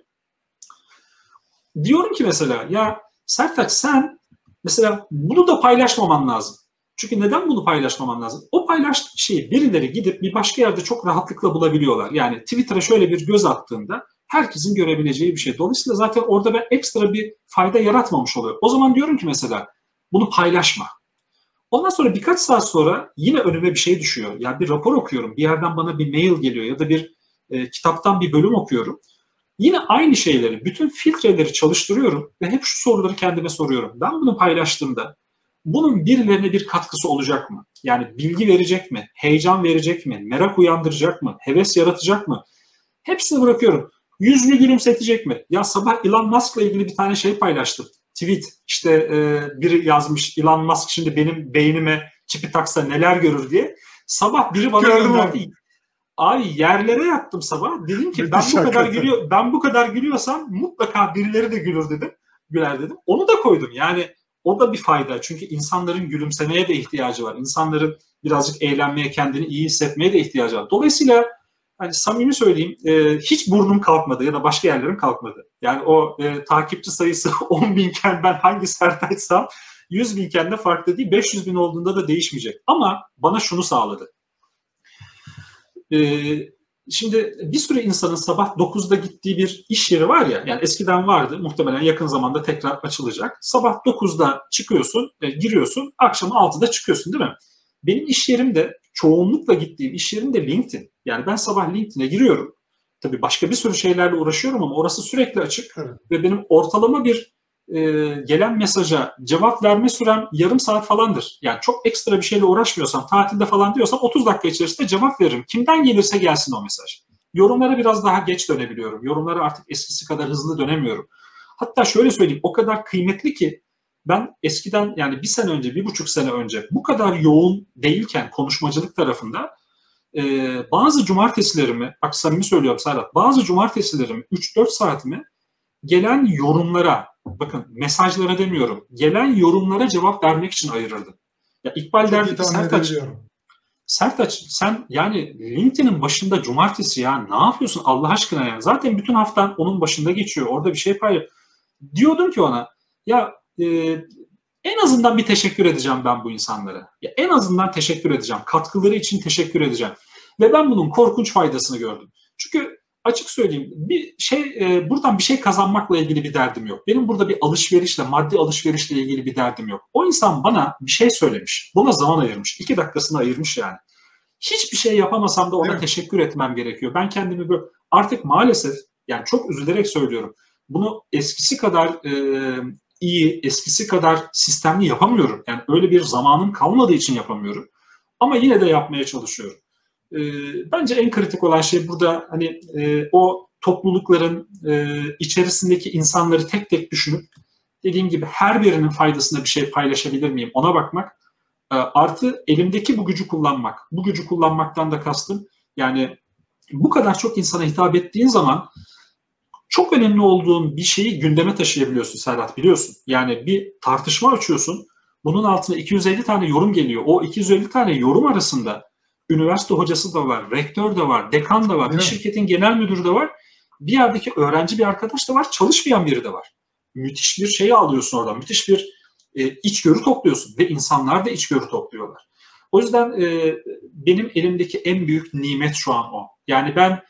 Diyorum ki mesela ya Sertaç sen mesela bunu da paylaşmaman lazım. Çünkü neden bunu paylaşmaman lazım? O paylaştığın şeyi birileri gidip bir başka yerde çok rahatlıkla bulabiliyorlar. Yani Twitter'a şöyle bir göz attığında herkesin görebileceği bir şey. Dolayısıyla zaten orada ben ekstra bir fayda yaratmamış oluyor. O zaman diyorum ki mesela bunu paylaşma. Ondan sonra birkaç saat sonra yine önüme bir şey düşüyor. Yani bir rapor okuyorum. Bir yerden bana bir mail geliyor ya da bir kitaptan bir bölüm okuyorum. Yine aynı şeyleri, bütün filtreleri çalıştırıyorum ve hep şu soruları kendime soruyorum. Ben bunu paylaştığımda bunun birilerine bir katkısı olacak mı? Yani bilgi verecek mi? Heyecan verecek mi? Merak uyandıracak mı? Heves yaratacak mı? Hepsini bırakıyorum. Yüzünü gülümsetecek mi? Ya sabah Elon Musk'la ilgili bir tane şey paylaştım. Tweet. İşte biri yazmış Elon Musk şimdi benim beynime çipi taksa neler görür diye. Sabah biri bana gönderdi. Abi yerlere yattım sabah. Dedim ki ben bu kadar gülüyorsam mutlaka birileri de gülür dedim. Güler dedim. Onu da koydum. Yani o da bir fayda. Çünkü insanların gülümsemeye de ihtiyacı var. İnsanların birazcık eğlenmeye, kendini iyi hissetmeye de ihtiyacı var. Dolayısıyla hani samimi söyleyeyim, hiç burnum kalkmadı ya da başka yerlerim kalkmadı. Yani o takipçi sayısı 10 binken ben hangi Sertaç'sam 100 binken de farklı değil, 500 bin olduğunda da değişmeyecek. Ama bana şunu sağladı. Şimdi bir sürü insanın sabah 9'da gittiği bir iş yeri var ya, yani eskiden vardı, muhtemelen yakın zamanda tekrar açılacak. Sabah 9'da çıkıyorsun, giriyorsun, akşam 6'da çıkıyorsun, değil mi? Benim iş yerimde, çoğunlukla gittiğim iş yerimde LinkedIn. Yani ben sabah LinkedIn'e giriyorum. Tabii başka bir sürü şeylerle uğraşıyorum ama orası sürekli açık. Evet. Ve benim ortalama bir gelen mesaja cevap verme sürem yarım saat falandır. Yani çok ekstra bir şeyle uğraşmıyorsam, tatilde falan diyorsam 30 dakika içerisinde cevap veririm. Kimden gelirse gelsin o mesaj. Yorumlara biraz daha geç dönebiliyorum. Yorumlara artık eskisi kadar hızlı dönemiyorum. Hatta şöyle söyleyeyim, o kadar kıymetli ki ben eskiden, yani bir sene önce, 1,5 sene önce bu kadar yoğun değilken konuşmacılık tarafında bazı cumartesilerimi, bak samimi söylüyorum Serhat, bazı cumartesilerimi 3-4 saatimi gelen yorumlara, bakın mesajlara demiyorum, gelen yorumlara cevap vermek için ayırırdım. Ya İkbal derdi ki Sertaç sen yani LinkedIn'in başında cumartesi ya ne yapıyorsun Allah aşkına ya? Zaten bütün haftan onun başında geçiyor. Orada bir şey paylaş. Diyordum ki ona ya en azından bir teşekkür edeceğim ben bu insanlara. Ya en azından teşekkür edeceğim. Katkıları için teşekkür edeceğim. Ve ben bunun korkunç faydasını gördüm. Çünkü açık söyleyeyim, bir şey buradan bir şey kazanmakla ilgili bir derdim yok. Benim burada bir alışverişle, maddi alışverişle ilgili bir derdim yok. O insan bana bir şey söylemiş. Buna zaman ayırmış. 2 dakikasını ayırmış yani. Hiçbir şey yapamasam da ona teşekkür etmem gerekiyor. Ben kendimi böyle artık maalesef, yani çok üzülerek söylüyorum. Bunu eskisi kadar iyi, eskisi kadar sistemli yapamıyorum. Yani öyle bir zamanım kalmadığı için yapamıyorum. Ama yine de yapmaya çalışıyorum. Bence en kritik olan şey burada hani o toplulukların içerisindeki insanları tek tek düşünüp dediğim gibi her birinin faydasına bir şey paylaşabilir miyim ona bakmak. Artı elimdeki bu gücü kullanmak. Bu gücü kullanmaktan da kastım yani bu kadar çok insana hitap ettiğin zaman çok önemli olduğun bir şeyi gündeme taşıyabiliyorsun Serhat, biliyorsun. Yani bir tartışma açıyorsun. Bunun altına 250 tane yorum geliyor. O 250 tane yorum arasında üniversite hocası da var, rektör de var, dekan da var, bir şirketin genel müdürü de var. Bir yerdeki öğrenci bir arkadaş da var, çalışmayan biri de var. Müthiş bir şey alıyorsun oradan, müthiş bir içgörü topluyorsun ve insanlar da içgörü topluyorlar. O yüzden benim elimdeki en büyük nimet şu an o. Yani ben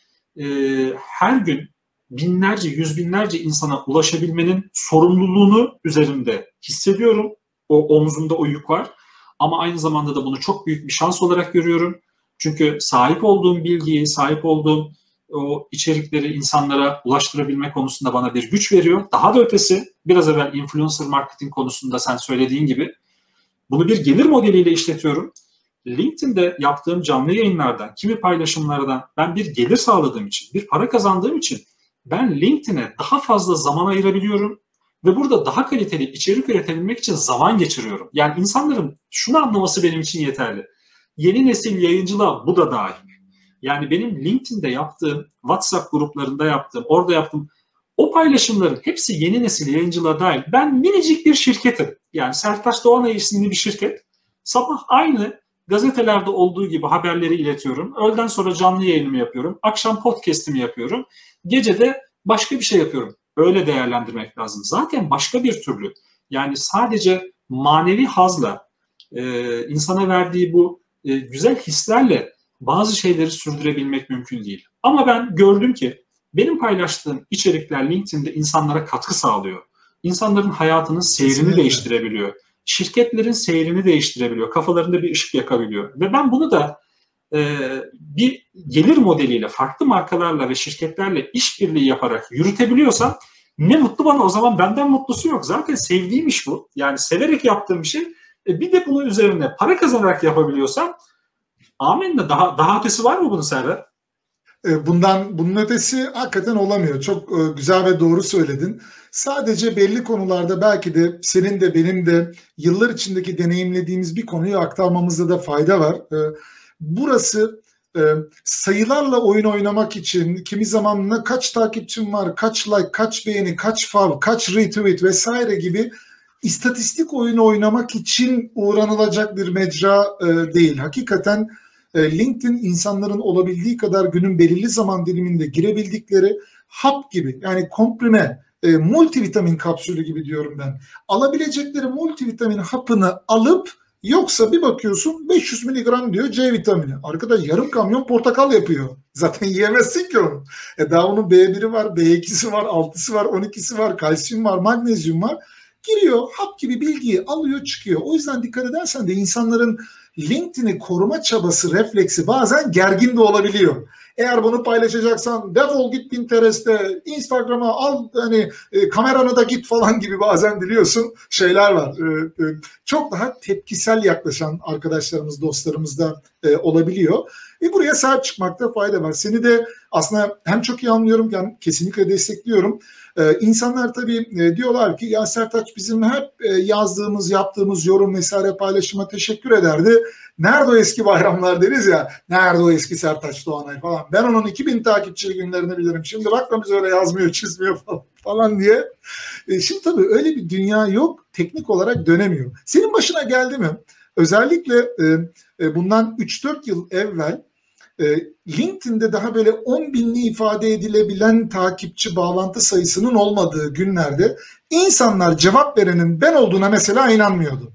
her gün binlerce, yüz binlerce insana ulaşabilmenin sorumluluğunu üzerimde hissediyorum. O omzumda o yük var. Ama aynı zamanda da bunu çok büyük bir şans olarak görüyorum. Çünkü sahip olduğum bilgiyi, sahip olduğum o içerikleri insanlara ulaştırabilme konusunda bana bir güç veriyor. Daha da ötesi, biraz evvel influencer marketing konusunda sen söylediğin gibi bunu bir gelir modeliyle işletiyorum. LinkedIn'de yaptığım canlı yayınlardan, kimi paylaşımlardan ben bir gelir sağladığım için, bir para kazandığım için ben LinkedIn'e daha fazla zaman ayırabiliyorum ve burada daha kaliteli içerik üretebilmek için zaman geçiriyorum. Yani insanların şunu anlaması benim için yeterli. Yeni nesil yayıncılığa bu da dahil. Yani benim LinkedIn'de yaptığım, WhatsApp gruplarında yaptığım, orada yaptığım o paylaşımların hepsi yeni nesil yayıncılığa dahil. Ben minicik bir şirketim. Yani Sertaç Doğanay isimli bir şirket. Sabah aynı gazetelerde olduğu gibi haberleri iletiyorum. Öğleden sonra canlı yayınımı yapıyorum. Akşam podcast'imi yapıyorum. Gece de başka bir şey yapıyorum. Öyle değerlendirmek lazım. Zaten başka bir türlü. Yani sadece manevi hazla, insana verdiği bu güzel hislerle bazı şeyleri sürdürebilmek mümkün değil. Ama ben gördüm ki benim paylaştığım içerikler LinkedIn'de insanlara katkı sağlıyor. İnsanların hayatının seyrini değiştirebiliyor. Şirketlerin seyrini değiştirebiliyor. Kafalarında bir ışık yakabiliyor. Ve ben bunu da bir gelir modeliyle, farklı markalarla ve şirketlerle işbirliği yaparak yürütebiliyorsam ne mutlu bana, o zaman benden mutlusu yok. Zaten sevdiğim iş bu. Yani severek yaptığım bir şey. Bir de bunun üzerine para kazanarak yapabiliyorsam amenna, daha ötesi var mı bunun Serhat? Bunun ötesi hakikaten olamıyor. Çok güzel ve doğru söyledin. Sadece belli konularda belki de senin de benim de yıllar içindeki deneyimlediğimiz bir konuyu aktarmamızda da fayda var. Burası sayılarla oyun oynamak için kimi zaman kaç takipçim var, kaç like, kaç beğeni, kaç fav, kaç retweet vesaire gibi istatistik oyunu oynamak için uğranılacak bir mecra değil. Hakikaten LinkedIn insanların olabildiği kadar günün belirli zaman diliminde girebildikleri hap gibi, yani komprime, multivitamin kapsülü gibi diyorum ben. Alabilecekleri multivitamin hapını alıp, yoksa bir bakıyorsun 500 miligram diyor C vitamini. Arkadaş yarım kamyon portakal yapıyor. Zaten yiyemezsin ki onu. Daha onun B1'i var, B2'si var, 6'sı var, 12'si var, kalsiyum var, magnezyum var. Giriyor, hap gibi bilgiyi alıyor, çıkıyor. O yüzden dikkat edersen de insanların LinkedIn'i koruma çabası, refleksi bazen gergin de olabiliyor. Eğer bunu paylaşacaksan defol git Pinterest'te, Instagram'a al, hani kamerana da git falan gibi bazen biliyorsun şeyler var. Çok daha tepkisel yaklaşan arkadaşlarımız, dostlarımız da olabiliyor. Buraya sahip çıkmakta fayda var. Seni de aslında hem çok iyi anlıyorum, hem kesinlikle destekliyorum. İnsanlar tabii diyorlar ki ya Sertaç bizim hep yazdığımız, yaptığımız yorum vesaire paylaşıma teşekkür ederdi. Nerede o eski bayramlar deriz ya. Nerede o eski Sertaç Doğanay falan. Ben onun 2000 takipçili günlerini bilirim. Şimdi bakma biz öyle yazmıyor, çizmiyor falan diye. Şimdi tabii öyle bir dünya yok. Teknik olarak dönemiyor. Senin başına geldi mi? Özellikle bundan 3-4 yıl evvel LinkedIn'de daha böyle 10 binli ifade edilebilen takipçi bağlantı sayısının olmadığı günlerde insanlar cevap verenin ben olduğuna mesela inanmıyordu.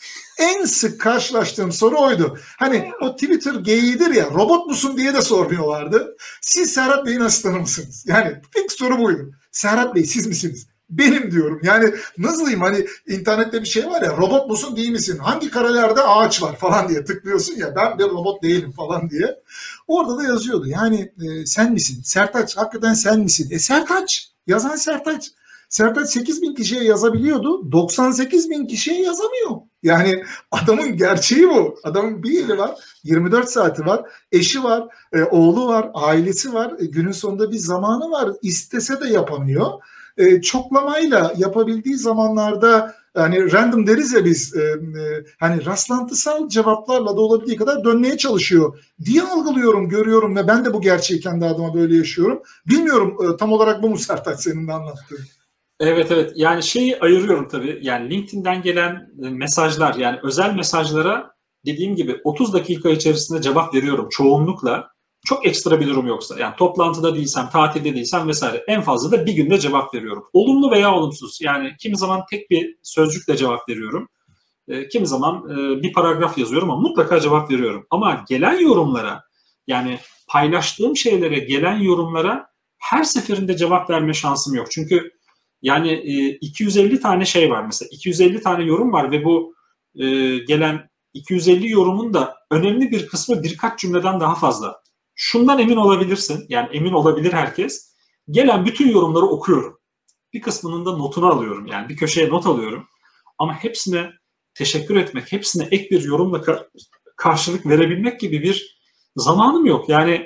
En sık karşılaştığım soru oydu. Hani o Twitter geyiğidir ya, robot musun diye de sormuyorlardı. Siz Serhat Bey'in asistanı mısınız? Yani ilk soru buydu. Serhat Bey siz misiniz? Benim diyorum. Yani nasıl diyeyim, hani internette bir şey var ya, robot musun değil misin? Hangi karelerde ağaç var falan diye tıklıyorsun ya, ben bir robot değilim falan diye. Orada da yazıyordu. Yani sen misin? Sertaç hakikaten sen misin? Sertaç. Yazan Sertaç. Sertaç 8 bin kişiye yazabiliyordu. 98 bin kişiye yazamıyor. Yani adamın gerçeği bu. Adamın bir eli var, 24 saati var, eşi var, oğlu var, ailesi var. Günün sonunda bir zamanı var. İstese de yapamıyor. Çoklamayla yapabildiği zamanlarda, hani random deriz ya biz, hani rastlantısal cevaplarla da olabildiği kadar dönmeye çalışıyor diye algılıyorum, görüyorum ve ben de bu gerçeği kendi adıma böyle yaşıyorum. Bilmiyorum tam olarak bu mu Sertaç senin de anlattığın? Evet, yani şeyi ayırıyorum tabii, yani LinkedIn'den gelen mesajlar, yani özel mesajlara dediğim gibi 30 dakika içerisinde cevap veriyorum çoğunlukla. Çok ekstra bir durum yoksa, yani toplantıda değilsem, tatilde değilsem vesaire, en fazla da bir günde cevap veriyorum. Olumlu veya olumsuz, yani kimi zaman tek bir sözcükle cevap veriyorum. Kimi zaman bir paragraf yazıyorum ama mutlaka cevap veriyorum. Ama gelen yorumlara, yani paylaştığım şeylere gelen yorumlara her seferinde cevap verme şansım yok. Çünkü yani 250 tane şey var mesela. 250 tane yorum var ve bu gelen 250 yorumun da önemli bir kısmı birkaç cümleden daha fazla. Şundan emin olabilirsin, yani emin olabilir herkes. Gelen bütün yorumları okuyorum. Bir kısmının da notunu alıyorum. Yani bir köşeye not alıyorum. Ama hepsine teşekkür etmek, hepsine ek bir yorumla karşılık verebilmek gibi bir zamanım yok. Yani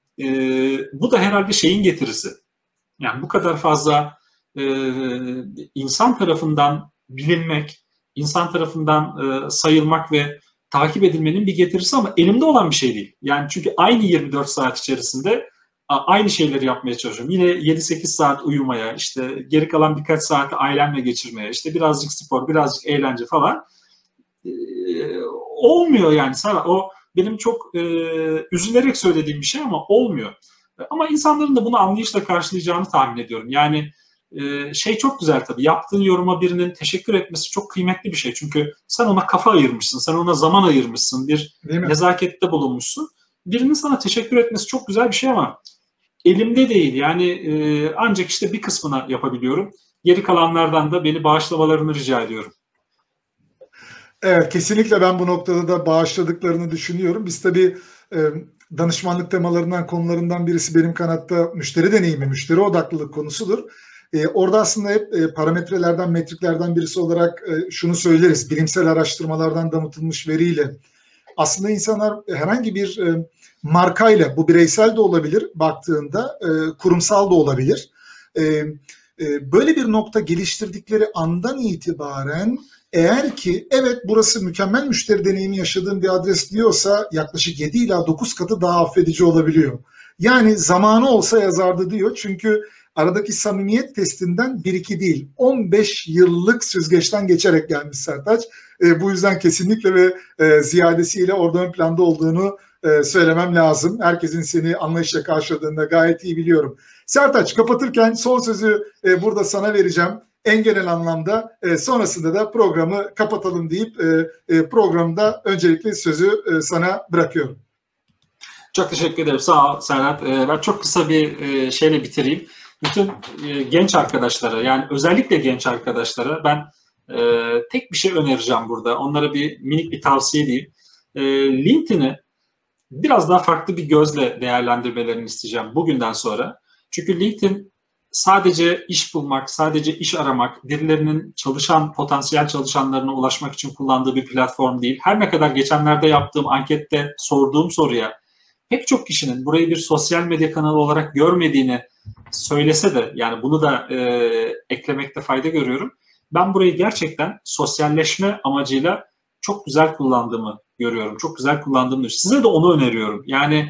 bu da herhalde şeyin getirisi. Yani bu kadar fazla insan tarafından bilinmek, insan tarafından sayılmak ve takip edilmenin bir getirisi ama elimde olan bir şey değil. Yani çünkü aynı 24 saat içerisinde aynı şeyleri yapmaya çalışıyorum. Yine 7-8 saat uyumaya, işte geri kalan birkaç saati ailemle geçirmeye, işte birazcık spor, birazcık eğlence falan. Olmuyor yani. O benim çok üzülerek söylediğim bir şey ama olmuyor. Ama insanların da bunu anlayışla karşılayacağını tahmin ediyorum. Yani şey çok güzel tabii. Yaptığın yoruma birinin teşekkür etmesi çok kıymetli bir şey. Çünkü sen ona kafa ayırmışsın, sen ona zaman ayırmışsın, bir nezakette bulunmuşsun. Birinin sana teşekkür etmesi çok güzel bir şey ama elimde değil. Yani ancak işte bir kısmına yapabiliyorum. Geri kalanlardan da beni bağışlamalarını rica ediyorum. Evet, kesinlikle ben bu noktada da bağışladıklarını düşünüyorum. Biz tabii danışmanlık temalarından, konularından birisi benim kanatta müşteri deneyimi, müşteri odaklılık konusudur. Orada aslında hep parametrelerden, metriklerden birisi olarak şunu söyleriz. Bilimsel araştırmalardan damıtılmış veriyle aslında insanlar herhangi bir markayla, bu bireysel de olabilir baktığında, kurumsal da olabilir. Böyle bir nokta geliştirdikleri andan itibaren, eğer ki evet burası mükemmel müşteri deneyimi yaşadığım bir adres diyorsa, yaklaşık 7 ila 9 katı daha affedici olabiliyor. Yani zamanı olsa yazardı diyor. Çünkü aradaki samimiyet testinden 1-2 değil, 15 yıllık süzgeçten geçerek gelmiş Sertaç. Bu yüzden kesinlikle ve ziyadesiyle orada ön planda olduğunu söylemem lazım. Herkesin seni anlayışla karşıladığını da gayet iyi biliyorum. Sertaç, kapatırken son sözü burada sana vereceğim. En genel anlamda sonrasında da programı kapatalım deyip programda öncelikle sözü sana bırakıyorum. Çok teşekkür ederim. Sağ ol Serhat. Ben çok kısa bir şeyle bitireyim. Bütün genç arkadaşlara, yani özellikle genç arkadaşlara ben tek bir şey önereceğim burada. Onlara minik bir tavsiye diyeyim. LinkedIn'i biraz daha farklı bir gözle değerlendirmelerini isteyeceğim bugünden sonra. Çünkü LinkedIn sadece iş bulmak, sadece iş aramak, birilerinin potansiyel çalışanlarına ulaşmak için kullandığı bir platform değil. Her ne kadar geçenlerde yaptığım ankette sorduğum soruya pek çok kişinin burayı bir sosyal medya kanalı olarak görmediğini söylese de, yani bunu da eklemekte fayda görüyorum. Ben burayı gerçekten sosyalleşme amacıyla çok güzel kullandığımı görüyorum. Çok güzel kullandığımı düşünüyorum. Size de onu öneriyorum. Yani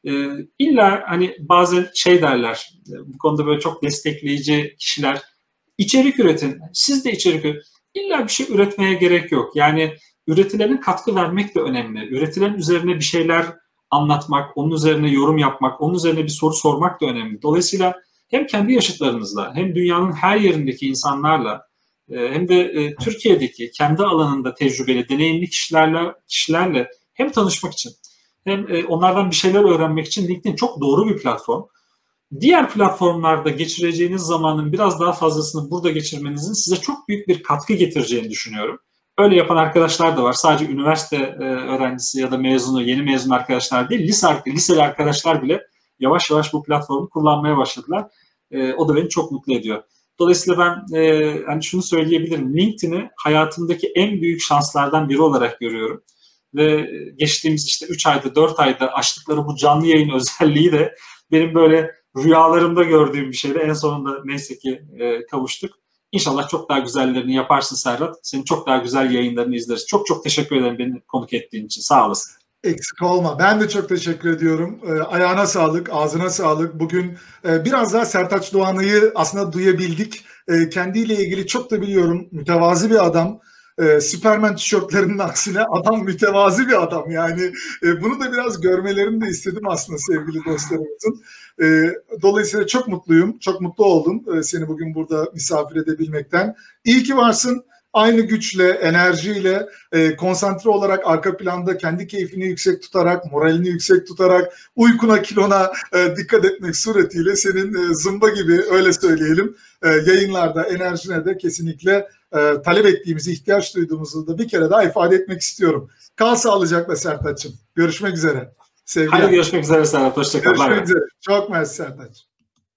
illa hani bazen derler, bu konuda böyle çok destekleyici kişiler, içerik üretin. Siz de içerik üretin. İlla bir şey üretmeye gerek yok. Yani üretilerin katkı vermek de önemli. Üretilen üzerine bir şeyler anlatmak, onun üzerine yorum yapmak, onun üzerine bir soru sormak da önemli. Dolayısıyla hem kendi yaşıtlarınızla, hem dünyanın her yerindeki insanlarla, hem de Türkiye'deki kendi alanında tecrübeli, deneyimli kişilerle hem tanışmak için, hem onlardan bir şeyler öğrenmek için LinkedIn çok doğru bir platform. Diğer platformlarda geçireceğiniz zamanın biraz daha fazlasını burada geçirmenizin size çok büyük bir katkı getireceğini düşünüyorum. Öyle yapan arkadaşlar da var. Sadece üniversite öğrencisi ya da yeni mezun arkadaşlar değil, liseli arkadaşlar bile yavaş yavaş bu platformu kullanmaya başladılar. O da beni çok mutlu ediyor. Dolayısıyla ben hani şunu söyleyebilirim. LinkedIn'i hayatımdaki en büyük şanslardan biri olarak görüyorum. Ve geçtiğimiz işte 3 ayda, 4 ayda açtıkları bu canlı yayın özelliği de benim böyle rüyalarımda gördüğüm bir şeydi. En sonunda neyse ki kavuştuk. İnşallah çok daha güzellerini yaparsın Serhat. Senin çok daha güzel yayınlarını izleriz. Çok çok teşekkür ederim beni konuk ettiğin için. Sağ olasın. Eksik olma. Ben de çok teşekkür ediyorum. Ayağına sağlık, ağzına sağlık. Bugün biraz daha Sertaç Doğan'ı aslında duyabildik. Kendiyle ilgili çok da biliyorum. Mütevazi bir adam. Süpermen tişörtlerinin aksine adam mütevazi bir adam. Yani bunu da biraz görmelerini de istedim aslında sevgili dostlarımızın. Dolayısıyla çok mutluyum. Çok mutlu oldum seni bugün burada misafir edebilmekten. İyi ki varsın. Aynı güçle, enerjiyle, konsantre olarak arka planda kendi keyfini yüksek tutarak, moralini yüksek tutarak, uykuna, kilona dikkat etmek suretiyle senin zımba gibi, öyle söyleyelim, yayınlarda enerjine de kesinlikle talep ettiğimizi, ihtiyaç duyduğumuzu da bir kere daha ifade etmek istiyorum. Kal sağlıcakla Sertaç'ım. Görüşmek üzere. Sevgiler. Hadi görüşmek üzere Serhat. Hoşçakal. Görüşmek üzere. Çok mersi Sertaç.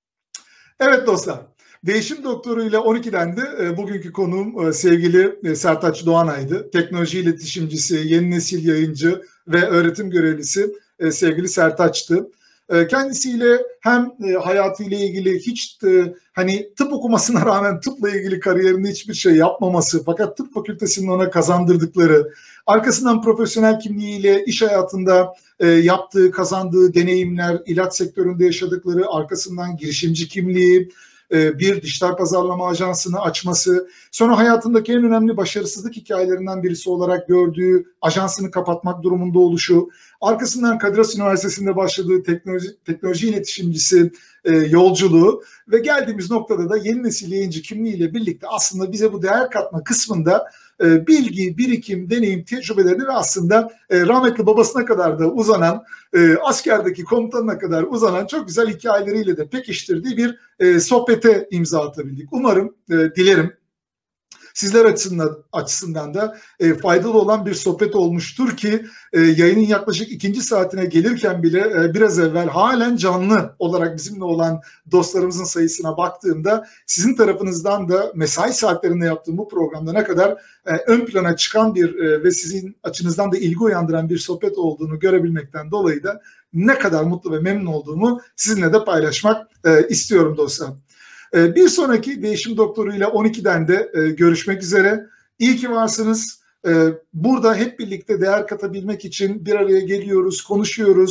Evet dostlar. Değişim Doktoru ile 12'den de bugünkü konuğum sevgili Sertaç Doğanay'dı. Teknoloji iletişimcisi, yeni nesil yayıncı ve öğretim görevlisi sevgili Sertaç'tı. Kendisiyle hem hayatıyla ilgili hiç hani tıp okumasına rağmen tıpla ilgili kariyerinde hiçbir şey yapmaması, fakat tıp fakültesinin ona kazandırdıkları, arkasından profesyonel kimliğiyle iş hayatında yaptığı, kazandığı deneyimler, ilaç sektöründe yaşadıkları, arkasından girişimci kimliği, bir dijital pazarlama ajansını açması, sonra hayatındaki en önemli başarısızlık hikayelerinden birisi olarak gördüğü ajansını kapatmak durumunda oluşu, arkasından Kadir Has Üniversitesi'nde başladığı teknoloji iletişimcisi yolculuğu ve geldiğimiz noktada da yeni nesil yayıncı kimliğiyle birlikte aslında bize bu değer katma kısmında bilgi, birikim, deneyim, tecrübelerini ve aslında rahmetli babasına kadar da uzanan, askerdeki komutanına kadar uzanan çok güzel hikayeleriyle de pekiştirdiği bir sohbete imza atabildik. Umarım, dilerim sizler açısından da faydalı olan bir sohbet olmuştur ki yayının yaklaşık 2. saatine gelirken bile biraz evvel halen canlı olarak bizimle olan dostlarımızın sayısına baktığımda sizin tarafınızdan da mesai saatlerinde yaptığım bu programda ne kadar ön plana çıkan bir ve sizin açınızdan da ilgi uyandıran bir sohbet olduğunu görebilmekten dolayı da ne kadar mutlu ve memnun olduğumu sizinle de paylaşmak istiyorum dostlar. Bir sonraki Değişim Doktoru ile 12'den de görüşmek üzere. İyi ki varsınız. Burada hep birlikte değer katabilmek için bir araya geliyoruz, konuşuyoruz.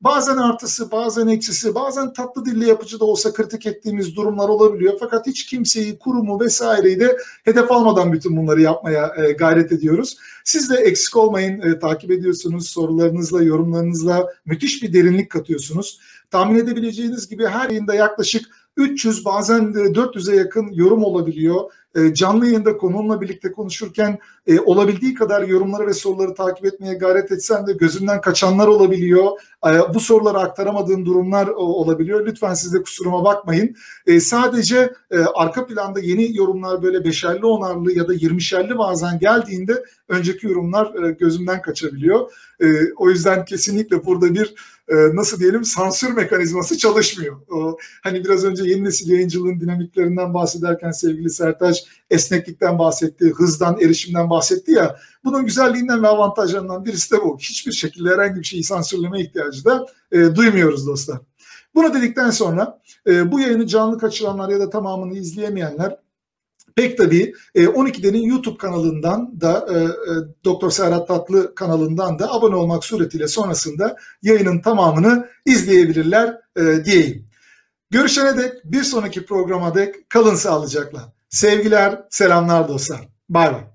Bazen artısı, bazen eksisi, bazen tatlı dilli yapıcı da olsa kritik ettiğimiz durumlar olabiliyor. Fakat hiç kimseyi, kurumu vesaireyi de hedef almadan bütün bunları yapmaya gayret ediyoruz. Siz de eksik olmayın, takip ediyorsunuz, sorularınızla, yorumlarınızla müthiş bir derinlik katıyorsunuz. Tahmin edebileceğiniz gibi her yayında yaklaşık 300 bazen 400'e yakın yorum olabiliyor. Canlı yayında konuğumla birlikte konuşurken olabildiği kadar yorumları ve soruları takip etmeye gayret etsem de gözümden kaçanlar olabiliyor. Bu soruları aktaramadığım durumlar olabiliyor. Lütfen siz de kusuruma bakmayın. Sadece arka planda yeni yorumlar böyle 5'erli 10'arlı ya da 20'şerli bazen geldiğinde önceki yorumlar gözümden kaçabiliyor. O yüzden kesinlikle burada bir nasıl diyelim sansür mekanizması çalışmıyor. Hani biraz önce yeni nesil yayıncılığın dinamiklerinden bahsederken sevgili Sertaç esneklikten bahsetti, hızdan, erişimden bahsetti ya. Bunun güzelliğinden ve avantajlarından birisi de bu. Hiçbir şekilde herhangi bir şeyi sansürleme ihtiyacı da duymuyoruz dostlar. Bunu dedikten sonra bu yayını canlı kaçıranlar ya da tamamını izleyemeyenler pek tabii 12'denin YouTube kanalından da Doktor Serhat Tatlı kanalından da abone olmak suretiyle sonrasında yayının tamamını izleyebilirler diyeyim. Görüşene dek bir sonraki programa dek kalın sağlıcakla. Sevgiler, selamlar dostlar. Bay bay.